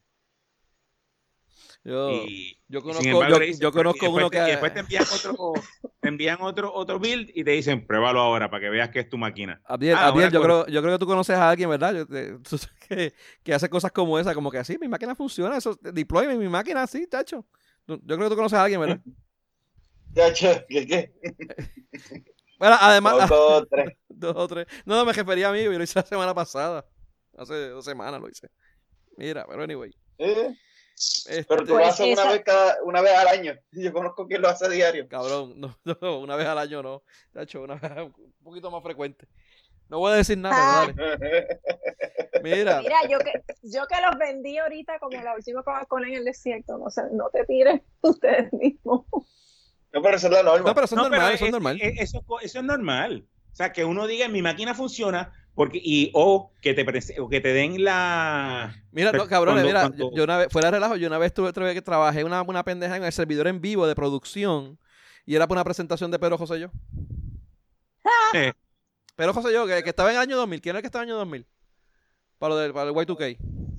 Yo, Y, yo y conozco, sin embargo yo, le dicen, yo pero- conozco y después uno te- que... y después te envían otro, te envían otro, otro build y te dicen, pruébalo ahora para que veas que es tu máquina. Abdiel, Ah, Abdiel, ahora yo, con- creo, yo creo que tú conoces a alguien, ¿verdad? Yo te- tú sabes que, que hace cosas como esa, como que así, mi máquina funciona, eso, deploy mi máquina así, tacho. Tú- Yo creo que tú conoces a alguien, ¿verdad? Ya, che, ¿qué, qué? Bueno, además... Dos, dos, tres. Dos o tres. No, me refería a mí, yo lo hice la semana pasada. Hace dos semanas lo hice. Mira, pero anyway. ¿Eh? Este, Pero tú lo Pues haces una esa- vez cada, una vez al año. Yo conozco quien lo hace a diario. Cabrón, no, no, una vez al año no. Tacho, una vez un poquito más frecuente. No voy a decir nada, Ah. pero dale. Mira, Mira, yo que, yo que los vendí ahorita como la última Coca-Cola en el desierto, no, sé, no te tiren ustedes mismos. No, pero eso es la norma. no, pero eso es No, normal, pero eso es normal. es- eso, eso es normal. O sea, que uno diga, mi máquina funciona, porque y o que te, prese- o que te den la... Mira, no, Pero cabrones, cuando- mira, cuando- yo, yo una vez, fuera de relajo, yo una vez tuve, tuve que trabajé una, una pendeja en el servidor en vivo de producción y era para una presentación de Pedro José Yo. Eh, Pedro José Yo, que, que estaba en el año dos mil. ¿Quién era el que estaba en el año dos mil? Para, lo del, para el Y dos K.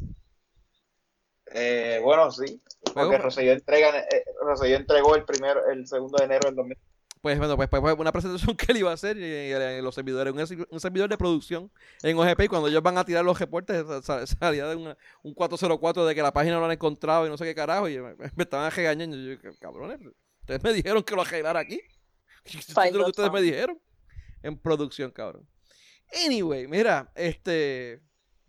Eh, bueno, sí. Porque Luego- Rosselló, entrega, eh, Rosselló entregó el primero, el segundo de enero del dos mil. Pues bueno, pues, pues, pues, una presentación que él iba a hacer y, y, y los servidores, un, un servidor de producción en O G P y cuando ellos van a tirar los reportes sal- salía de una- un cuatro cero cuatro de que la página no la han encontrado y no sé qué carajo y me, me estaban regañando y yo, cabrones, ustedes me dijeron que lo arreglara aquí. Eso es lo que ustedes me dijeron en producción, cabrón. Anyway, mira, este...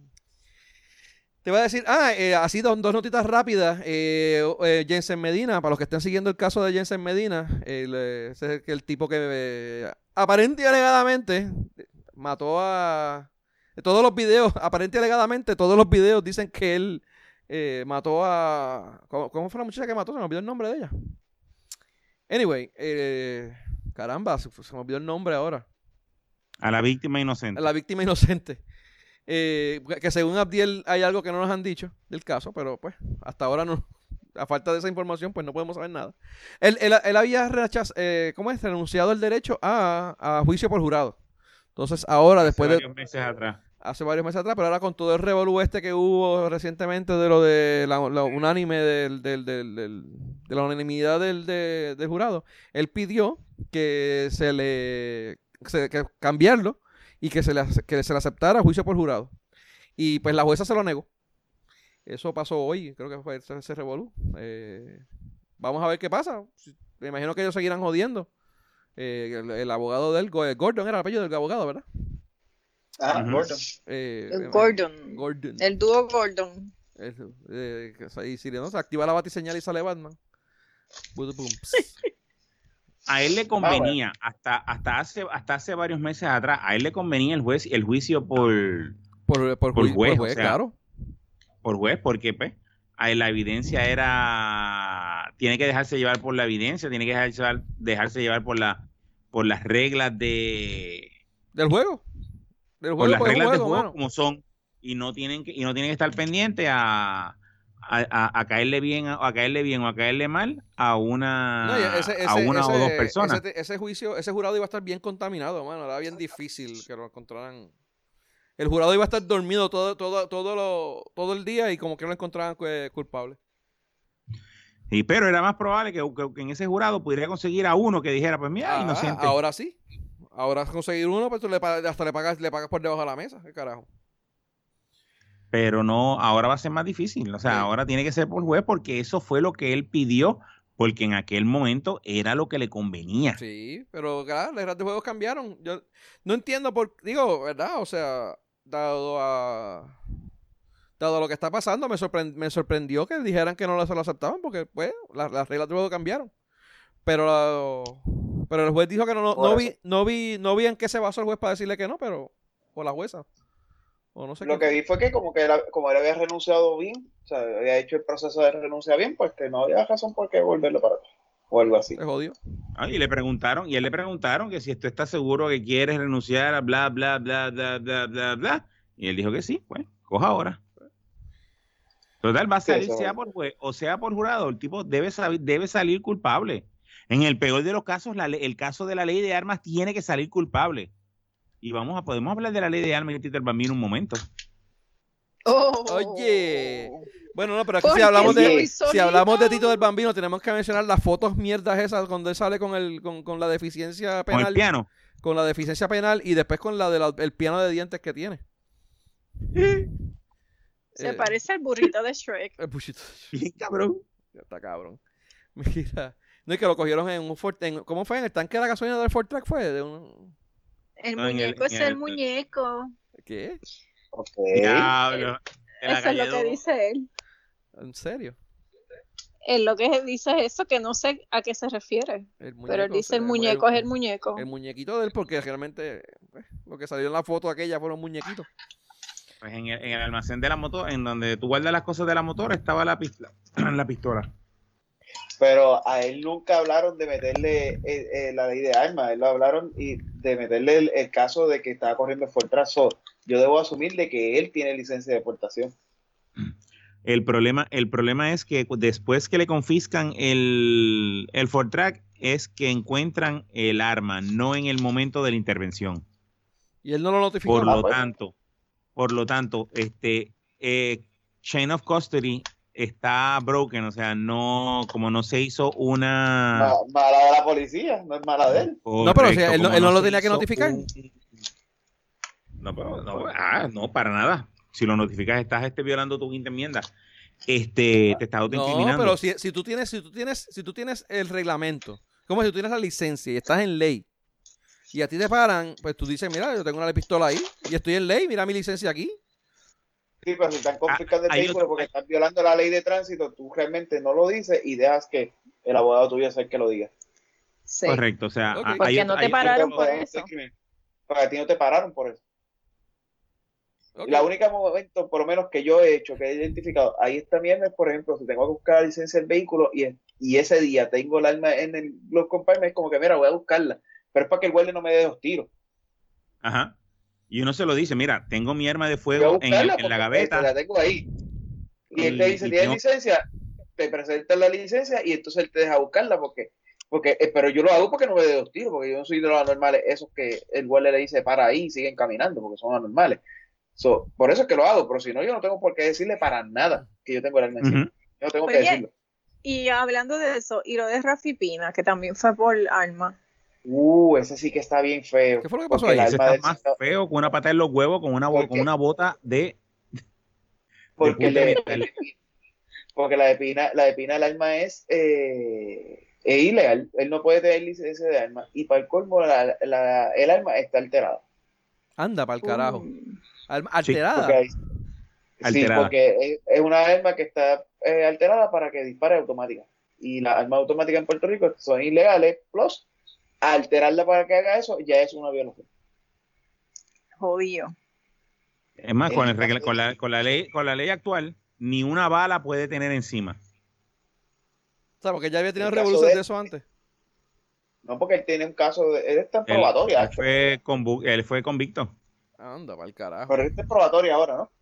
Te voy a decir, ah, eh, así dos, dos notitas rápidas. Eh, eh, Jensen Medina, para los que estén siguiendo el caso de Jensen Medina, el, eh, ese es el, el tipo que eh, aparente y alegadamente mató a... Todos los videos, aparente y alegadamente, todos los videos dicen que él eh, mató a... ¿cómo, ¿Cómo fue la muchacha que mató? Se me olvidó el nombre de ella. Anyway, eh, caramba, se, se me olvidó el nombre ahora. a la víctima inocente. La víctima inocente. Eh, que según Abdiel hay algo que no nos han dicho del caso, pero pues hasta ahora no, a falta de esa información pues no podemos saber nada. Él, él, él había rechaz, eh, ¿cómo es? renunciado el derecho a, a juicio por jurado. Entonces ahora, después Hace de... varios meses atrás. Hace varios meses atrás, pero ahora con todo el revolú este que hubo recientemente de lo de la, la unánime del, del, del, del- de la unanimidad del, de- del jurado, él pidió que se le se- que cambiarlo y que se le ace- que se le aceptara juicio por jurado. Y pues la jueza se lo negó. Eso pasó hoy, creo que fue ese, ese revolú. Eh, vamos a ver qué pasa. Me imagino que ellos seguirán jodiendo. Eh, el, el abogado del Gordon era el apellido del abogado, ¿verdad? Ah, Ujú. Gordon. Eh, El eh, Gordon. Gordon. El dúo Gordon. Eso, eh, que se- y si no se activa la batiseñal y sale Batman. Bum, bum, pss. A él le convenía, hasta, hasta, hace, hasta hace varios meses atrás, a él le convenía el juez, el juicio por, Por, por, Por ju- juez, por juez, o sea, claro. por juez, porque pues, ahí la evidencia era, tiene que dejarse llevar por la evidencia, tiene que dejarse llevar, dejarse llevar por la, por las reglas de del juego. Del por juego, las pues, es un reglas del juego, juego mano. como son y no tienen que y no tienen que estar pendientes a, a, a, a caerle bien a, a caerle bien o a caerle mal a una No, y ese, ese, a una ese, o dos personas. Ese, ese juicio, ese jurado iba a estar bien contaminado, mano. Era bien difícil que lo encontraran. El jurado iba a estar dormido todo, todo, todo, lo, todo el día y como que no lo encontraran culpable. Sí, pero era más probable que, que, que en ese jurado pudiera conseguir a uno que dijera, pues mira, Ah, inocente. Ahora sí. Ahora conseguir uno, pues tú le, hasta le pagas, le pagas por debajo de la mesa. ¿Qué carajo? Pero no, ahora va a ser más difícil. O sea, Sí. ahora tiene que ser por juez porque eso fue lo que él pidió, porque en aquel momento era lo que le convenía. Sí, pero claro, las reglas de juego cambiaron. Yo no entiendo por, digo, ¿verdad? O sea, dado a dado a lo que está pasando, me, sorprend, me sorprendió que dijeran que no lo, se lo aceptaban porque, pues, las, las reglas de juego cambiaron. Pero la, pero el juez dijo que no, no, no vi, no vi, no vi en qué se basó el juez para decirle que no, pero, o la jueza. O no sé lo que vi fue que como que era, como él había renunciado bien, o sea, había hecho el proceso de renuncia bien, pues que no había razón por qué volverlo para atrás. O algo así. Se jodió. Ah, y le preguntaron, y él le preguntaron que si tú estás seguro que quieres renunciar a bla, bla, bla, bla, bla, bla, bla. Y él dijo que sí, pues, coja ahora. Total, va a salir, sí, sea por juez o sea por jurado, el tipo debe, salir, debe salir culpable. En el peor de los casos, la, el caso de la ley de armas tiene que salir culpable. Y vamos a, podemos hablar de la ley de armas y Tito el Bambino un momento. Oh. Oye. Bueno, no, pero aquí si hablamos de si hablamos de Tito del Bambino, tenemos que mencionar las fotos mierdas esas cuando él sale con el con, con la deficiencia penal. Con el piano. Con la deficiencia penal y después con la del piano de dientes que tiene. Se eh, parece al burrito de Shrek. El burrito. Bien cabrón. Está cabrón. Mira. No, y que lo cogieron en un Ford, en, ¿cómo fue? En el tanque de la gasolina del Ford Track fue de un... El no, muñeco el, es el, el muñeco. ¿Qué? Okay. Diablo. Eso es lo que dice él. ¿En serio? Él lo que dice es eso, que no sé a qué se refiere. Muñeco, pero él dice el muñeco el, es el muñeco. El muñequito de él, porque realmente pues, lo que salió en la foto aquella fueron muñequitos. Pues en el, en el almacén de la moto, en donde tú guardas las cosas de la motora, estaba la pistola. la pistola. Pero a él nunca hablaron de meterle eh, eh, la ley de armas, él lo hablaron y de meterle el, el caso de que estaba corriendo el Ford Track. So, yo debo asumir de que él tiene licencia de deportación. El problema, el problema es que después que le confiscan el, el Ford Track es que encuentran el arma, no en el momento de la intervención. Y él no lo notificó. Por ah, lo pues. tanto, por lo tanto, este eh, chain of custody está broken, o sea, no, como no se hizo una... Mala de la policía, no es mala de él. Correcto, no, pero o sea, él, no, él no, no lo tenía que notificar. Un... No, pero no, ah, no, para nada. Si lo notificas, estás este, violando tu quinta enmienda. Este, te estás autoincriminando. No, pero si, si tú tienes, si tú tienes, si tú tienes el reglamento, como si tú tienes la licencia y estás en ley, y a ti te paran, pues tú dices, mira, yo tengo una pistola ahí, y estoy en ley, mira mi licencia aquí. Sí, pero si están confiscando ah, el vehículo porque están violando la ley de tránsito, tú realmente no lo dices y dejas que el abogado tuyo sea el que lo diga. Sí. Correcto, o sea, okay. porque hay, no te hay, pararon hay, por eso. Porque a ti no te pararon por eso. Okay. Y la única momento, por lo menos que yo he hecho, que he identificado, ahí está bien, por ejemplo, si tengo que buscar la licencia del vehículo y, y ese día tengo el arma en el glove compartment, es como que mira, voy a buscarla, pero es para que el guardia no me dé dos tiros. Ajá. Y uno se lo dice, mira, tengo mi arma de fuego en, el, en la gaveta. La tengo ahí. Y, y él te dice, ¿tienes tengo... licencia? Te presentas la licencia y entonces él te deja buscarla porque, porque eh, pero yo lo hago porque no me dé dos tiros, porque yo no soy de los anormales, esos que el guardia le dice para ahí y siguen caminando, porque son anormales. So, por eso es que lo hago, pero si no, yo no tengo por qué decirle para nada que yo tengo el arma encima. Uh-huh. Yo no tengo Oye, que decirlo. Y hablando de eso, y lo de Rafi Pina, que también fue por arma. Uh, ese sí que está bien feo. ¿Qué fue lo que pasó ahí? Ese está más está... feo con una pata en los huevos, con una, con una bota de... Porque, de le, porque la de Pina, la de Pina, el arma es, eh, es ilegal. Él no puede tener licencia de arma. Y para el colmo, la, la, el arma está alterada. Anda, para el carajo. Uh. ¿Alterada? Sí, porque, sí, alterada. porque es, es una arma que está eh, alterada para que dispare automática. Y las armas automáticas en Puerto Rico son ilegales, plus alterarla para que haga eso ya es una violación. Jodido. Es más, con, el, con, la, con, la ley, con la ley actual, ni una bala puede tener encima. O sea, porque ya había tenido revoluciones de... de eso antes. No, porque él tiene un caso, de, él está en Él, probatoria. él fue convu- él fue convicto. Anda, para el carajo. Pero él está en probatoria ahora, ¿no?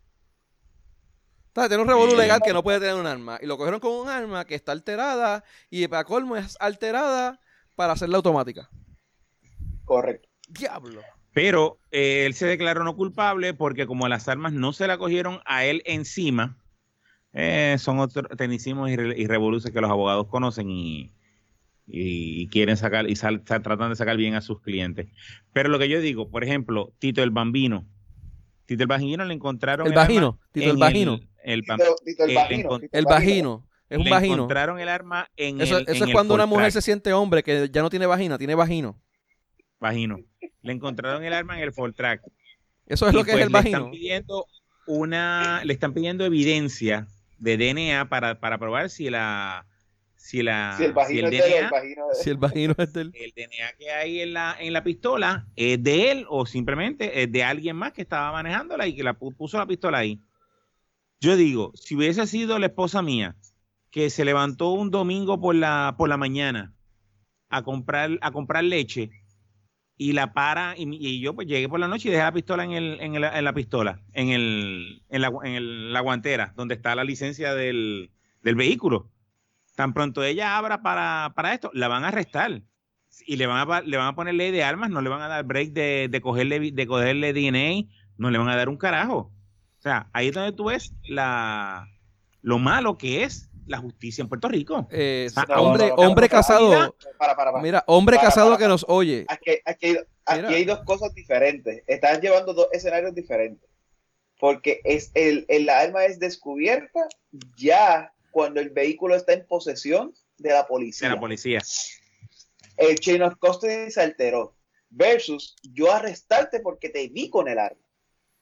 Está, tiene un revolú Sí. legal que no puede tener un arma. Y lo cogieron con un arma que está alterada y para colmo es alterada para hacerla automática. Correcto. Diablo. Pero eh, él se declaró no culpable porque como las armas no se la cogieron a él encima, eh, son otros tecnicismos y, re- y revoluciones que los abogados conocen y, y, y quieren sacar y sal- sal- tratan de sacar bien a sus clientes. Pero lo que yo digo, por ejemplo, Tito el Bambino. Tito el Bambino le encontraron El arma Vagino. Tito el en Vagino. el bam- Tito, Tito el eh, vagino. encont- Tito El vagino. Es un le vagino. encontraron el arma en Eso, el eso en es el cuando una Ford mujer Track. se siente hombre que ya no tiene vagina, tiene vagino. Vagino. Le encontraron el arma en el Ford Track. Eso es Y lo que pues es el le están vagino. pidiendo una, le están pidiendo evidencia de D N A para, para probar si la, si la, Si el vagino si es de él, D N el A, vagino es de Si el vagino es del... el D N A que hay en la, en la pistola es de él o simplemente es de alguien más que estaba manejándola y que la pu- puso la pistola ahí. Yo digo, si hubiese sido la esposa mía que se levantó un domingo por la, por la mañana a comprar, a comprar leche y la para y, y yo pues llegué por la noche y dejé la pistola en, el, en, el, en la pistola, en, el, en, la, en el, la guantera, donde está la licencia del, del vehículo. Tan pronto ella abra para, para esto, la van a arrestar y le van a, le van a poner ley de armas, no le van a dar break de, de, cogerle, de cogerle D N A, no le van a dar un carajo. O sea, ahí es donde tú ves la, lo malo que es la justicia en Puerto Rico. Eh, O sea, no, hombre, no, no, hombre no, no, casado. Para, para, para. Mira, hombre Para, casado para, que para. nos oye. Aquí, aquí, hay- aquí Mira. hay dos cosas diferentes. Estás llevando dos escenarios diferentes. Porque es el, el arma es descubierta ya cuando el vehículo está en posesión de la policía. De la policía. El chain of custody se alteró. Versus yo arrestarte porque te vi con el arma.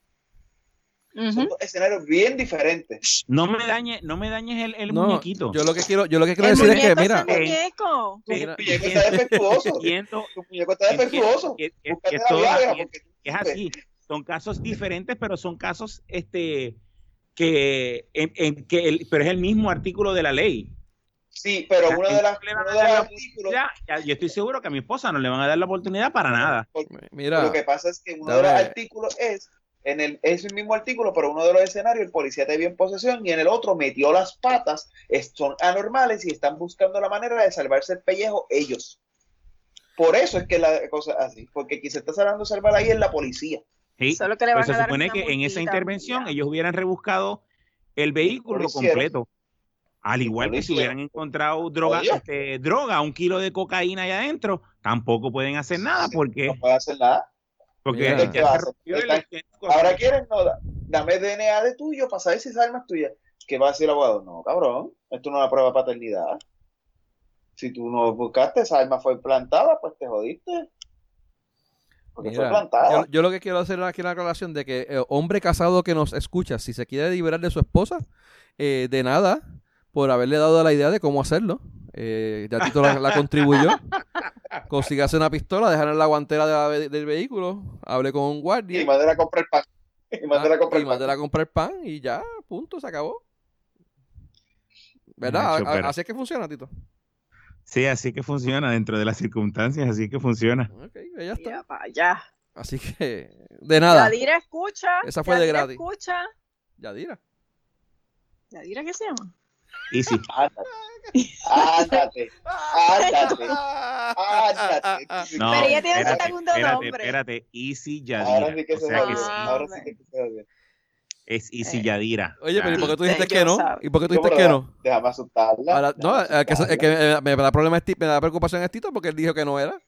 Son Ujú. dos escenarios bien diferentes. No me dañes, no me dañes el, el No, muñequito. yo lo que quiero, yo lo que quiero El decir es que, muñeco mira, es el muñeco. Tu Mira, muñeco está defectuoso. Entiendo, Tu muñeco está defectuoso. entiendo que- que- Búscate que la todo- Viagra, que- porque tú es sabes. así. Son casos diferentes, pero son casos este que, en, en que el, pero es el mismo artículo de la ley. Sí, pero O sea, uno de, las, le van uno a de dar los la artículos. Ya, ya, yo estoy seguro que a mi esposa no le van a dar la oportunidad para nada. porque mira, Lo que pasa es que uno de los dame- artículos es, en el, es el mismo artículo, pero uno de los escenarios, el policía te vio en posesión y en el otro metió las patas, es- son anormales y están buscando la manera de salvarse el pellejo ellos. Por eso es que la cosa es así, porque quien se está salvando de salvar ahí es la policía. Sí, Solo que le pues van se a dar supone una que en esa multita, intervención ya. ellos hubieran rebuscado el vehículo lo hicieron. completo. Al Y igual lo que si hicieron. hubieran encontrado droga, Oye. este, droga, un kilo de cocaína allá adentro, tampoco pueden hacer nada porque, No puede hacer nada. porque Mira. ya ¿Qué va a se hacer? rompió el- Están- Ahora quieren, no, da- dame D N A de tuyo para saber si esa arma es tuya. ¿Qué va a decir el abogado? No, cabrón, esto no es una prueba de paternidad. Si tú no buscaste, esa arma fue implantada, pues te jodiste. Porque fue mira, plantada. yo, yo lo que quiero hacer aquí una aclaración de que eh, hombre casado que nos escucha, si se quiere liberar de su esposa, eh, de nada, por haberle dado la idea de cómo hacerlo. Eh, ya Tito la, la contribuyó. Consígase una pistola, dejar en la guantera de la ve- del vehículo, hable con un guardia. Y mandar a comprar pan. Y mandar a Ah, comprar y pan. mandar a comprar pan y ya, punto, se acabó. ¿Verdad? Nacho, A- a- pero- así es que funciona, Tito. Sí, así que funciona dentro de las circunstancias, así que funciona. Ok, ya está. Ya, pa' allá. Así que, de nada. Yadira escucha. Esa fue de Yadira gratis. escucha. Yadira. ¿Yadira qué se llama? Y sí, Ándate. Ándate. Ándate. Ándate. no, Pero ella tiene un espérate, segundo espérate, nombre. Espérate, Easy Ahora Yadira. sí que O se sea ve que bien. sí, Ah, Ahora sí que se ve bien. es Easy Eh. Yadira. Oye, pero ¿y por qué tú dijiste Usted que ya no? sabe. ¿Y por qué tú ¿Cómo dijiste que lo no? da? Déjame asustarla. Ahora, no, déjame el que, el que me, me da problema es Ti- me da preocupación es Tito porque él dijo que no era.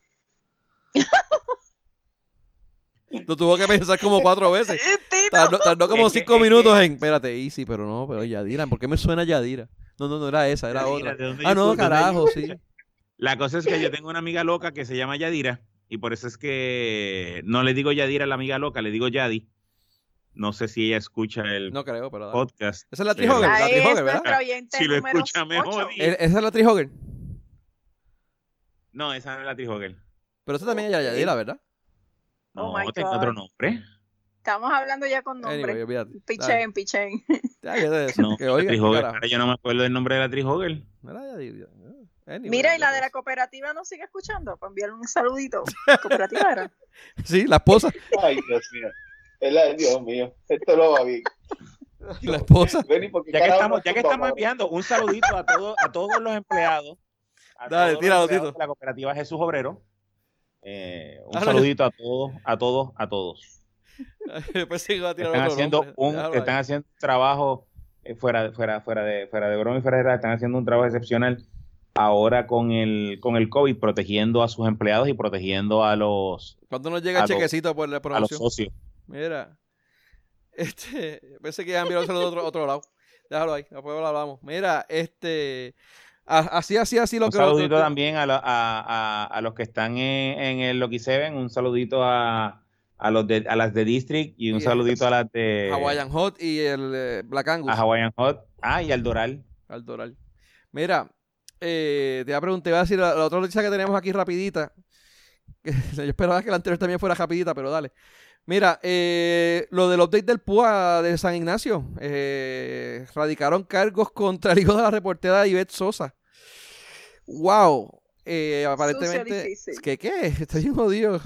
Lo tuvo que pensar como cuatro veces. Tardó, tardó como Es que- cinco es que- minutos en. Espérate, Easy, pero no, pero Yadira. ¿Por qué me suena Yadira? No, no, no era esa, era Yadira, otra. ¿de dónde Ah, yo- no, dónde yo- carajo, sí. La cosa es que yo tengo una amiga loca que se llama Yadira y por eso es que no le digo Yadira a la amiga loca, le digo Yadi. No sé si ella escucha el No creo, pero dale. podcast. Esa es la pero- Trihogger, la Ahí es Trihogger, ¿verdad? nuestro oyente Si lo número escucha, me ocho. jodí. Eh, Esa es la Trihogger. No, esa no es la Trihogel. Pero esa también es Yadira, ¿verdad? No, Oh my tengo God. otro nombre. Estamos hablando ya con nombre. Anyway, olvídate. Dale. Pichén, pichén. Ya, ya de eso. No, que la oiga, Trihogel. carajo. Ahora yo no me acuerdo del nombre de la Trihogel. No era Yadira. Anyway, Mira, y la ya de la pues. cooperativa no sigue escuchando, para enviarle un saludito. ¿Cooperativa era? Sí, la esposa. Ay, Dios mío. Es la- Dios mío, esto no va bien. La esposa. Benny, ¿por qué Ya que carajo estamos, nos ya que tumbamos estamos ahora? enviando un saludito a todos, a todos los empleados, a Dale, todos tíralo, los empleados Tito. de la cooperativa Jesús Obrero. Eh, un Ah, no, saludito a todos, a todos, a todos. Después se iba a tirar Están otro haciendo nombre. un, Déjalo ahí. están haciendo un trabajo eh, fuera, fuera, fuera de, fuera de broma y fuera de verdad, están haciendo un trabajo excepcional ahora con el, con el COVID, protegiendo a sus empleados y protegiendo a los, ¿Cuándo nos llega a el los- chequecito por la a los promoción? socios. Mira. Este, pensé que iban a enviar un saludo a otro, otro lado. Déjalo ahí, después lo hablamos. Mira, este, a- así, así, así lo Un que... saludito lo- también a, la- a, a, a los que están en, en el Loki Seven, un saludito a, a los de, a las de District y un Y saludito a las de Hawaiian Hot y el eh, Black Angus. a Hawaiian Hot, ah, y al Doral. Al Doral. Mira, eh, te iba a preguntar, iba a decir la, la otra noticia que tenemos aquí rapidita. Que, yo esperaba que la anterior también fuera rapidita, pero dale. Mira, eh, lo del update del P U A de San Ignacio. Eh, radicaron cargos contra el hijo de la reportera Ivette Sosa. ¡Wow! Eh, aparentemente... difícil. ¿Qué qué? Está bien jodido.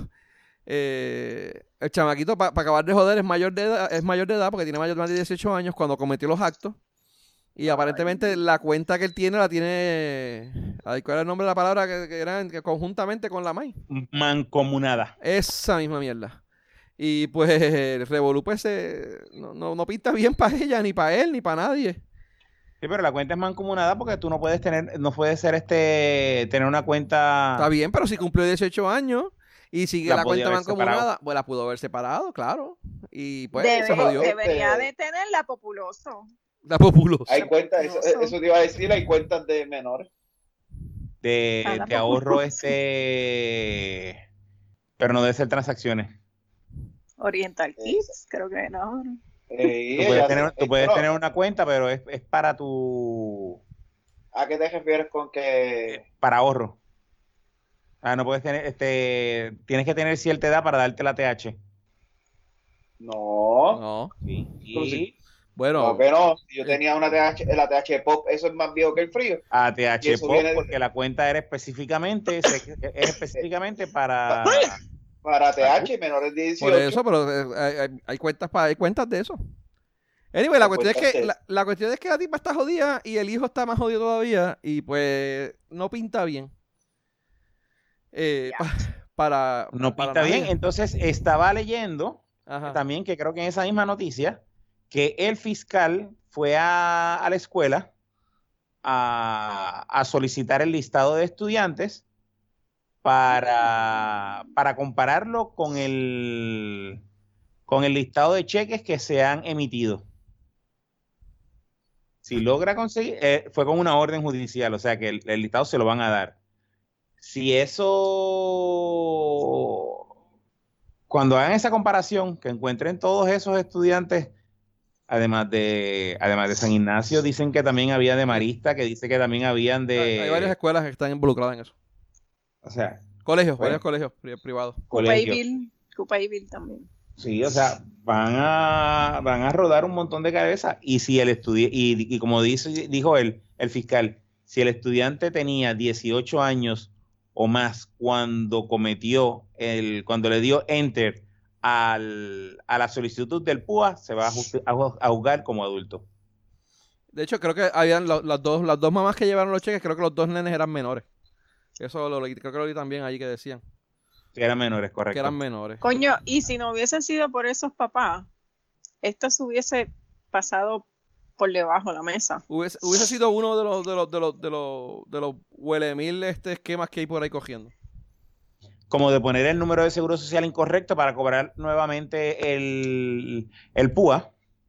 Eh, el chamaquito, para acabar de joder, es mayor de edad, es mayor de edad porque tiene mayor de dieciocho años cuando cometió los actos. Y aparentemente la cuenta que él tiene la tiene... Ay, ¿cuál era el nombre de la palabra? Que, que era que conjuntamente con la M A I. Mancomunada. Esa misma mierda. Y pues el revolú pues eh, no, no, no pinta bien para ella, ni para él, ni para nadie. Sí, pero la cuenta es mancomunada porque tú no puedes tener, no puedes ser este, tener una cuenta. Está bien, pero si cumplió dieciocho años y sigue La la, podía cuenta haber mancomunada, separado. pues la pudo haber separado, claro. Y pues Debe- se jodió. debería de tenerla populoso. La populosa. Hay cuentas, eso, eso te iba a decir, hay cuentas de menores. de, Cada de poco. ahorro este, pero no debe ser transacciones. Oriental Kids, creo que no. Eh, Tú puedes ella- tener, tú eh, puedes no, tener una cuenta, pero es, es para tu, ¿A qué te refieres con que para ahorro. Ah, no puedes tener, este, tienes que tener cierta edad para darte la T H. no? No. Sí. Tú sí. Bueno, No, que no. Si yo tenía una T H, la T H Pop, eso es más viejo que el frío. A Y T H eso Pop, viene de- porque la cuenta era específicamente, se- es específicamente para, Para T H, menores de dieciocho. por eso, pero eh, hay, hay- hay cuentas pa- hay cuentas de eso. Anyway, la Hay cuestión es cuentas que de- la, la cuestión es que la tipa está jodida y el hijo está más jodido todavía y pues no pinta bien. Eh, Ya. pa- para no para pinta bien. nadie. Entonces estaba leyendo Ajá. también que creo que en esa misma noticia que el fiscal fue a, a la escuela a, a solicitar el listado de estudiantes para, para compararlo con el, con el listado de cheques que se han emitido. Si logra conseguir, eh, fue con una orden judicial, o sea que el, el listado se lo van a dar. Si eso, cuando hagan esa comparación, que encuentren todos esos estudiantes, además de, además de San Ignacio, dicen que también había de Marista, que dice que también habían de, Hay varias escuelas que están involucradas en eso. o sea, Colegios, Bueno. varios colegios pri- privados. colegios. Cupayville, Cupayville también. Sí, o sea, van a, van a rodar un montón de cabezas. Y si el estudi y, y como dice, dijo él, el fiscal, si el estudiante tenía dieciocho años o más cuando cometió el, cuando le dio enter al, a la solicitud del P U A, se va a, justi- a ju- a juzgar como adulto. De hecho, creo que habían lo- las dos las dos mamás que llevaron los cheques, creo que los dos nenes eran menores. Eso lo, leí- creo que lo vi también ahí que decían Si eran menores, correcto. que eran menores. Coño, y si no hubiesen sido por esos papás, esto se hubiese pasado por debajo de la mesa. Hubiese, hubiese sido uno de los de los de los de los de los huele mil este esquemas que hay por ahí cogiendo. Como de poner el número de seguro social incorrecto para cobrar nuevamente el, el P U A.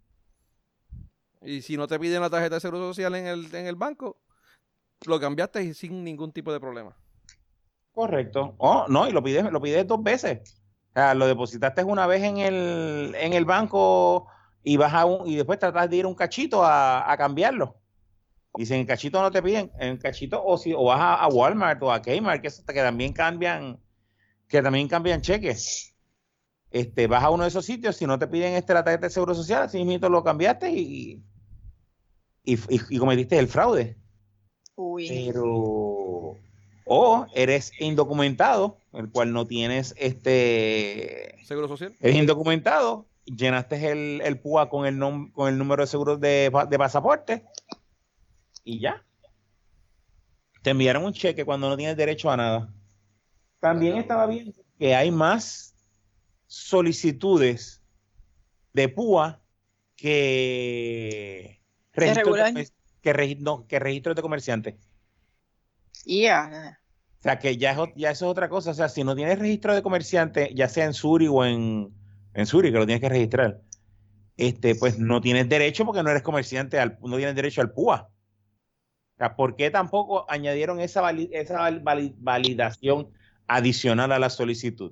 Y si no te piden la tarjeta de seguro social en el en el banco, lo cambiaste y sin ningún tipo de problema. Correcto. Oh, no, y lo pides, lo pides dos veces. O sea, lo depositaste una vez en el, en el banco y vas a un, y después tratas de ir un cachito a, a cambiarlo. Y si en el cachito no te piden, en el cachito, o si, o vas a, a Walmart o a Kmart, que, eso, que también cambian, que también cambian cheques. Este, vas a uno de esos sitios, si no te piden este la tarjeta de seguro social, así mismo lo cambiaste y, y, y, y cometiste el fraude. Uy. Pero o, o eres indocumentado, el cual no tienes este ¿Seguro social? eres indocumentado, llenaste el, el P U A con el, nom, con el número de seguro de, de pasaporte y ya. Te enviaron un cheque cuando no tienes derecho a nada. También estaba viendo que hay más solicitudes de P U A que registros de, que, regi, no, que registros de comerciantes. Yeah. O sea, que ya, es, ya eso es otra cosa. O sea, si no tienes registro de comerciante, ya sea en Suri o en, en Suri, que lo tienes que registrar, este, pues no tienes derecho porque no eres comerciante, al, no tienes derecho al P U A. O sea, ¿por qué tampoco añadieron esa, vali, esa vali, validación adicional a la solicitud?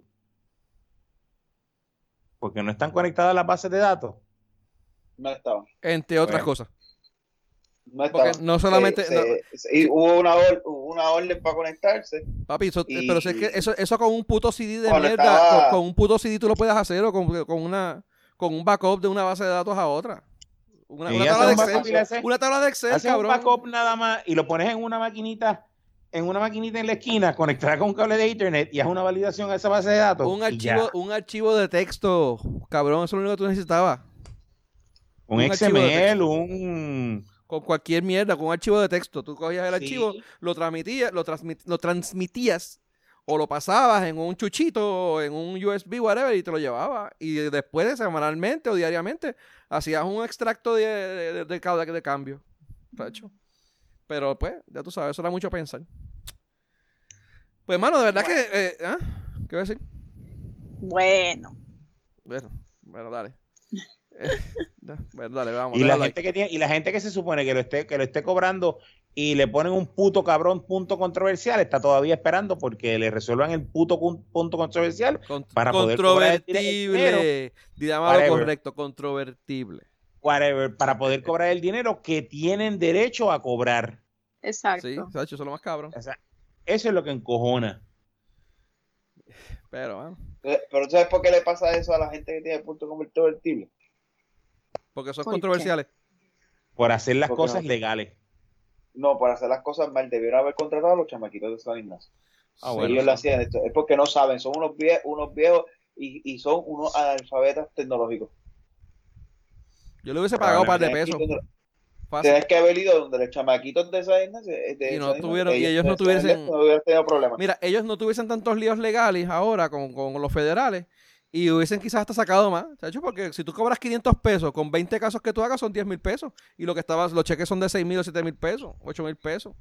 Porque no están conectadas las bases de datos. No estaban. Entre otras Bueno. cosas. No estaban. Porque no solamente... Se, no, se, se, y hubo una, or, hubo una orden para conectarse. papi, eso, y, pero si es que eso, eso con un puto C D de Cuando mierda, estaba- con, con un puto C D tú lo puedes hacer o con, con una con un backup de una base de datos a otra. Una, Sí, una hace tabla de un backup y le Excel. hace- Una tabla de Excel, Haces un cabrón. backup nada más y lo pones en una maquinita, en una maquinita en la esquina, conectada con un cable de internet y haz una validación a esa base de datos. Un y archivo, ya. un archivo de texto, cabrón, eso es lo único que tú necesitabas. Un, un X archivo de M L, texto. un... Con cualquier mierda, con un archivo de texto. Tú cogías el Sí. archivo, lo transmitías, lo, transmit, lo transmitías o lo pasabas en un chuchito, o en un U S B, whatever, y te lo llevabas. Y después, semanalmente o diariamente, hacías un extracto de, de, de, de, de cambio. ¿Tacho? Pero pues, ya tú sabes, eso era mucho pensar. Pues, mano, de verdad Bueno. que... Eh, ¿ah? ¿Qué voy a decir? Bueno. Bueno, bueno, dale. Eh, bueno, dale, vamos. Y la, dale gente like. que tiene, y la gente que se supone que lo esté, que lo esté cobrando y le ponen un puto cabrón punto controversial, está todavía esperando porque le resuelvan el puto cun- punto controversial Con- para poder cobrar el controvertible. Dígame lo Whatever. correcto, controvertible. whatever, para poder cobrar el dinero que tienen derecho a cobrar. Exacto. Sí, Sacho, eso es lo más cabrón. O sea, eso es lo que encojona. Pero, bueno, Pero ¿tú sabes por qué le pasa eso a la gente que tiene punto convertible? porque son ¿Por qué? controversiales. Por hacer las Porque cosas no. legales. No, por hacer las cosas mal, debieron haber contratado a los chamaquitos de San Ignacio. Ah, Sí, bueno. Ellos lo hacían esto. Es porque no saben, son unos, vie unos viejos y, y son unos analfabetas tecnológicos. Yo le hubiese pagado un par de Tienes pesos. que ir donde- Fácil. Tienes que haber ido donde los chamaquitos de San Ignacio. de Y no San Ignacio, tuvieron- y ellos no de San tuviesen- Ignacio no hubieran tenido problemas. Mira, ellos no tuviesen tantos líos legales ahora con, con los federales y hubiesen quizás hasta sacado más, Chacho, porque si tú cobras quinientos pesos, con veinte casos que tú hagas son diez mil pesos. Y lo que estabas, los cheques son de seis mil o siete mil pesos, ocho mil pesos.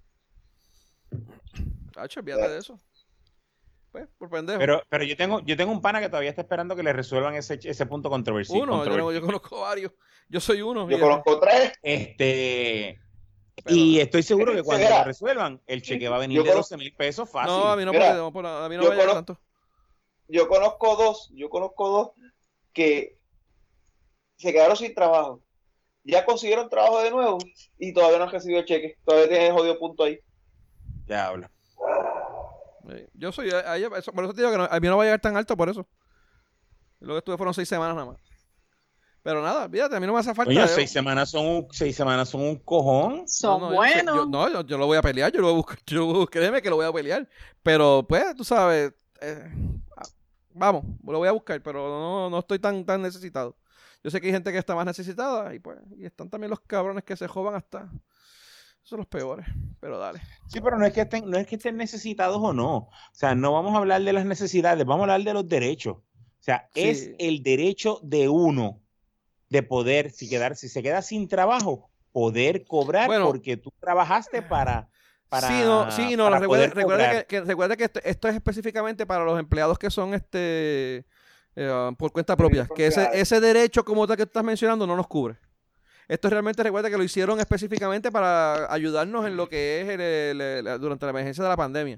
Chacho, olvídate de eso. Pues, por pendejo. Pero, pero yo tengo, yo tengo un pana que todavía está esperando que le resuelvan ese, ese punto controversial. uno, yo, no- yo conozco varios. Yo soy uno. Yo fíjate. conozco tres. Este, Pero- y estoy seguro que cuando Mira. lo resuelvan, el cheque va a venir Yo de conozco- doce mil pesos fácil. No, a mí no, Mira, porque, no, por- a mí no yo me llega conozco- tanto. Yo conozco dos, yo conozco dos que se quedaron sin trabajo. Ya consiguieron trabajo de nuevo y todavía no han recibido cheque. Todavía tienen el jodido punto ahí. Ya habla. Sí, yo soy, a- a ella- eso- por eso te digo que no- a mí no va a llegar tan alto por eso. Lo que estuve fueron seis semanas nada más. Pero nada, fíjate, a mí no me hace falta. Coño, yo- seis semanas son un, seis semanas son un cojón. Son no, no, yo sé- buenos. yo- no, yo, yo lo voy a pelear, yo lo voy a buscar, yo, créeme que lo voy a pelear. Pero pues, tú sabes, eh, ah, vamos, lo voy a buscar, pero no, no estoy tan, tan necesitado. Yo sé que hay gente que está más necesitada y pues, y están también los cabrones que se jodan hasta. Esos son los peores, pero dale. Sí, pero no es que estén, no es que estén necesitados o no. O sea, no vamos a hablar de las necesidades, vamos a hablar de los derechos. O sea, Sí. es el derecho de uno de poder, si quedar, si se queda sin trabajo, poder cobrar Bueno. porque tú trabajaste para, para, sí, no, sí, no, para recuerda, poder recuerda cobrar. que, que- recuerda que esto, esto es específicamente para los empleados que son este eh, por cuenta propia, que ese, ese derecho como tal que estás mencionando no nos cubre. Esto realmente recuerda que lo hicieron específicamente para ayudarnos en lo que es el- el- el- durante la emergencia de la pandemia.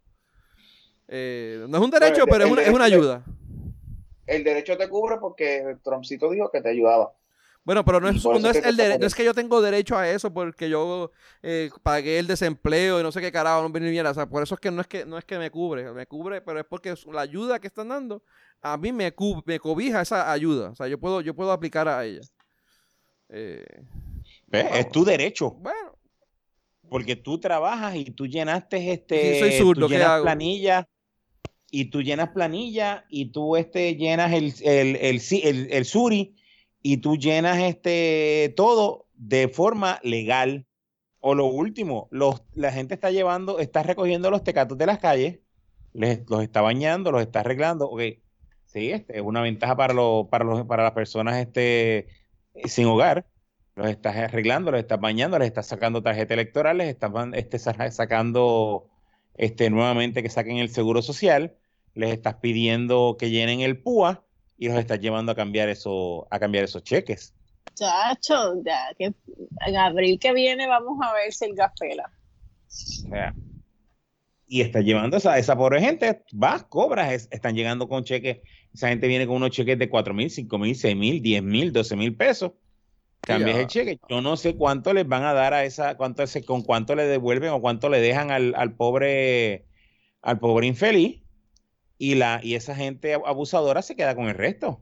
Eh, no es un derecho, Bueno, pero es el una, es una derecho- ayuda. El derecho te cubre porque Trumpcito dijo que te ayudaba. Bueno, pero no Y es, por eso no es te el toca dere- por no es eso. que yo tengo derecho a eso porque yo eh, pagué el desempleo y no sé qué carajo, no viniera. O sea, por eso es que no es que no es que me cubre, me cubre, pero es porque es la ayuda que están dando a mí me, cu- me cobija esa ayuda. O sea, yo puedo yo puedo aplicar a ella. Eh, ¿Ves? Es tu derecho. bueno, Porque tú trabajas y tú llenaste este, Si soy zurdo, tú ¿qué llenas hago? planilla y tú llenas planilla y tú este llenas el el, el, el, el Suri y tú llenas este todo de forma legal. O lo último, los, la gente está llevando, está recogiendo los tecatos de las calles, les, los está bañando, los está arreglando. Ok, sí, este, es una ventaja para, los, para, los, para las personas este, sin hogar. Los estás arreglando, los estás bañando, les estás sacando tarjetas electorales, les estás este, sacando este, nuevamente que saquen el seguro social, les estás pidiendo que llenen el P U A y los estás llevando a cambiar, eso, a cambiar esos cheques. Chacho, ya, que en abril que viene vamos a ver si el gas pela. O sea, y estás llevando esa, esa pobre gente, vas, cobras, es, están llegando con cheques, esa gente viene con unos cheques de cuatro mil, cinco mil, seis mil, diez mil, doce mil pesos. Cambias Ya. el cheque. Yo no sé cuánto les van a dar a esa, cuánto se, con cuánto le devuelven o cuánto le dejan al, al pobre, al pobre infeliz, y la, y esa gente abusadora se queda con el resto.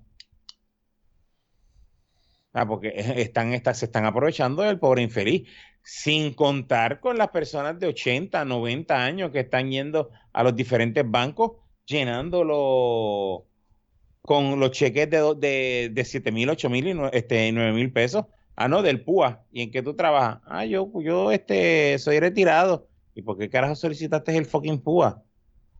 Ah, porque están, están, se están aprovechando del pobre infeliz, sin contar con las personas de ochenta, noventa años que están yendo a los diferentes bancos, llenándolo con los cheques de, de, de siete mil, ocho mil y este, nueve mil pesos. Ah, no, del P U A. ¿Y en qué tú trabajas? Ah, yo, yo este, soy retirado. ¿Y por qué carajo solicitaste el fucking P U A?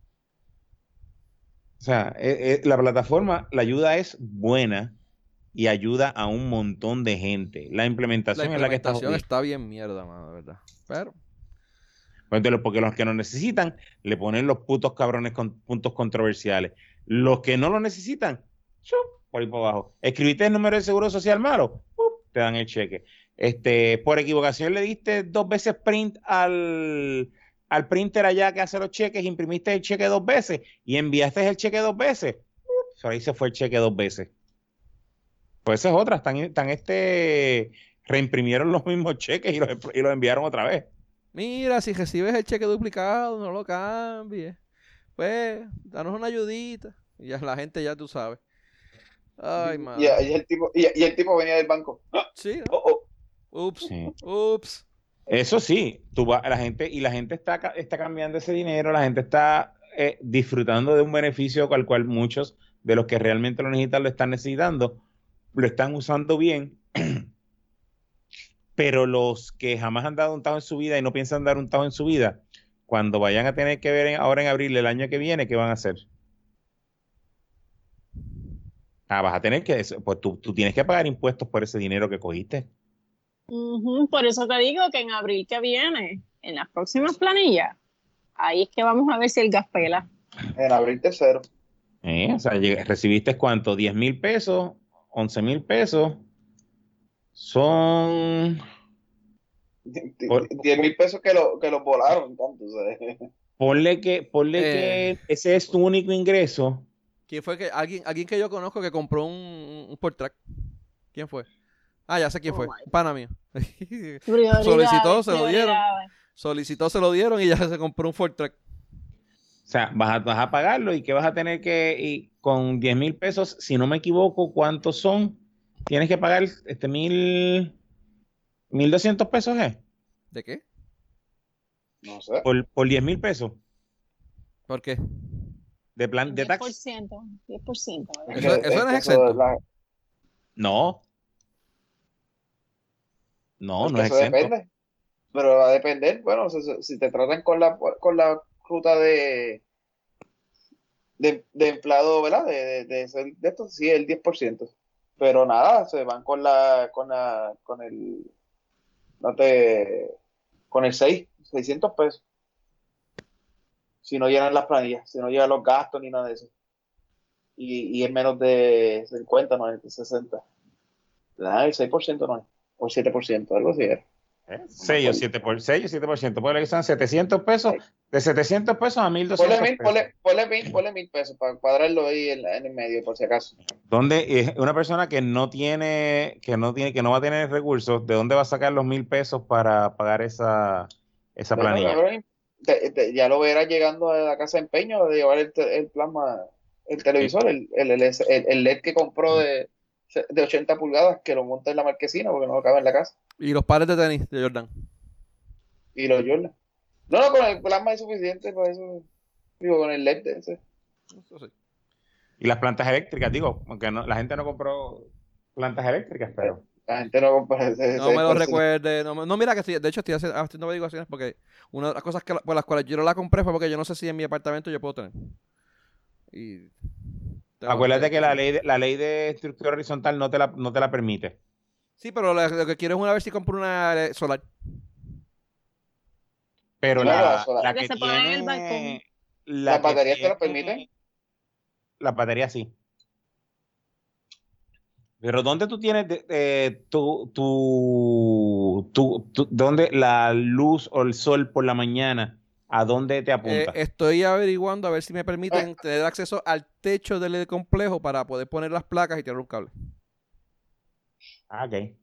O sea, eh, eh, la plataforma, la ayuda es buena y ayuda a un montón de gente. La implementación, La es la que está implementación jodida. está bien mierda, mano, de verdad. Pero, Entonces, porque los que no necesitan, le ponen los putos cabrones con puntos controversiales. Los que no lo necesitan, ¡chup!, por ahí por abajo. ¿Escribiste el número de seguro social malo? ¡Pup!, te dan el cheque. Este, por equivocación le diste dos veces print al, al printer allá que hace los cheques, imprimiste el cheque dos veces y enviaste el cheque dos veces. ¡Pup!, por ahí se fue el cheque dos veces. Pues esa es otra, están, están este, reimprimieron los mismos cheques y los, y los enviaron otra vez. mira, si recibes el cheque duplicado, no lo cambies. Pues, danos una ayudita. Y ya la gente ya tú sabes. Ay, Y, madre. y el tipo, y, y el tipo venía del banco. Sí, ¿no? Oh, oh. Ups, Sí. ups. Eso sí, tú vas, la gente, y la gente está, está cambiando ese dinero, la gente está eh, disfrutando de un beneficio al cual muchos de los que realmente lo necesitan lo están necesitando, lo están usando bien, pero los que jamás han dado un tajo en su vida y no piensan dar un tajo en su vida, cuando vayan a tener que ver en, ahora en abril el año que viene, ¿qué van a hacer? Ah, vas a tener que, pues tú, tú tienes que pagar impuestos por ese dinero que cogiste. Ujú, por eso te digo que en abril que viene, en las próximas planillas, ahí es que vamos a ver si el gas pela. En abril tercero. Eh, o sea, lleg- recibiste cuánto, diez mil pesos, once mil pesos, son, Por- diez mil pesos que lo, que los volaron tanto. O sea. ponle que, ponle Eh. que ese es tu único ingreso. ¿Quién fue que alguien, alguien que yo conozco que compró un, un Portrack? ¿Quién fue? Ah, ya sé quién Oh fue. my. Pana mío. Prioridades, Solicitó, se lo dieron. prioridades. Solicitó, se lo dieron y ya se compró un Fortrack. O sea, vas a, vas a pagarlo y que vas a tener que, y con diez mil pesos, si no me equivoco, ¿cuántos son? Tienes que pagar este mil, mil doscientos pesos, ¿eh? ¿De qué? No sé. Por, por diez mil pesos ¿Por qué? de plan de diez por tax. ciento, diez por ciento, ¿verdad? Eso- que- eso no es que exento. la- No. No, es no que es eso exento. depende. Pero va a depender. Bueno, si, si te tratan con la, con la ruta de, de, de empleado, ¿verdad? De, de, de, ser- de esto, sí, el diez por ciento. Pero nada, se van con la, con la, con el, no te, con el seis, seiscientos pesos. Si no llenan las planillas, si no llegan los gastos ni nada de eso. Y, y es menos de cincuenta, no es de sesenta. Ah, el seis por ciento no es, o el siete por ciento, algo así era. ¿Eh? seis o siete por seis o siete por ciento. Puede que sean setecientos pesos. De setecientos pesos a mil Ponle doscientos mil, pesos. ponle, ponle mil, ponle mil pesos para cuadrarlo ahí en, en el medio, por si acaso. Donde es una persona que no tiene, que no tiene, que no va a tener recursos, ¿de dónde va a sacar los mil pesos para pagar esa, esa Bueno, planilla? cabrón, te- te- ya lo verás llegando a la casa de empeño de llevar el, te- el plasma, el televisor, el, el, el, el el L E D que compró de, de ochenta pulgadas, que lo monta en la marquesina porque no lo cabe en la casa. Y los pares de tenis de Jordan. y los Jordan. No, no, con el plasma es suficiente para eso. Digo, con el L E D ese. Eso sí. Y las plantas eléctricas, digo, aunque no, la gente no compró plantas eléctricas, pero... La gente no compra ese, No ese me lo coso. recuerde. No, me- no, mira que estoy, de hecho estoy haciendo, haciendo averiguaciones porque una de las cosas que, la- por las cuales yo no la compré fue porque yo no sé si en mi apartamento yo puedo tener. Y tengo Acuérdate que la ley de, la ley de estructura horizontal no te la, no te la permite. Sí, pero la- lo que quiero es una ver si compro una eh, solar. Pero Claro, la, la solar. la Que que se pone en el tiene... balcón. La ¿Las que baterías te lo tiene- permiten? Las baterías sí. Pero ¿dónde tú tienes de- eh, tu, tu, tu, tu- dónde la luz o el sol por la mañana, a dónde te Eh, apunta? estoy averiguando a ver si me Ah. permiten tener acceso al techo del complejo para poder poner las placas y tirar un cable. Ah, ok.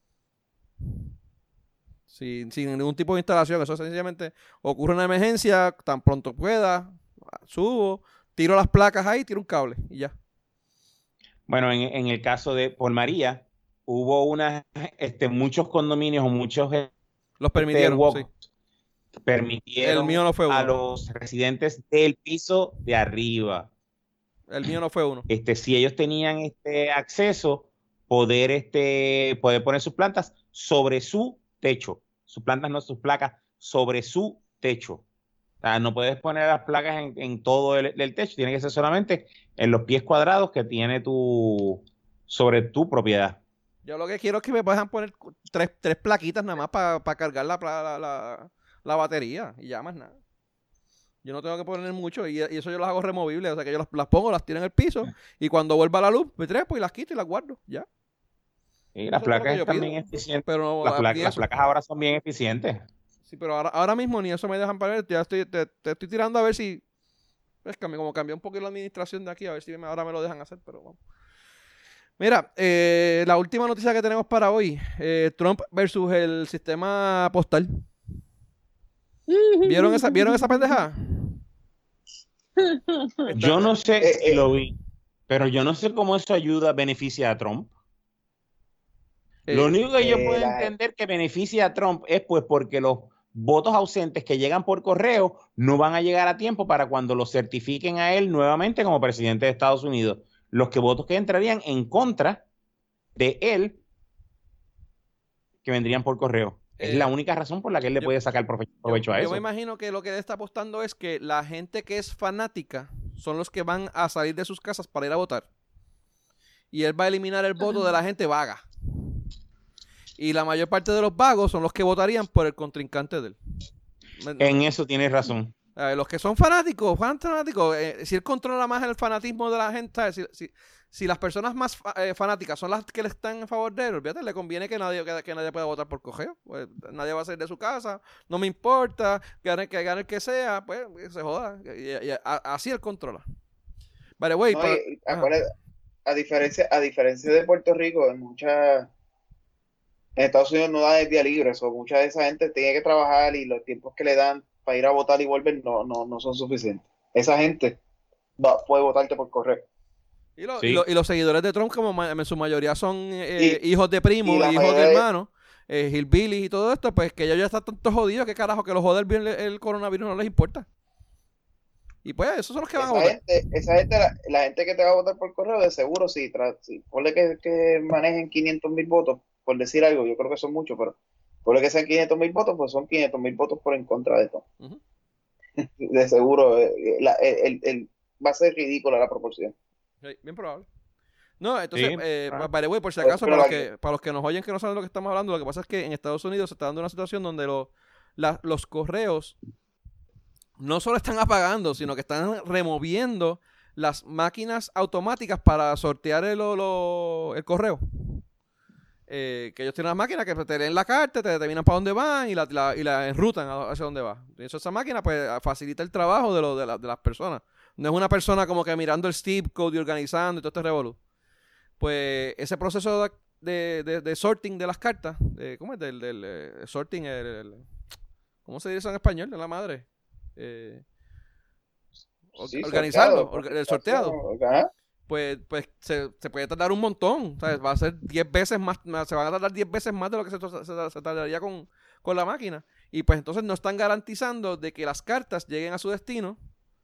Sin, sin ningún tipo de instalación. Eso sencillamente ocurre una emergencia, tan pronto pueda, subo, tiro las placas ahí, tiro un cable y ya. Bueno, en, en el caso de por María, hubo unas, este, muchos condominios o muchos este, Los permitieron, walk- sí. permitieron El mío no fue a uno. los residentes del piso de arriba. El mío no fue uno. Este, si ellos tenían este acceso, poder, este, poder poner sus plantas sobre su techo. Sus plantas, no sus placas, sobre su techo. O sea, no puedes poner las placas en, en todo el, el techo, tiene que ser solamente en los pies cuadrados que tiene tu, sobre tu propiedad. Yo lo que quiero es que me puedan poner cu- tres, tres plaquitas nada más para cargar la, pla- la, la, la batería y ya más nada. Yo no tengo que poner mucho y, y eso yo las hago removibles. O sea que yo las, las pongo, las tiro en el piso y cuando vuelva la luz me trepo y las quito y las guardo. Ya. Y las Eso es lo que placas yo están pido. bien eficientes. Pero no, Las, pla- ni las eso. placas ahora son bien eficientes. Sí, pero ahora, ahora mismo ni eso me dejan para ver. Ya estoy, te, te estoy tirando a ver si. Es que como cambió un poquito la administración de aquí, a ver si me- ahora me lo dejan hacer, pero vamos. Mira, eh, la última noticia que tenemos para hoy: eh, Trump versus el sistema postal. ¿Vieron esa, ¿vieron esa pendejada? Yo no sé Eh, si eh. lo vi, pero yo no sé cómo eso ayuda, beneficia a Trump. Eh, Lo único que yo eh, puedo la- entender que beneficia a Trump es pues porque los votos ausentes que llegan por correo no van a llegar a tiempo para cuando lo certifiquen a él nuevamente como presidente de Estados Unidos. Los que votos que entrarían en contra de él que vendrían por correo. Es Eh, la única razón por la que él le yo- puede sacar profe- Yo, provecho a yo eso. me imagino que lo que él está apostando es que la gente que es fanática son los que van a salir de sus casas para ir a votar. Y él va a eliminar el voto de la gente vaga. Y la mayor parte de los vagos son los que votarían por el contrincante de él. Me- En eso tienes razón. eh, los que son fanáticos, fan- fanáticos, eh, si él controla más el fanatismo de la gente, ¿sabes? Si, si, si las personas más fa- eh, fanáticas son las que le están a favor de él, olvídate, le conviene que nadie, que, que nadie pueda votar por correo. Pues, nadie va a salir de su casa, no me importa, gane, que gane el que sea, pues que se joda. Y, y- a- así él controla. Vale, güey, No, pa- y- y ajá. acuérdate, a diferencia, a diferencia de Puerto Rico, en muchas, en Estados Unidos no dan el día libre, o mucha de esa gente tiene que trabajar y los tiempos que le dan para ir a votar y volver no, no, no son suficientes. Esa gente va, puede votarte por correo. Y, lo- Sí. y lo- y los seguidores de Trump, como ma- en su mayoría son eh, Y- hijos de primos, y la hijos de mayoría de- hermanos, eh, hillbillies y todo esto, pues que ellos ya están tanto jodidos que carajo, que los joder bien el, el coronavirus no les importa. Y pues esos son los que van a Esa votar. gente, esa gente la, la gente que te va a votar por correo, de seguro, si, tra, si ponle que, que manejen quinientos mil votos, por decir algo, yo creo que son muchos, pero ponle que sean quinientos mil votos, pues son quinientos mil votos por en contra de todo. Ujú. De seguro, eh, la- el, el- va a ser ridícula la proporción. Sí, bien probable. No, entonces, Sí. eh, Ah. by the way, por si Pues, acaso, pero para los, la que, para los que nos oyen que no saben de lo que estamos hablando, lo que pasa es que en Estados Unidos se está dando una situación donde lo- la- los correos no solo están apagando, sino que están removiendo las máquinas automáticas para sortear el, lo- lo- el correo. Eh, que ellos tienen unas máquinas que te leen la carta, te determinan para dónde van y la, la- y la enrutan a- hacia dónde va. Y eso, esa máquina pues facilita el trabajo de, lo, de, la- de las personas. No es una persona como que mirando el Steve Code y organizando y todo este revolú. Pues ese proceso de, de, de- de sorting de las cartas, de- ¿cómo es? Del, del eh, sorting, el, el- ¿cómo se dice eso en español? De la madre. Eh, or- Sí, organizarlo, sorteado, orga- el sorteado. Ajá. Pues, pues se, se puede tardar un montón. ¿Sabes? Va a ser diez veces más, más- se van a tardar diez veces más de lo que se, se- se tardaría con, con la máquina. Y pues entonces no están garantizando de que las cartas lleguen a su destino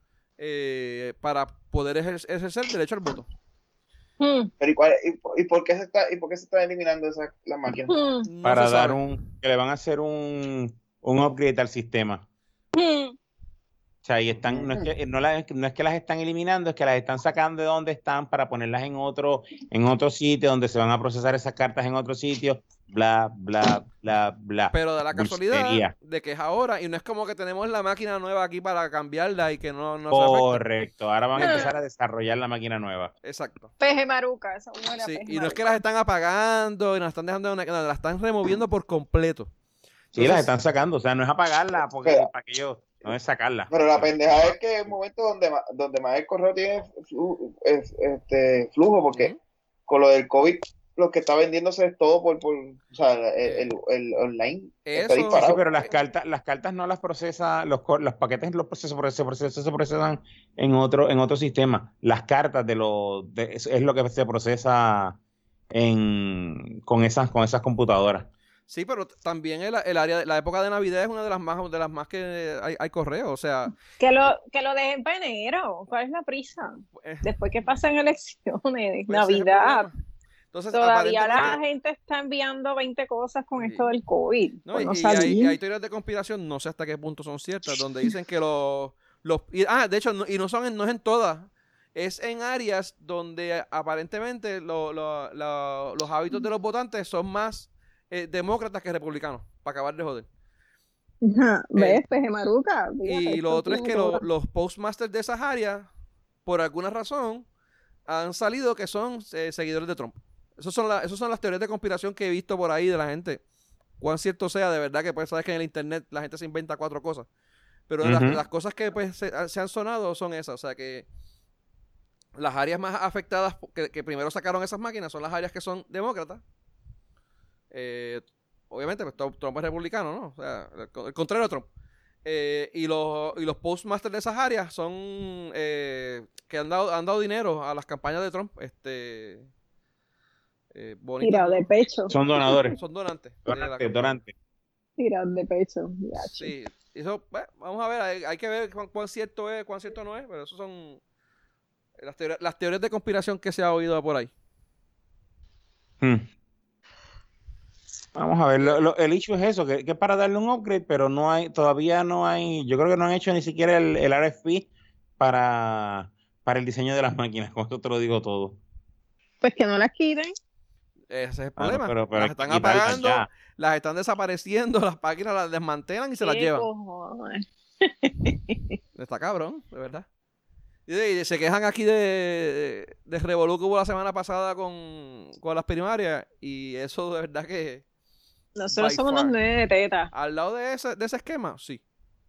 eh, para poder ejer- ejercer el derecho al voto. Hmm, Pero ¿y, cuál, y, por- y por qué se está y por qué se está eliminando esa la máquina? hmm, No para se dar sabe. un, que le van a hacer un, un upgrade al sistema. hmm. O sea, y están, no es que, no, la- no es que las están eliminando, es que las están sacando de donde están para ponerlas en otro, en otro sitio, donde se van a procesar esas cartas en otro sitio, bla, bla, bla, bla. Pero da la casualidad Buchería. de que es ahora y no es como que tenemos la máquina nueva aquí para cambiarla y que no, no se afecte. Correcto, ahora van a Ah. empezar a desarrollar la máquina nueva. Exacto. Peje maruca, esa buena Sí, peje y no es que maruca. las están apagando y las están dejando, no, las están removiendo por completo. Sí, Entonces- las están sacando, o sea, no es apagarla porque Pero- para que yo, no es sacarla. Pero la pendejada es que es un momento donde, ma- donde más el correo tiene flu- es- este, flujo, porque Ujú. con lo del COVID, lo que está vendiéndose es todo por, por o sea, el, el, el online está Eso- Sí, disparado. pero las cartas, las cartas no las procesa, los, co- los paquetes los procesan, se procesan, se procesan en otro, en otro sistema. Las cartas de los, de- es, es lo que se procesa en, con esas, con esas computadoras. Sí, pero t- también el, el área, de- la época de Navidad es una de las más, de las más que hay, hay correo, o sea, Que lo, que lo dejen para enero. ¿Cuál es la prisa? eh, Después que pasen elecciones, pues ese es el Navidad. problema. Entonces, Todavía la aparentemente- gente está enviando veinte cosas con Sí. esto del COVID. No, por y, no y hay, salir. y hay teorías de conspiración, no sé hasta qué punto son ciertas, donde dicen que los... los y- ah, de hecho, no- y no son en- no es en todas, es en áreas donde aparentemente lo- lo- lo- los hábitos de los votantes son más eh, demócratas que republicanos, para acabar de joder. Ajá, ¿ves? Peje maruca. Fíjate, Y esto lo otro es tiene que lo- todo. los postmasters de esas áreas, por alguna razón, han salido que son eh, seguidores de Trump. Esas son, la- esas son las teorías de conspiración que he visto por ahí de la gente. Cuán cierto sea, de verdad que pues sabes que en el internet la gente se inventa cuatro cosas. Pero las, Ujú. las cosas que pues, se, se han sonado son esas. O sea que las áreas más afectadas que, que primero sacaron esas máquinas son las áreas que son demócratas. Eh, obviamente, pues Trump Trump es republicano, ¿no? O sea, el, el contrario de Trump. Eh, y, los, y los postmasters de esas áreas son eh, que han dado, han dado dinero a las campañas de Trump. Este, eh, bonitas, Tirado ¿no? de pecho. Son donadores. Son donantes. de la Donantes, campaña. donantes. Tirado de pecho. ya, chico. Sí, eso, bueno, vamos a ver, hay, hay que ver cuán, cuán cierto es, cuán cierto no es, pero eso son las, teorías, las teorías de conspiración que se ha oído por ahí. Hmm. Vamos a ver, lo- lo- el issue es eso, que, que es para darle un upgrade, pero no hay, todavía no hay, yo creo que no han hecho ni siquiera el, el R F P para, para el diseño de las máquinas, con esto te lo digo todo. Pues que no las quiten. Ese es el Ah, no, problema. pero- pero las hay están que quitarlas apagando, ya. las están desapareciendo, las máquinas las desmantelan y se las ¿Qué llevan. cojones? Está cabrón, de verdad. Y, de- y se quejan aquí de, de, de revolú que hubo la semana pasada con, con las primarias y eso de verdad que Nosotros By somos far. unos nenes de teta. al lado de ese, de ese esquema, sí.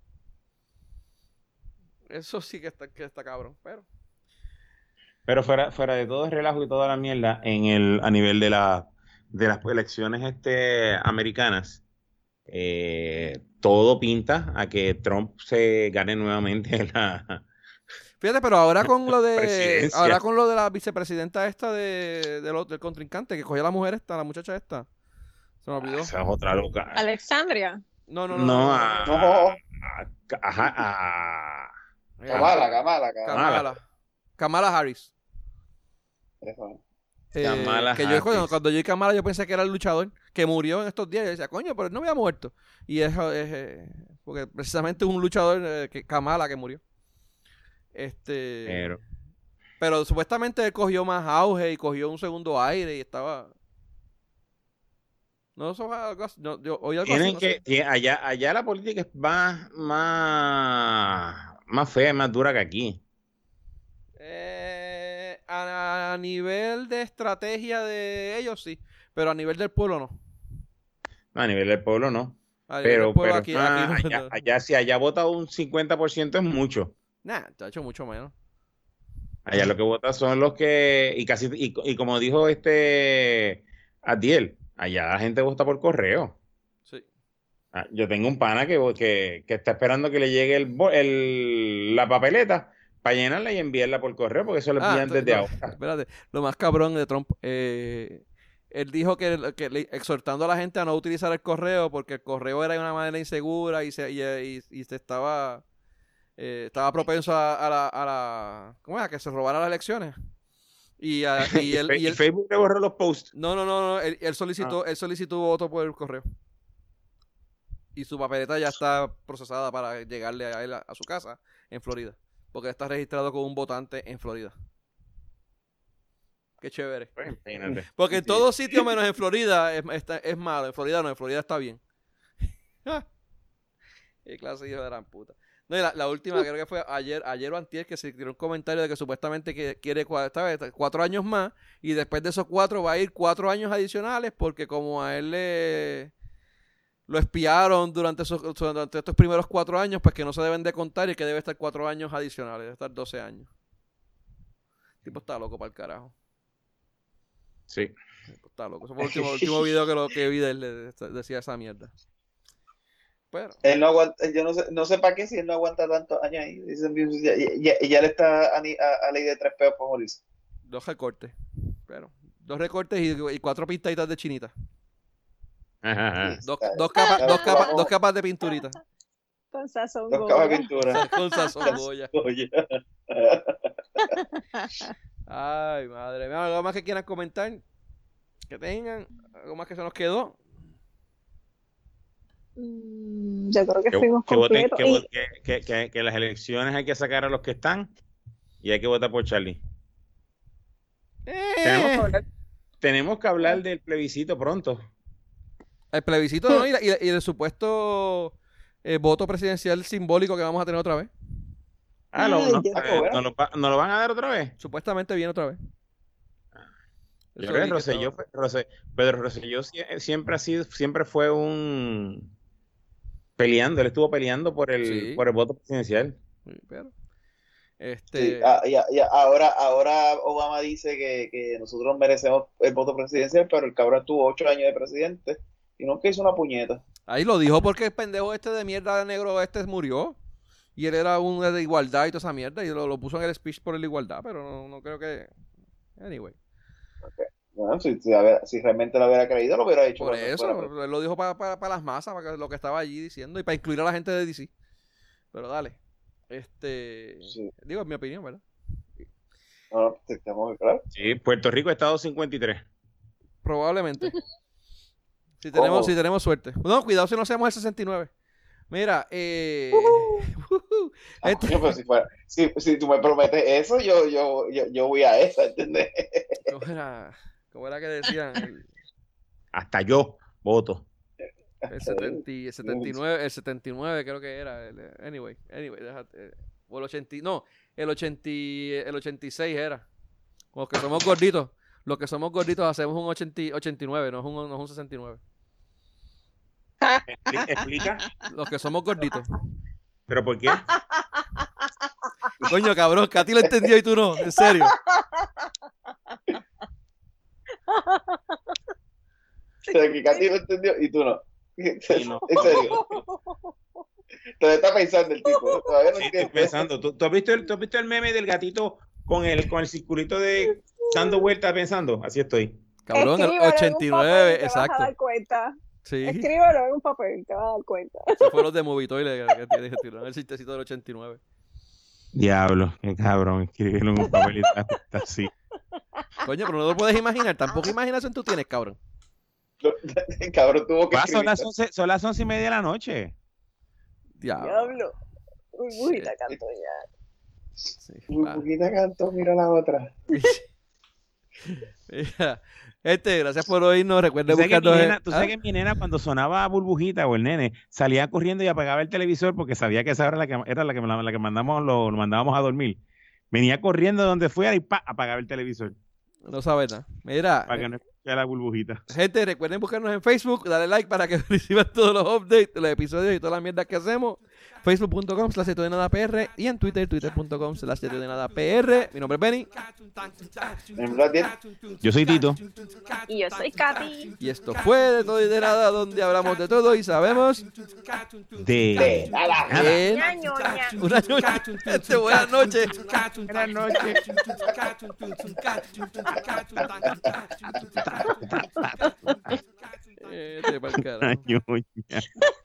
Eso sí que está, que está cabrón, pero... Pero fuera, fuera de todo el relajo y toda la mierda, en el, a nivel de la, de las elecciones este, americanas, eh, todo pinta a que Trump se gane nuevamente la, Fíjate, pero ahora con lo de Presidencia. ahora con lo de la vicepresidenta esta de, de lo- del contrincante, que cogió a la mujer esta, la muchacha esta. Se me olvidó. esa es otra loca. Alexandria. No, no, no. No, a, No, a- ajá, a- Kamala, Kamala, Kamala. Kamala. Kamala Harris. Eso. Eh, Kamala que yo Harris. cuando, cuando yo vi Kamala yo pensé que era el luchador que murió en estos días. Yo decía, coño, pero él no había muerto. Y eso es eh, porque precisamente un luchador eh, que Kamala que murió. Este, pero pero supuestamente él cogió más auge y cogió un segundo aire y estaba. No, eso fue algo así. No, yo oí algo así, tienen no que, sé. tie- allá, allá la política es más, más, más fea, más dura que aquí. Eh, a, a nivel de estrategia de ellos sí, pero a nivel del pueblo no. No, a nivel del pueblo no. A nivel Pero, del pueblo pero aquí, ah, aquí no- allá, allá, si allá vota un cincuenta por ciento es mucho. Nah, te ha hecho mucho menos. Allá lo que vota son los que, y casi, y, y como dijo este Adiel, allá la gente vota por correo. Sí. Ah, yo tengo un pana que, que, que está esperando que le llegue el, bo- el, la papeleta para llenarla y enviarla por correo, porque eso lo Ah, envían t- desde no, ahora. espérate, lo más cabrón de Trump, eh, él dijo que, que le- exhortando a la gente a no utilizar el correo porque el correo era de una manera insegura y se, y, y- y se estaba eh, estaba propenso a, a la, a la ¿cómo es? A que se robaran las elecciones. Y, a- y él, y Y él- Facebook le borró los posts. no, no, no, no, él, él solicitó, él solicitó voto por el correo. Y su papeleta ya está procesada para llegarle a él a, a su casa en Florida. Porque él está registrado como un votante en Florida. Qué chévere. Pues, imagínate. Porque en Sí. todos sitios menos en Florida es, está- es malo. En Florida no, en Florida está bien. Qué clase de hijo de gran puta. No, y la, la última creo que fue ayer, ayer o antier que se tiró un comentario de que supuestamente que quiere cua- esta vez, cuatro años más y después de esos cuatro va a ir cuatro años adicionales porque como a él le lo espiaron durante, esos, durante estos primeros cuatro años, pues que no se deben de contar y que debe estar cuatro años adicionales, debe estar doce años. El tipo está loco para el carajo. Sí. El tipo está loco. Ese fue el último, último video que, lo, que vi de él, le- decía esa mierda. Pero, Él no aguanta, yo no sé, no sé para qué si él no aguanta tantos años ahí. Dicen, ya, ya, ya le está a, ni- a, a ley de tres peos por morirse. dos recortes. Pero, dos recortes y, y cuatro pintaditas de chinita. Ajá, ajá. Dos, Está- dos, capas, está- dos, capas, vamos. dos capas de pinturita. Con sazón Dos capas de Goya. pintura. Con sazón Goya. Oye. Ay, madre mía. ¿Algo más que quieran comentar? Que tengan. ¿Algo más que se nos quedó? Mm, Yo creo que Que, fuimos que voten- completos. que, Y- vo- que, que, que, que las elecciones hay que sacar a los que están y hay que votar por Charlie. Tenemos que Eh, hablar, tenemos que hablar del plebiscito pronto. el plebiscito, ¿no? Y, la- y, la- y el supuesto eh, voto presidencial simbólico que vamos a tener otra vez. Ah, lo, Ay, no, Dios. eh, ¿nos lo, va- nos lo van a dar otra vez? Supuestamente viene otra vez. Yo Eso creo vi que que Rosselló, estaba- fue- Rosse- Pedro Rosselló sie- siempre ha sido, siempre fue un peleando, él estuvo peleando por el, Sí. por el voto presidencial. Sí, pero, Sí, este, ah, ya- ya, ahora, ahora Obama dice que, que nosotros merecemos el voto presidencial, pero el cabrón tuvo ocho años de presidente y nunca hizo una puñeta. ahí lo dijo porque el pendejo este de mierda de negro este murió. Y él era un de igualdad y toda esa mierda. Y lo, lo puso en el speech por la igualdad. Pero no, no creo que. Anyway. Bueno, si, si, haber- si realmente lo hubiera creído, lo hubiera hecho. Por cuando eso. fuera Él lo dijo para las masas. Para lo que estaba allí diciendo. Y para incluir a la gente de D C. Pero dale. Este. Sí. Digo, en mi opinión, ¿verdad? No, no, estamos claros. Sí, Puerto Rico, Estado cincuenta y tres. Probablemente. Si tenemos, ¿Cómo? si tenemos suerte. No, cuidado si no seamos el sesenta y nueve. Mira, eh. Ah, este- coño, pero si, fuera- si, si tú me prometes eso, yo, yo, yo, yo voy a esa, ¿entiendes? ¿Cómo era, cómo era que decían? El, Hasta yo voto. el setenta, el setenta y nueve, el setenta y nueve creo que era. el- anyway, anyway, déjate. eh, O el ochenta, no, el ochenta, el ochenta y seis era. Los que somos gorditos, los que somos gorditos hacemos un ochenta, ochenta y nueve, no es un, no es un sesenta y nueve. Expli- Explica. Los que somos gorditos. ¿Pero por qué? Coño, cabrón, Katy lo entendió y tú no, en serio. O sea, que Katy lo entendió y tú no. Sí, no. En serio. Todavía está pensando el tipo. Todavía no Sí, estoy entiende. pensando. ¿Tú, tú has visto el, ¿Tú has visto el meme del gatito con el, con el circulito de dando vueltas pensando? Así estoy. Cabrón, el Escríbelo en un ochenta y papel, nueve, te vas a exacto. dar cuenta. Sí, Escríbelo en un papel, te vas a dar cuenta. esos fueron los de Movitoile que, que, que tiraron el chistecito del ochenta y nueve. Diablo, qué cabrón. Escribirlo en un papelito así. Coño, pero no lo puedes imaginar. Tampoco imaginación tú tienes, cabrón. El cabrón tuvo que Va, son, escribir. las once, son las once y media de la noche. Diablo. Diablo. Burbujita Sí. cantó ya. Sí, va. Burbuquita cantó, mira la otra. Mira, este, gracias por oírnos. ¿Tú Recuerden sabes, que mi buscarnos. en- nena, tú ¿Ah? sabes que mi nena cuando sonaba burbujita o el nene salía corriendo y apagaba el televisor porque sabía que esa era la que, era la que, la, la que mandamos, lo, lo mandábamos a dormir. Venía corriendo de donde fuera y pa, apagaba el televisor No sabes nada. Mira, para que no escuchara la burbujita. gente, recuerden buscarnos en Facebook, dale like para que reciban todos los updates, los episodios y todas las mierdas que hacemos. Facebook punto com slash de nada P R y en Twitter, Twitter punto com slash de nada P R. Mi nombre es Benny En verdad, tiene- Yo soy Tito. Y yo soy Katy. y esto fue de todo y de nada, donde hablamos de todo y sabemos De de nada. en Ña, ñoña. una ñoña. Gente, buenas noches. Buenas noches. ñoña.